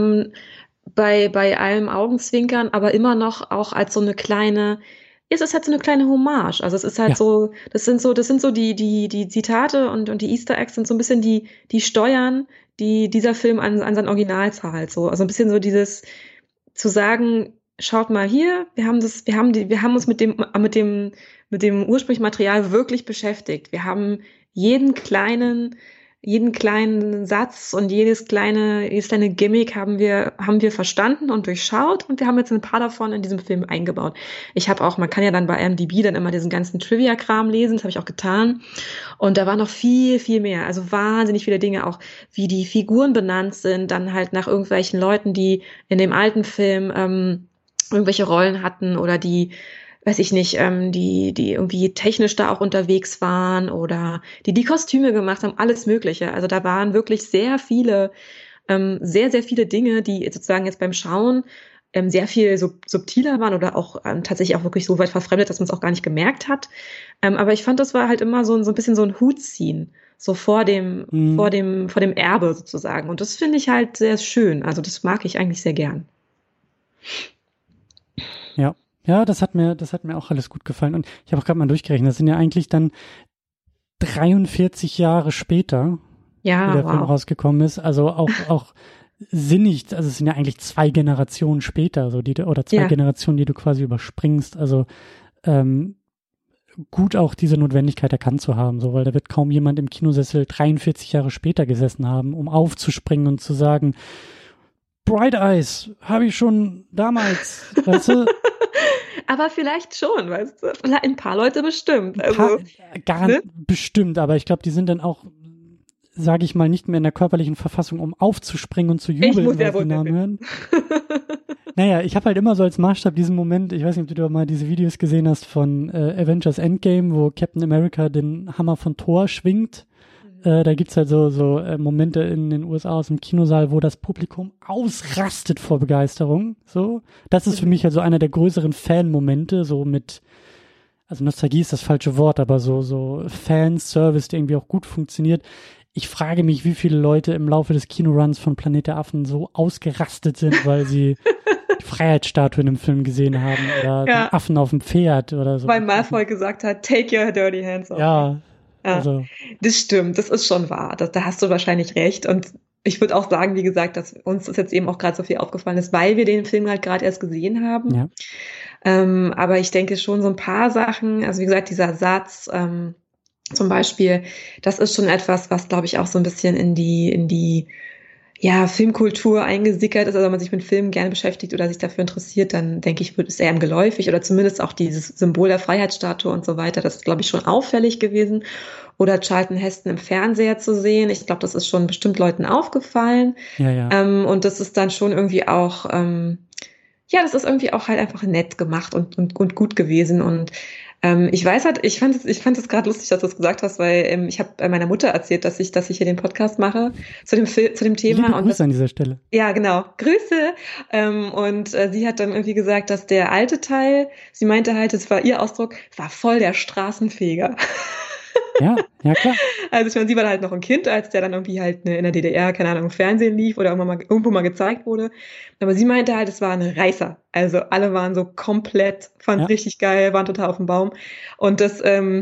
bei allem Augenzwinkern, aber immer noch auch als so eine kleine, es ist halt so eine kleine Hommage. Also es ist halt so, das sind so die Zitate und die Easter Eggs sind so ein bisschen die Steuern, die dieser Film an sein Original zahlt. So, also ein bisschen so dieses zu sagen, schaut mal hier, wir haben uns mit dem ursprünglichen Material wirklich beschäftigt. Wir haben jeden kleinen Satz und jedes kleine Gimmick haben wir verstanden und durchschaut, und wir haben jetzt ein paar davon in diesem Film eingebaut. Man kann ja dann bei IMDb dann immer diesen ganzen Trivia-Kram lesen, das habe ich auch getan. Und da war noch viel, viel mehr. Also wahnsinnig viele Dinge, auch wie die Figuren benannt sind, dann halt nach irgendwelchen Leuten, die in dem alten Film irgendwelche Rollen hatten oder die, weiß ich nicht, die irgendwie technisch da auch unterwegs waren oder die Kostüme gemacht haben, alles Mögliche. Also da waren wirklich sehr viele Dinge, die sozusagen jetzt beim Schauen sehr viel subtiler waren oder auch tatsächlich auch wirklich so weit verfremdet, dass man es auch gar nicht gemerkt hat. Aber ich fand, das war halt immer so ein bisschen so ein Hut ziehen, so vor dem Erbe sozusagen. Und das finde ich halt sehr schön. Also das mag ich eigentlich sehr gern. Ja, das hat mir auch alles gut gefallen. Und ich habe auch gerade mal durchgerechnet, das sind ja eigentlich dann 43 Jahre später, wie der Film rausgekommen ist. Also auch sinnig, also es sind ja eigentlich 2 Generationen später, oder 2 Generationen, die du quasi überspringst. Also gut auch diese Notwendigkeit erkannt zu haben, so, weil da wird kaum jemand im Kinosessel 43 Jahre später gesessen haben, um aufzuspringen und zu sagen, Bright Eyes habe ich schon damals, weißt du? Aber vielleicht schon, weißt du? Vielleicht ein paar Leute bestimmt. Also, ne? Bestimmt, aber ich glaube, die sind dann auch, sage ich mal, nicht mehr in der körperlichen Verfassung, um aufzuspringen und zu jubeln, wenn sie den Namen hören. Naja, ich habe halt immer so als Maßstab diesen Moment, ich weiß nicht, ob du da mal diese Videos gesehen hast von Avengers Endgame, wo Captain America den Hammer von Thor schwingt. Da gibt's halt so Momente in den USA aus dem Kinosaal, wo das Publikum ausrastet vor Begeisterung. So, das ist für mich also einer der größeren Fan-Momente, so mit, also Nostalgie ist das falsche Wort, aber so Fanservice, der irgendwie auch gut funktioniert. Ich frage mich, wie viele Leute im Laufe des Kinoruns von Planet der Affen so ausgerastet sind, weil sie die Freiheitsstatuen im Film gesehen haben oder den Affen auf dem Pferd oder so. Weil Malfoy gesagt hat, take your dirty hands off. Ja. Also. Das stimmt, das ist schon wahr. Da hast du wahrscheinlich recht. Und ich würde auch sagen, wie gesagt, dass uns das jetzt eben auch gerade so viel aufgefallen ist, weil wir den Film halt gerade erst gesehen haben. Ja. Aber ich denke schon so ein paar Sachen, also wie gesagt, dieser Satz zum Beispiel, das ist schon etwas, was, glaube ich, auch so ein bisschen in die Filmkultur eingesickert ist. Also wenn man sich mit Filmen gerne beschäftigt oder sich dafür interessiert, dann denke ich, ist eher geläufig oder zumindest auch dieses Symbol der Freiheitsstatue und so weiter. Das ist, glaube ich, schon auffällig gewesen. Oder Charlton Heston im Fernseher zu sehen. Ich glaube, das ist schon bestimmt Leuten aufgefallen. Ja. Und das ist dann schon irgendwie auch, das ist irgendwie auch halt einfach nett gemacht und gut gewesen. Und ich weiß halt, ich fand es gerade lustig, dass du es gesagt hast, weil ich habe meiner Mutter erzählt, dass ich hier den Podcast mache zu dem Thema. Liebe Grüße an dieser Stelle. Ja, genau. Grüße. Und sie hat dann irgendwie gesagt, dass der alte Teil, sie meinte halt, es war ihr Ausdruck, war voll der Straßenfeger. Ja, klar. Also ich meine, sie war halt noch ein Kind, als der dann irgendwie halt in der DDR, keine Ahnung, im Fernsehen lief oder irgendwo mal gezeigt wurde. Aber sie meinte halt, es war ein Reißer. Also alle waren so komplett, fanden es richtig geil, waren total auf dem Baum. Und das,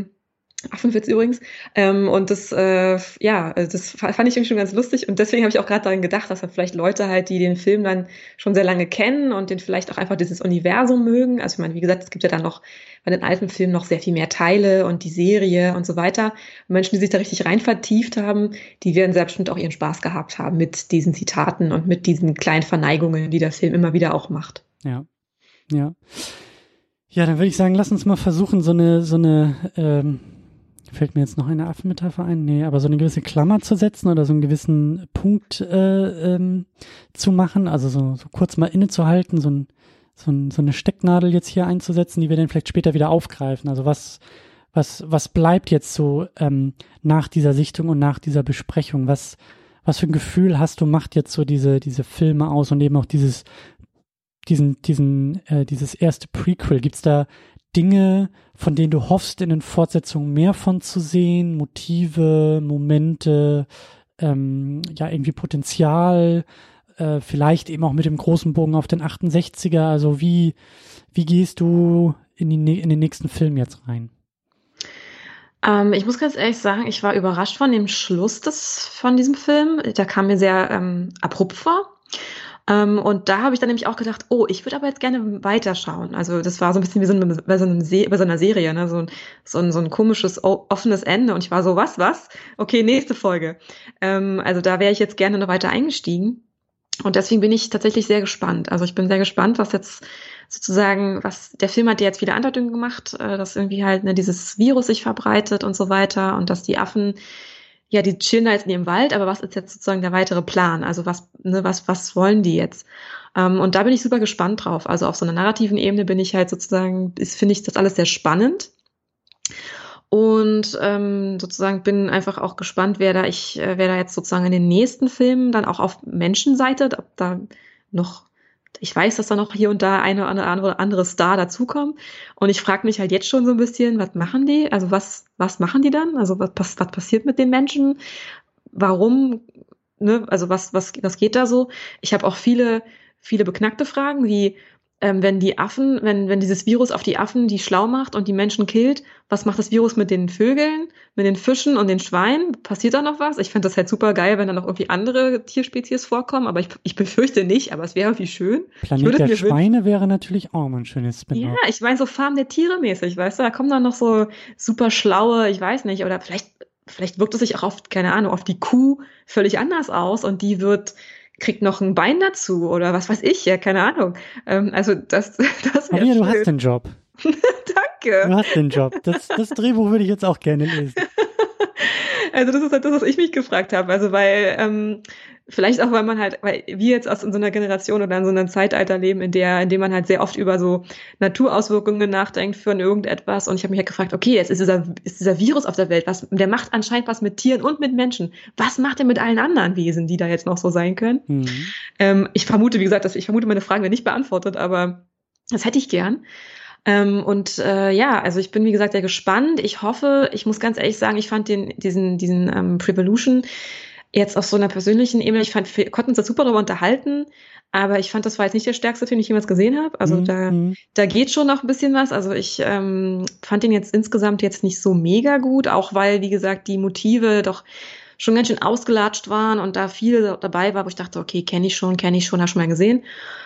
48 übrigens. Und das, das fand ich irgendwie schon ganz lustig. Und deswegen habe ich auch gerade daran gedacht, dass dann vielleicht Leute halt, die den Film dann schon sehr lange kennen und den vielleicht auch einfach dieses Universum mögen. Also ich meine, wie gesagt, es gibt ja dann noch bei den alten Filmen noch sehr viel mehr Teile und die Serie und so weiter. Und Menschen, die sich da richtig rein vertieft haben, die werden sehr bestimmt auch ihren Spaß gehabt haben mit diesen Zitaten und mit diesen kleinen Verneigungen, die der Film immer wieder auch macht. Ja. Ja, dann würde ich sagen, lass uns mal versuchen, so eine fällt mir jetzt noch eine Affenmetapher ein? Nee, aber so eine gewisse Klammer zu setzen oder so einen gewissen Punkt zu machen, also so kurz mal innezuhalten, so eine Stecknadel jetzt hier einzusetzen, die wir dann vielleicht später wieder aufgreifen. Also was bleibt jetzt so nach dieser Sichtung und nach dieser Besprechung? Was für ein Gefühl hast du, macht jetzt so diese Filme aus und eben auch dieses erste Prequel? Gibt's da Dinge, von denen du hoffst, in den Fortsetzungen mehr von zu sehen, Motive, Momente, irgendwie Potenzial, vielleicht eben auch mit dem großen Bogen auf den 68er, also wie gehst du in den nächsten Film jetzt rein? Ich muss ganz ehrlich sagen, ich war überrascht von dem Schluss von diesem Film. Der kam mir sehr abrupt vor. Und da habe ich dann nämlich auch gedacht, ich würde aber jetzt gerne weiterschauen. Also das war so ein bisschen wie bei so einer Serie, ne? So ein komisches, offenes Ende. Und ich war so, was? Okay, nächste Folge. Also da wäre ich jetzt gerne noch weiter eingestiegen. Und deswegen bin ich tatsächlich sehr gespannt. Also ich bin sehr gespannt, was jetzt sozusagen, was der Film hat ja jetzt viele Andeutungen gemacht, dass irgendwie halt dieses Virus sich verbreitet und so weiter und dass die Affen die chillen da jetzt in ihrem Wald, aber was ist jetzt sozusagen der weitere Plan? Also was wollen die jetzt? Und da bin ich super gespannt drauf. Also auf so einer narrativen Ebene bin ich halt sozusagen, finde ich das alles sehr spannend. Und sozusagen bin einfach auch gespannt, wer da jetzt sozusagen in den nächsten Filmen dann auch auf Menschenseite, ob da noch, ich weiß, dass da noch hier und da eine oder andere Star dazukommen. Und ich frage mich halt jetzt schon so ein bisschen, was machen die? Also was machen die dann? Also was passiert mit den Menschen? Warum? Ne? Also was geht da so? Ich habe auch viele beknackte Fragen, wie wenn die Affen, wenn dieses Virus auf die Affen die schlau macht und die Menschen killt, was macht das Virus mit den Vögeln, mit den Fischen und den Schweinen? Passiert da noch was? Ich fände das halt super geil, wenn da noch irgendwie andere Tierspezies vorkommen, aber ich befürchte nicht, aber es wäre irgendwie schön. Planet der Schweine wäre natürlich auch mal ein schönes Spin-off. Ja, ich meine, so Farm der Tiere mäßig, weißt du, da kommen dann noch so super schlaue, ich weiß nicht, oder vielleicht wirkt es sich auch auf, keine Ahnung, auf die Kuh völlig anders aus und die kriegt noch ein Bein dazu oder was weiß ich, ja, keine Ahnung. Also das wäre Maria, schön. du hast den Job. Danke. Du hast den Job. Das Drehbuch würde ich jetzt auch gerne lesen. Also das ist halt das, was ich mich gefragt habe. Also weil vielleicht auch, weil wir jetzt aus so einer Generation oder in so einem Zeitalter leben, in dem man halt sehr oft über so Naturauswirkungen nachdenkt für irgendetwas. Und ich habe mich halt gefragt, okay, jetzt ist dieser Virus auf der Welt, der macht anscheinend was mit Tieren und mit Menschen. Was macht er mit allen anderen Wesen, die da jetzt noch so sein können? Ich vermute, wie gesagt, meine Fragen werden nicht beantwortet, aber das hätte ich gern. Also ich bin, wie gesagt, sehr gespannt. Ich hoffe, ich muss ganz ehrlich sagen, ich fand diesen Prevolution jetzt auf so einer persönlichen Ebene, wir konnten uns da super darüber unterhalten, aber ich fand, das war jetzt nicht der stärkste Film, den ich jemals gesehen habe. Also da geht schon noch ein bisschen was. Also ich fand den jetzt insgesamt jetzt nicht so mega gut, auch weil, wie gesagt, die Motive doch schon ganz schön ausgelatscht waren und da viel dabei war, wo ich dachte, okay, kenne ich schon, habe schon mal gesehen.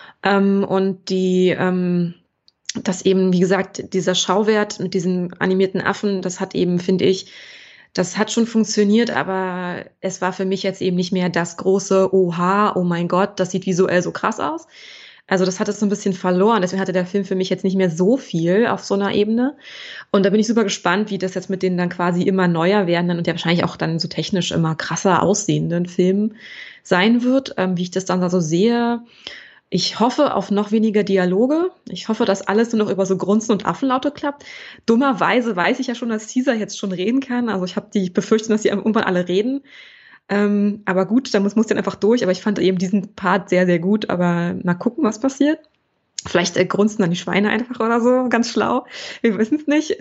Das eben, wie gesagt, dieser Schauwert mit diesen animierten Affen, das hat eben, finde ich, das hat schon funktioniert, aber es war für mich jetzt eben nicht mehr das große Oha, oh mein Gott, das sieht visuell so krass aus. Also das hat es so ein bisschen verloren. Deswegen hatte der Film für mich jetzt nicht mehr so viel auf so einer Ebene. Und da bin ich super gespannt, wie das jetzt mit denen dann quasi immer neuer werdenden und ja wahrscheinlich auch dann so technisch immer krasser aussehenden Filmen sein wird, wie ich das dann da so sehe. Ich hoffe auf noch weniger Dialoge. Ich hoffe, dass alles nur noch über so Grunzen und Affenlaute klappt. Dummerweise weiß ich ja schon, dass Caesar jetzt schon reden kann. Also ich habe die Befürchtung, dass sie irgendwann alle reden. Aber gut, da muss dann einfach durch. Aber ich fand eben diesen Part sehr, sehr gut. Aber mal gucken, was passiert. Vielleicht grunzen dann die Schweine einfach oder so. Ganz schlau. Wir wissen es nicht.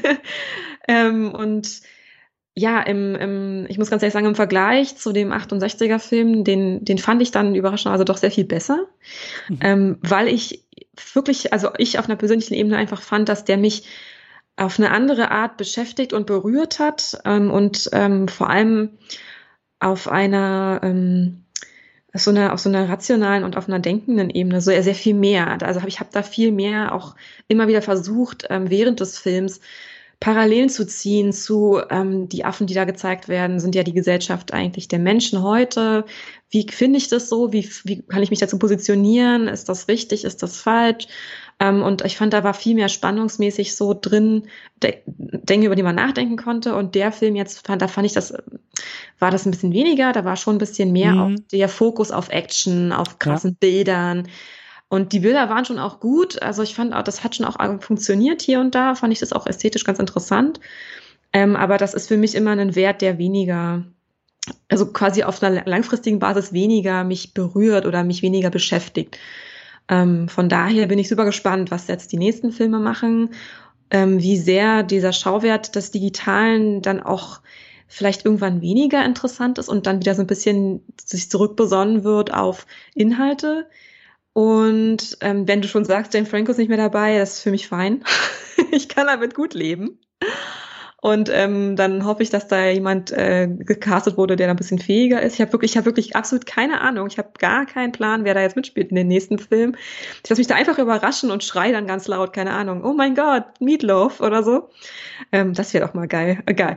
Ja, ich muss ganz ehrlich sagen, im Vergleich zu dem 68er-Film, den fand ich dann überraschenderweise doch sehr viel besser, weil ich wirklich, also ich auf einer persönlichen Ebene einfach fand, dass der mich auf eine andere Art beschäftigt und berührt hat vor allem auf einer auf so einer rationalen und auf einer denkenden Ebene so sehr viel mehr. Also ich habe da viel mehr auch immer wieder versucht, während des Films Parallelen zu ziehen zu die Affen, die da gezeigt werden, sind ja die Gesellschaft eigentlich der Menschen heute. Wie finde ich das so? Wie kann ich mich dazu positionieren? Ist das richtig? Ist das falsch? Und ich fand, da war viel mehr spannungsmäßig so drin, Dinge, über die man nachdenken konnte. Und der Film jetzt, war das ein bisschen weniger. Da war schon ein bisschen mehr auf der Fokus auf Action, auf krassen Bildern. Und die Bilder waren schon auch gut. Also ich fand auch, das hat schon auch funktioniert hier und da. Fand ich das auch ästhetisch ganz interessant. Aber das ist für mich immer ein Wert, der weniger, also quasi auf einer langfristigen Basis weniger mich berührt oder mich weniger beschäftigt. Von daher bin ich super gespannt, was jetzt die nächsten Filme machen, wie sehr dieser Schauwert des Digitalen dann auch vielleicht irgendwann weniger interessant ist und dann wieder so ein bisschen sich zurückbesonnen wird auf Inhalte. Und wenn du schon sagst, Jane Franco ist nicht mehr dabei, das ist für mich fein. Ich kann damit gut leben. Und dann hoffe ich, dass da jemand gecastet wurde, der da ein bisschen fähiger ist. Ich habe wirklich absolut keine Ahnung. Ich habe gar keinen Plan, wer da jetzt mitspielt in den nächsten Film. Ich lasse mich da einfach überraschen und schreie dann ganz laut, keine Ahnung, oh mein Gott, Meatloaf oder so. Das wäre doch mal geil. Egal.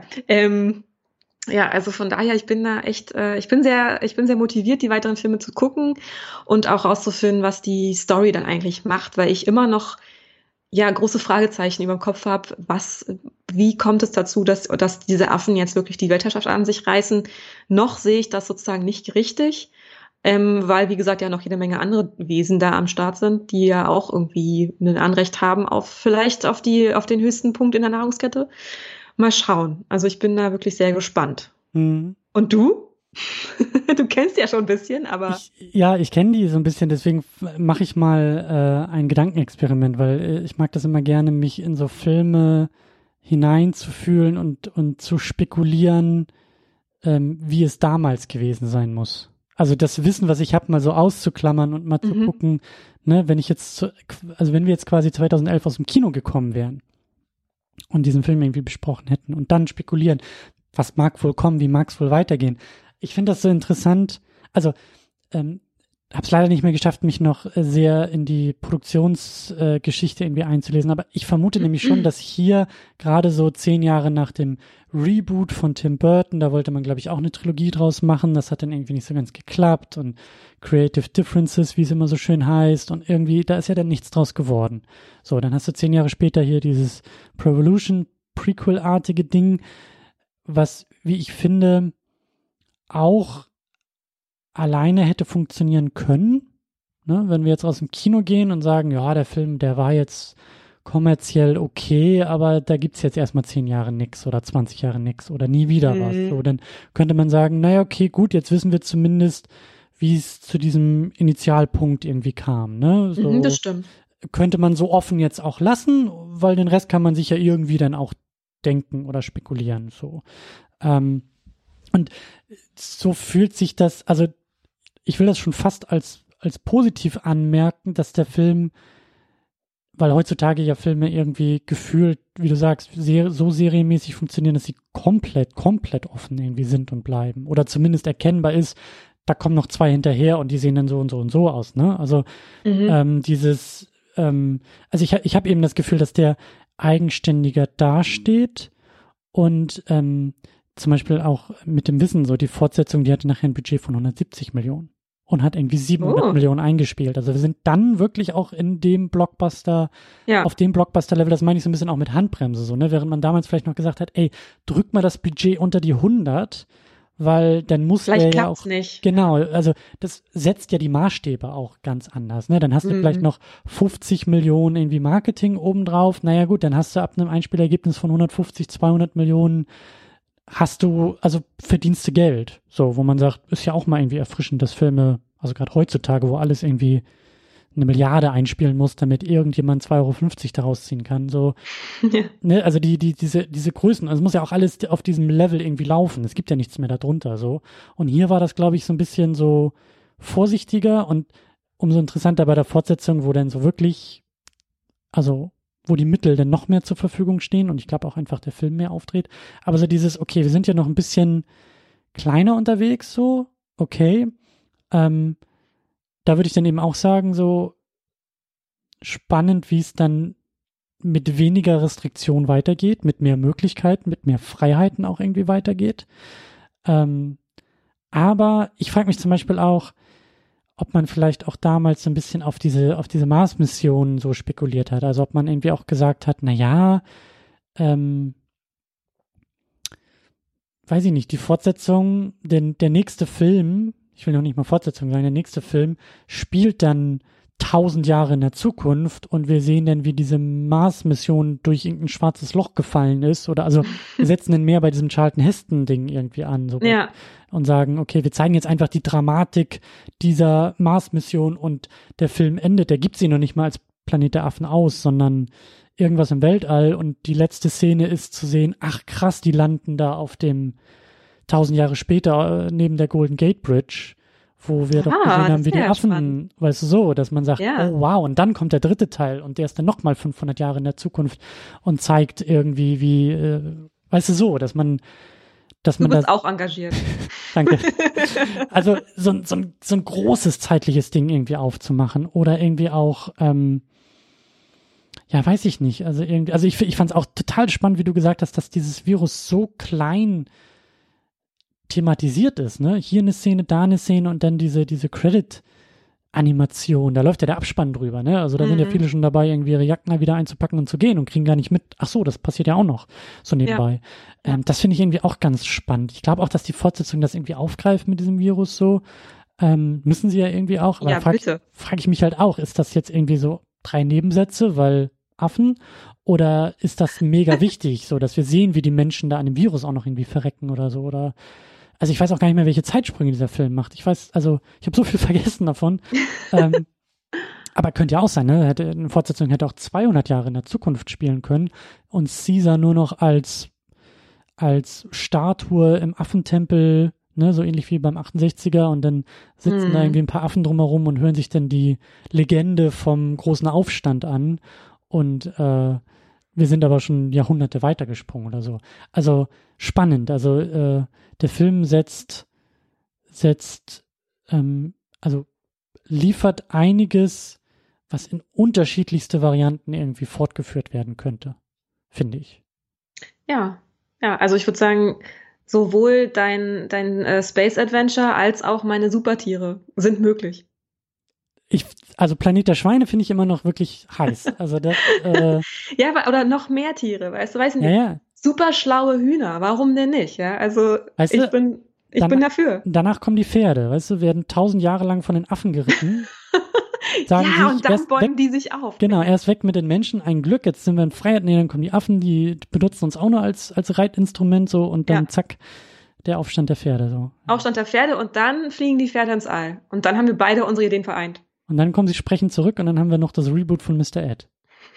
Ja, also von daher, ich bin da echt, ich bin sehr motiviert, die weiteren Filme zu gucken und auch rauszufinden, was die Story dann eigentlich macht, weil ich immer noch große Fragezeichen über dem Kopf habe, wie kommt es dazu, dass diese Affen jetzt wirklich die Weltherrschaft an sich reißen? Noch sehe ich das sozusagen nicht richtig, weil, wie gesagt, ja noch jede Menge andere Wesen da am Start sind, die ja auch irgendwie ein Anrecht haben vielleicht auf den höchsten Punkt in der Nahrungskette. Mal schauen. Also ich bin da wirklich sehr gespannt. Und du? Du kennst ja schon ein bisschen, aber... Ich kenne die so ein bisschen, deswegen mache ich mal ein Gedankenexperiment, weil ich mag das immer gerne, mich in so Filme hineinzufühlen und zu spekulieren, wie es damals gewesen sein muss. also das Wissen, was ich habe, mal so auszuklammern und mal zu gucken, ne, wenn wir jetzt quasi 2011 aus dem Kino gekommen wären und diesen Film irgendwie besprochen hätten und dann spekulieren, was mag wohl kommen, wie mag es wohl weitergehen. Ich finde das so interessant, also habe es leider nicht mehr geschafft, mich noch sehr in die Produktionsgeschichte irgendwie einzulesen, aber ich vermute nämlich schon, dass hier gerade so 10 Jahre nach dem Reboot von Tim Burton, da wollte man, glaube ich, auch eine Trilogie draus machen, das hat dann irgendwie nicht so ganz geklappt und Creative Differences, wie es immer so schön heißt, und irgendwie, da ist ja dann nichts draus geworden. So, dann hast du 10 Jahre später hier dieses Prevolution Prequel-artige Ding, was, wie ich finde, auch alleine hätte funktionieren können, ne? Wenn wir jetzt aus dem Kino gehen und sagen, ja, der Film, der war jetzt kommerziell okay, aber da gibt's jetzt erstmal 10 Jahre nix oder 20 Jahre nix oder nie wieder was. So, dann könnte man sagen, naja, okay, gut, jetzt wissen wir zumindest, wie es zu diesem Initialpunkt irgendwie kam, ne? So, das stimmt. könnte man so offen jetzt auch lassen, weil den Rest kann man sich ja irgendwie dann auch denken oder spekulieren, so. Und so fühlt sich das, also ich will das schon fast als positiv anmerken, dass der Film, weil heutzutage ja Filme irgendwie gefühlt, wie du sagst, so serienmäßig funktionieren, dass sie komplett offen irgendwie sind und bleiben. Oder zumindest erkennbar ist, da kommen noch 2 hinterher und die sehen dann so und so und so aus, ne? Also also ich habe eben das Gefühl, dass der eigenständiger dasteht und zum Beispiel auch mit dem Wissen, so die Fortsetzung, die hatte nachher ein Budget von 170 Millionen und hat irgendwie 700 Millionen eingespielt. Also wir sind dann wirklich auch in dem Blockbuster, auf dem Blockbuster-Level, das meine ich so ein bisschen auch mit Handbremse, so, ne? Während man damals vielleicht noch gesagt hat, ey, drück mal das Budget unter die 100, weil dann muss Vielleicht der ja auch, nicht. genau, also das setzt ja die Maßstäbe auch ganz anders, ne? Dann hast du vielleicht noch 50 Millionen irgendwie Marketing obendrauf. Naja gut, dann hast du ab einem Einspielergebnis von 150, 200 Millionen also verdienst du Geld. So, wo man sagt, ist ja auch mal irgendwie erfrischend, dass Filme, also gerade heutzutage, wo alles irgendwie 1 Milliarde einspielen muss, damit irgendjemand 2,50 € daraus ziehen kann. So, ne, also diese Größen, also es muss ja auch alles auf diesem Level irgendwie laufen. Es gibt ja nichts mehr darunter, so. Und hier war das, glaube ich, so ein bisschen so vorsichtiger und umso interessanter bei der Fortsetzung, wo dann so wirklich, also wo die Mittel dann noch mehr zur Verfügung stehen und ich glaube auch einfach der Film mehr aufdreht. Aber so dieses, okay, wir sind ja noch ein bisschen kleiner unterwegs, so, okay. Da würde ich dann eben auch sagen, so spannend, wie es dann mit weniger Restriktion weitergeht, mit mehr Möglichkeiten, mit mehr Freiheiten auch irgendwie weitergeht. Aber ich frage mich zum Beispiel auch, ob man vielleicht auch damals so ein bisschen auf diese Mars-Mission so spekuliert hat. Also ob man irgendwie auch gesagt hat, na ja, weiß ich nicht, die Fortsetzung, der nächste Film, ich will noch nicht mal Fortsetzung sagen, der nächste Film spielt dann 1000 Jahre in der Zukunft und wir sehen dann, wie diese Mars-Mission durch irgendein schwarzes Loch gefallen ist oder also wir setzen dann mehr bei diesem Charlton Heston-Ding irgendwie an so und sagen, okay, wir zeigen jetzt einfach die Dramatik dieser Mars-Mission und der Film endet, der gibt sie noch nicht mal als Planet der Affen aus, sondern irgendwas im Weltall und die letzte Szene ist zu sehen, ach krass, die landen da auf dem 1000 Jahre später neben der Golden Gate Bridge, wo wir doch gesehen haben, wie die Affen, spannend. Weißt du so, dass man sagt, oh wow, und dann kommt der 3. Teil und der ist dann nochmal 500 Jahre in der Zukunft und zeigt irgendwie, wie, weißt du so, dass man du bist auch engagiert. Danke. Also so ein großes zeitliches Ding irgendwie aufzumachen oder irgendwie auch, ja, weiß ich nicht, also irgendwie, also ich fand es auch total spannend, wie du gesagt hast, dass dieses Virus so klein thematisiert ist, ne? Hier eine Szene, da eine Szene und dann diese Credit-Animation, da läuft ja der Abspann drüber, ne? Also da sind ja viele schon dabei, irgendwie ihre Jacken mal wieder einzupacken und zu gehen und kriegen gar nicht mit, ach so, das passiert ja auch noch so nebenbei. Ja. Das finde ich irgendwie auch ganz spannend. Ich glaube auch, dass die Fortsetzung das irgendwie aufgreift mit diesem Virus so. Müssen sie ja irgendwie auch, aber frag ich mich halt auch, ist das jetzt irgendwie so 3 Nebensätze, weil Affen, oder ist das mega wichtig, so dass wir sehen, wie die Menschen da an dem Virus auch noch irgendwie verrecken oder so, oder also ich weiß auch gar nicht mehr, welche Zeitsprünge dieser Film macht. Ich weiß, also ich habe so viel vergessen davon. Aber könnte ja auch sein, ne? Eine Fortsetzung hätte auch 200 Jahre in der Zukunft spielen können und Caesar nur noch als Statue im Affentempel ne, so ähnlich wie beim 68er und dann sitzen da irgendwie ein paar Affen drumherum und hören sich dann die Legende vom großen Aufstand an und wir sind aber schon Jahrhunderte weitergesprungen oder so. Also spannend, also der Film also liefert einiges, was in unterschiedlichste Varianten irgendwie fortgeführt werden könnte, finde ich. Ja, also ich würde sagen, sowohl dein Space Adventure als auch meine Supertiere sind möglich. Also Planet der Schweine finde ich immer noch wirklich heiß. Also das, ja, oder noch mehr Tiere, weißt du nicht. Ja. Super schlaue Hühner, warum denn nicht? Ja, also weißt ich bin dafür. Danach kommen die Pferde, weißt du, werden 1000 Jahre lang von den Affen geritten. Sagen ja, und dann bäumen die sich auf. Genau, erst weg mit den Menschen, ein Glück, jetzt sind wir in Freiheit. Nee, dann kommen die Affen, die benutzen uns auch nur als Reitinstrument so und dann zack, der Aufstand der Pferde. So. Aufstand der Pferde und dann fliegen die Pferde ins All. Und dann haben wir beide unsere Ideen vereint. Und dann kommen sie sprechend zurück und dann haben wir noch das Reboot von Mr. Ed.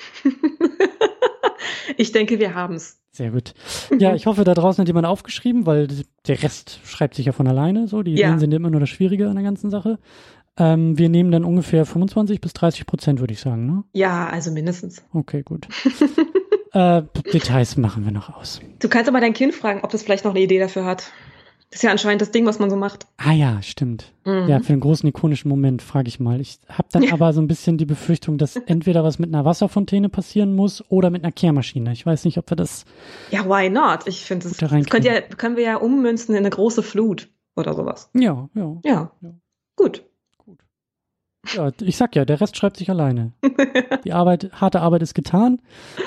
Ich denke, wir haben's. Sehr gut. Ja, ich hoffe, da draußen hat jemand aufgeschrieben, weil der Rest schreibt sich ja von alleine so. Die Ideen sind immer nur das Schwierige an der ganzen Sache. Wir nehmen dann ungefähr 25-30%, würde ich sagen, ne? Ja, also mindestens. Okay, gut. Details machen wir noch aus. Du kannst aber dein Kind fragen, ob das vielleicht noch eine Idee dafür hat. Das ist ja anscheinend das Ding, was man so macht. Ah ja, stimmt. Ja, für den großen ikonischen Moment frage ich mal. Ich habe dann aber so ein bisschen die Befürchtung, dass entweder was mit einer Wasserfontäne passieren muss oder mit einer Kehrmaschine. Ich weiß nicht, ob wir das... Ja, why not? Ich finde, das können wir ja ummünzen in eine große Flut oder sowas. Ja. Gut. Ja, ich sag ja, der Rest schreibt sich alleine. Die harte Arbeit ist getan.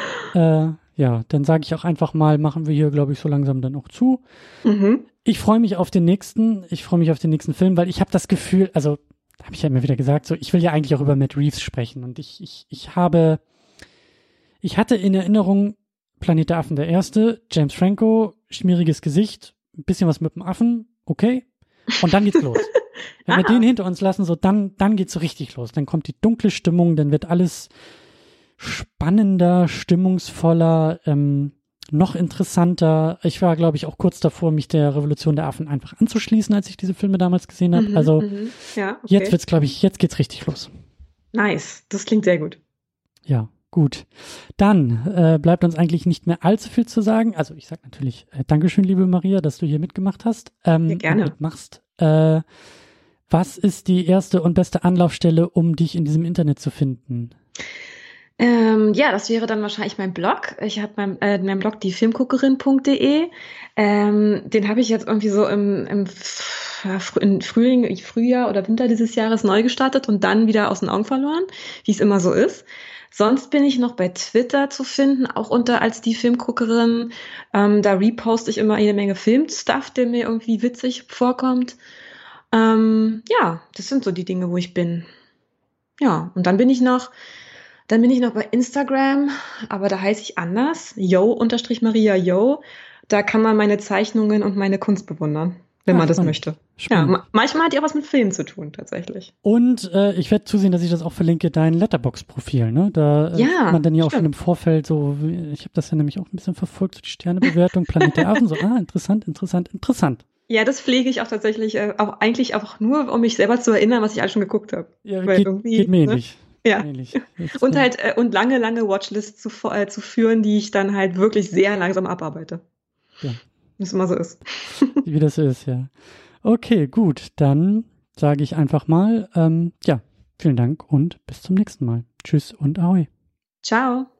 Ja, dann sage ich auch einfach mal, machen wir hier, glaube ich, so langsam dann auch zu. Mhm. Ich freue mich auf den nächsten Film, weil ich habe das Gefühl, also habe ich ja immer wieder gesagt, so ich will ja eigentlich auch über Matt Reeves sprechen und ich hatte in Erinnerung Planet der Affen der Erste, James Franco, schmieriges Gesicht, ein bisschen was mit dem Affen, okay, und dann geht's los. Wenn wir den hinter uns lassen, so dann geht's so richtig los. Dann kommt die dunkle Stimmung, dann wird alles spannender, stimmungsvoller, noch interessanter. Ich war, glaube ich, auch kurz davor, mich der Revolution der Affen einfach anzuschließen, als ich diese Filme damals gesehen habe. Ja, okay. Jetzt geht's richtig los. Nice, das klingt sehr gut. Ja, gut. Dann bleibt uns eigentlich nicht mehr allzu viel zu sagen. Also ich sage natürlich Dankeschön, liebe Maria, dass du hier mitgemacht hast. Ja, gerne. Mitmachst. Was ist die erste und beste Anlaufstelle, um dich in diesem Internet zu finden? Ja, das wäre dann wahrscheinlich mein Blog. Ich habe meinen Blog diefilmguckerin.de. Den habe ich jetzt irgendwie so im Frühjahr oder Winter dieses Jahres neu gestartet und dann wieder aus den Augen verloren, wie es immer so ist. Sonst bin ich noch bei Twitter zu finden, auch als die Filmguckerin. Da reposte ich immer eine Menge Filmstuff, der mir irgendwie witzig vorkommt. Ja, das sind so die Dinge, wo ich bin. Ja, und dann bin ich noch bei Instagram, aber da heiße ich anders. Yo_Maria Yo. Da kann man meine Zeichnungen und meine Kunst bewundern, wenn man das möchte. Spannend. Ja, manchmal hat die auch was mit Filmen zu tun, tatsächlich. Und ich werde zusehen, dass ich das auch verlinke, dein Letterboxd-Profil, ne? Da hat man dann ja auch schon im Vorfeld so, ich habe das ja nämlich auch ein bisschen verfolgt, so die Sternebewertung, Planet der Affen, so, interessant. Ja, das pflege ich auch tatsächlich, eigentlich auch nur, um mich selber zu erinnern, was ich alles schon geguckt habe. Ja, geht mir ähnlich. Ja. Und und lange Watchlists zu führen, die ich dann halt wirklich sehr langsam abarbeite. Ja. Wie es immer so ist. Wie das ist, ja. Okay, gut. Dann sage ich einfach mal, vielen Dank und bis zum nächsten Mal. Tschüss und Ahoi. Ciao.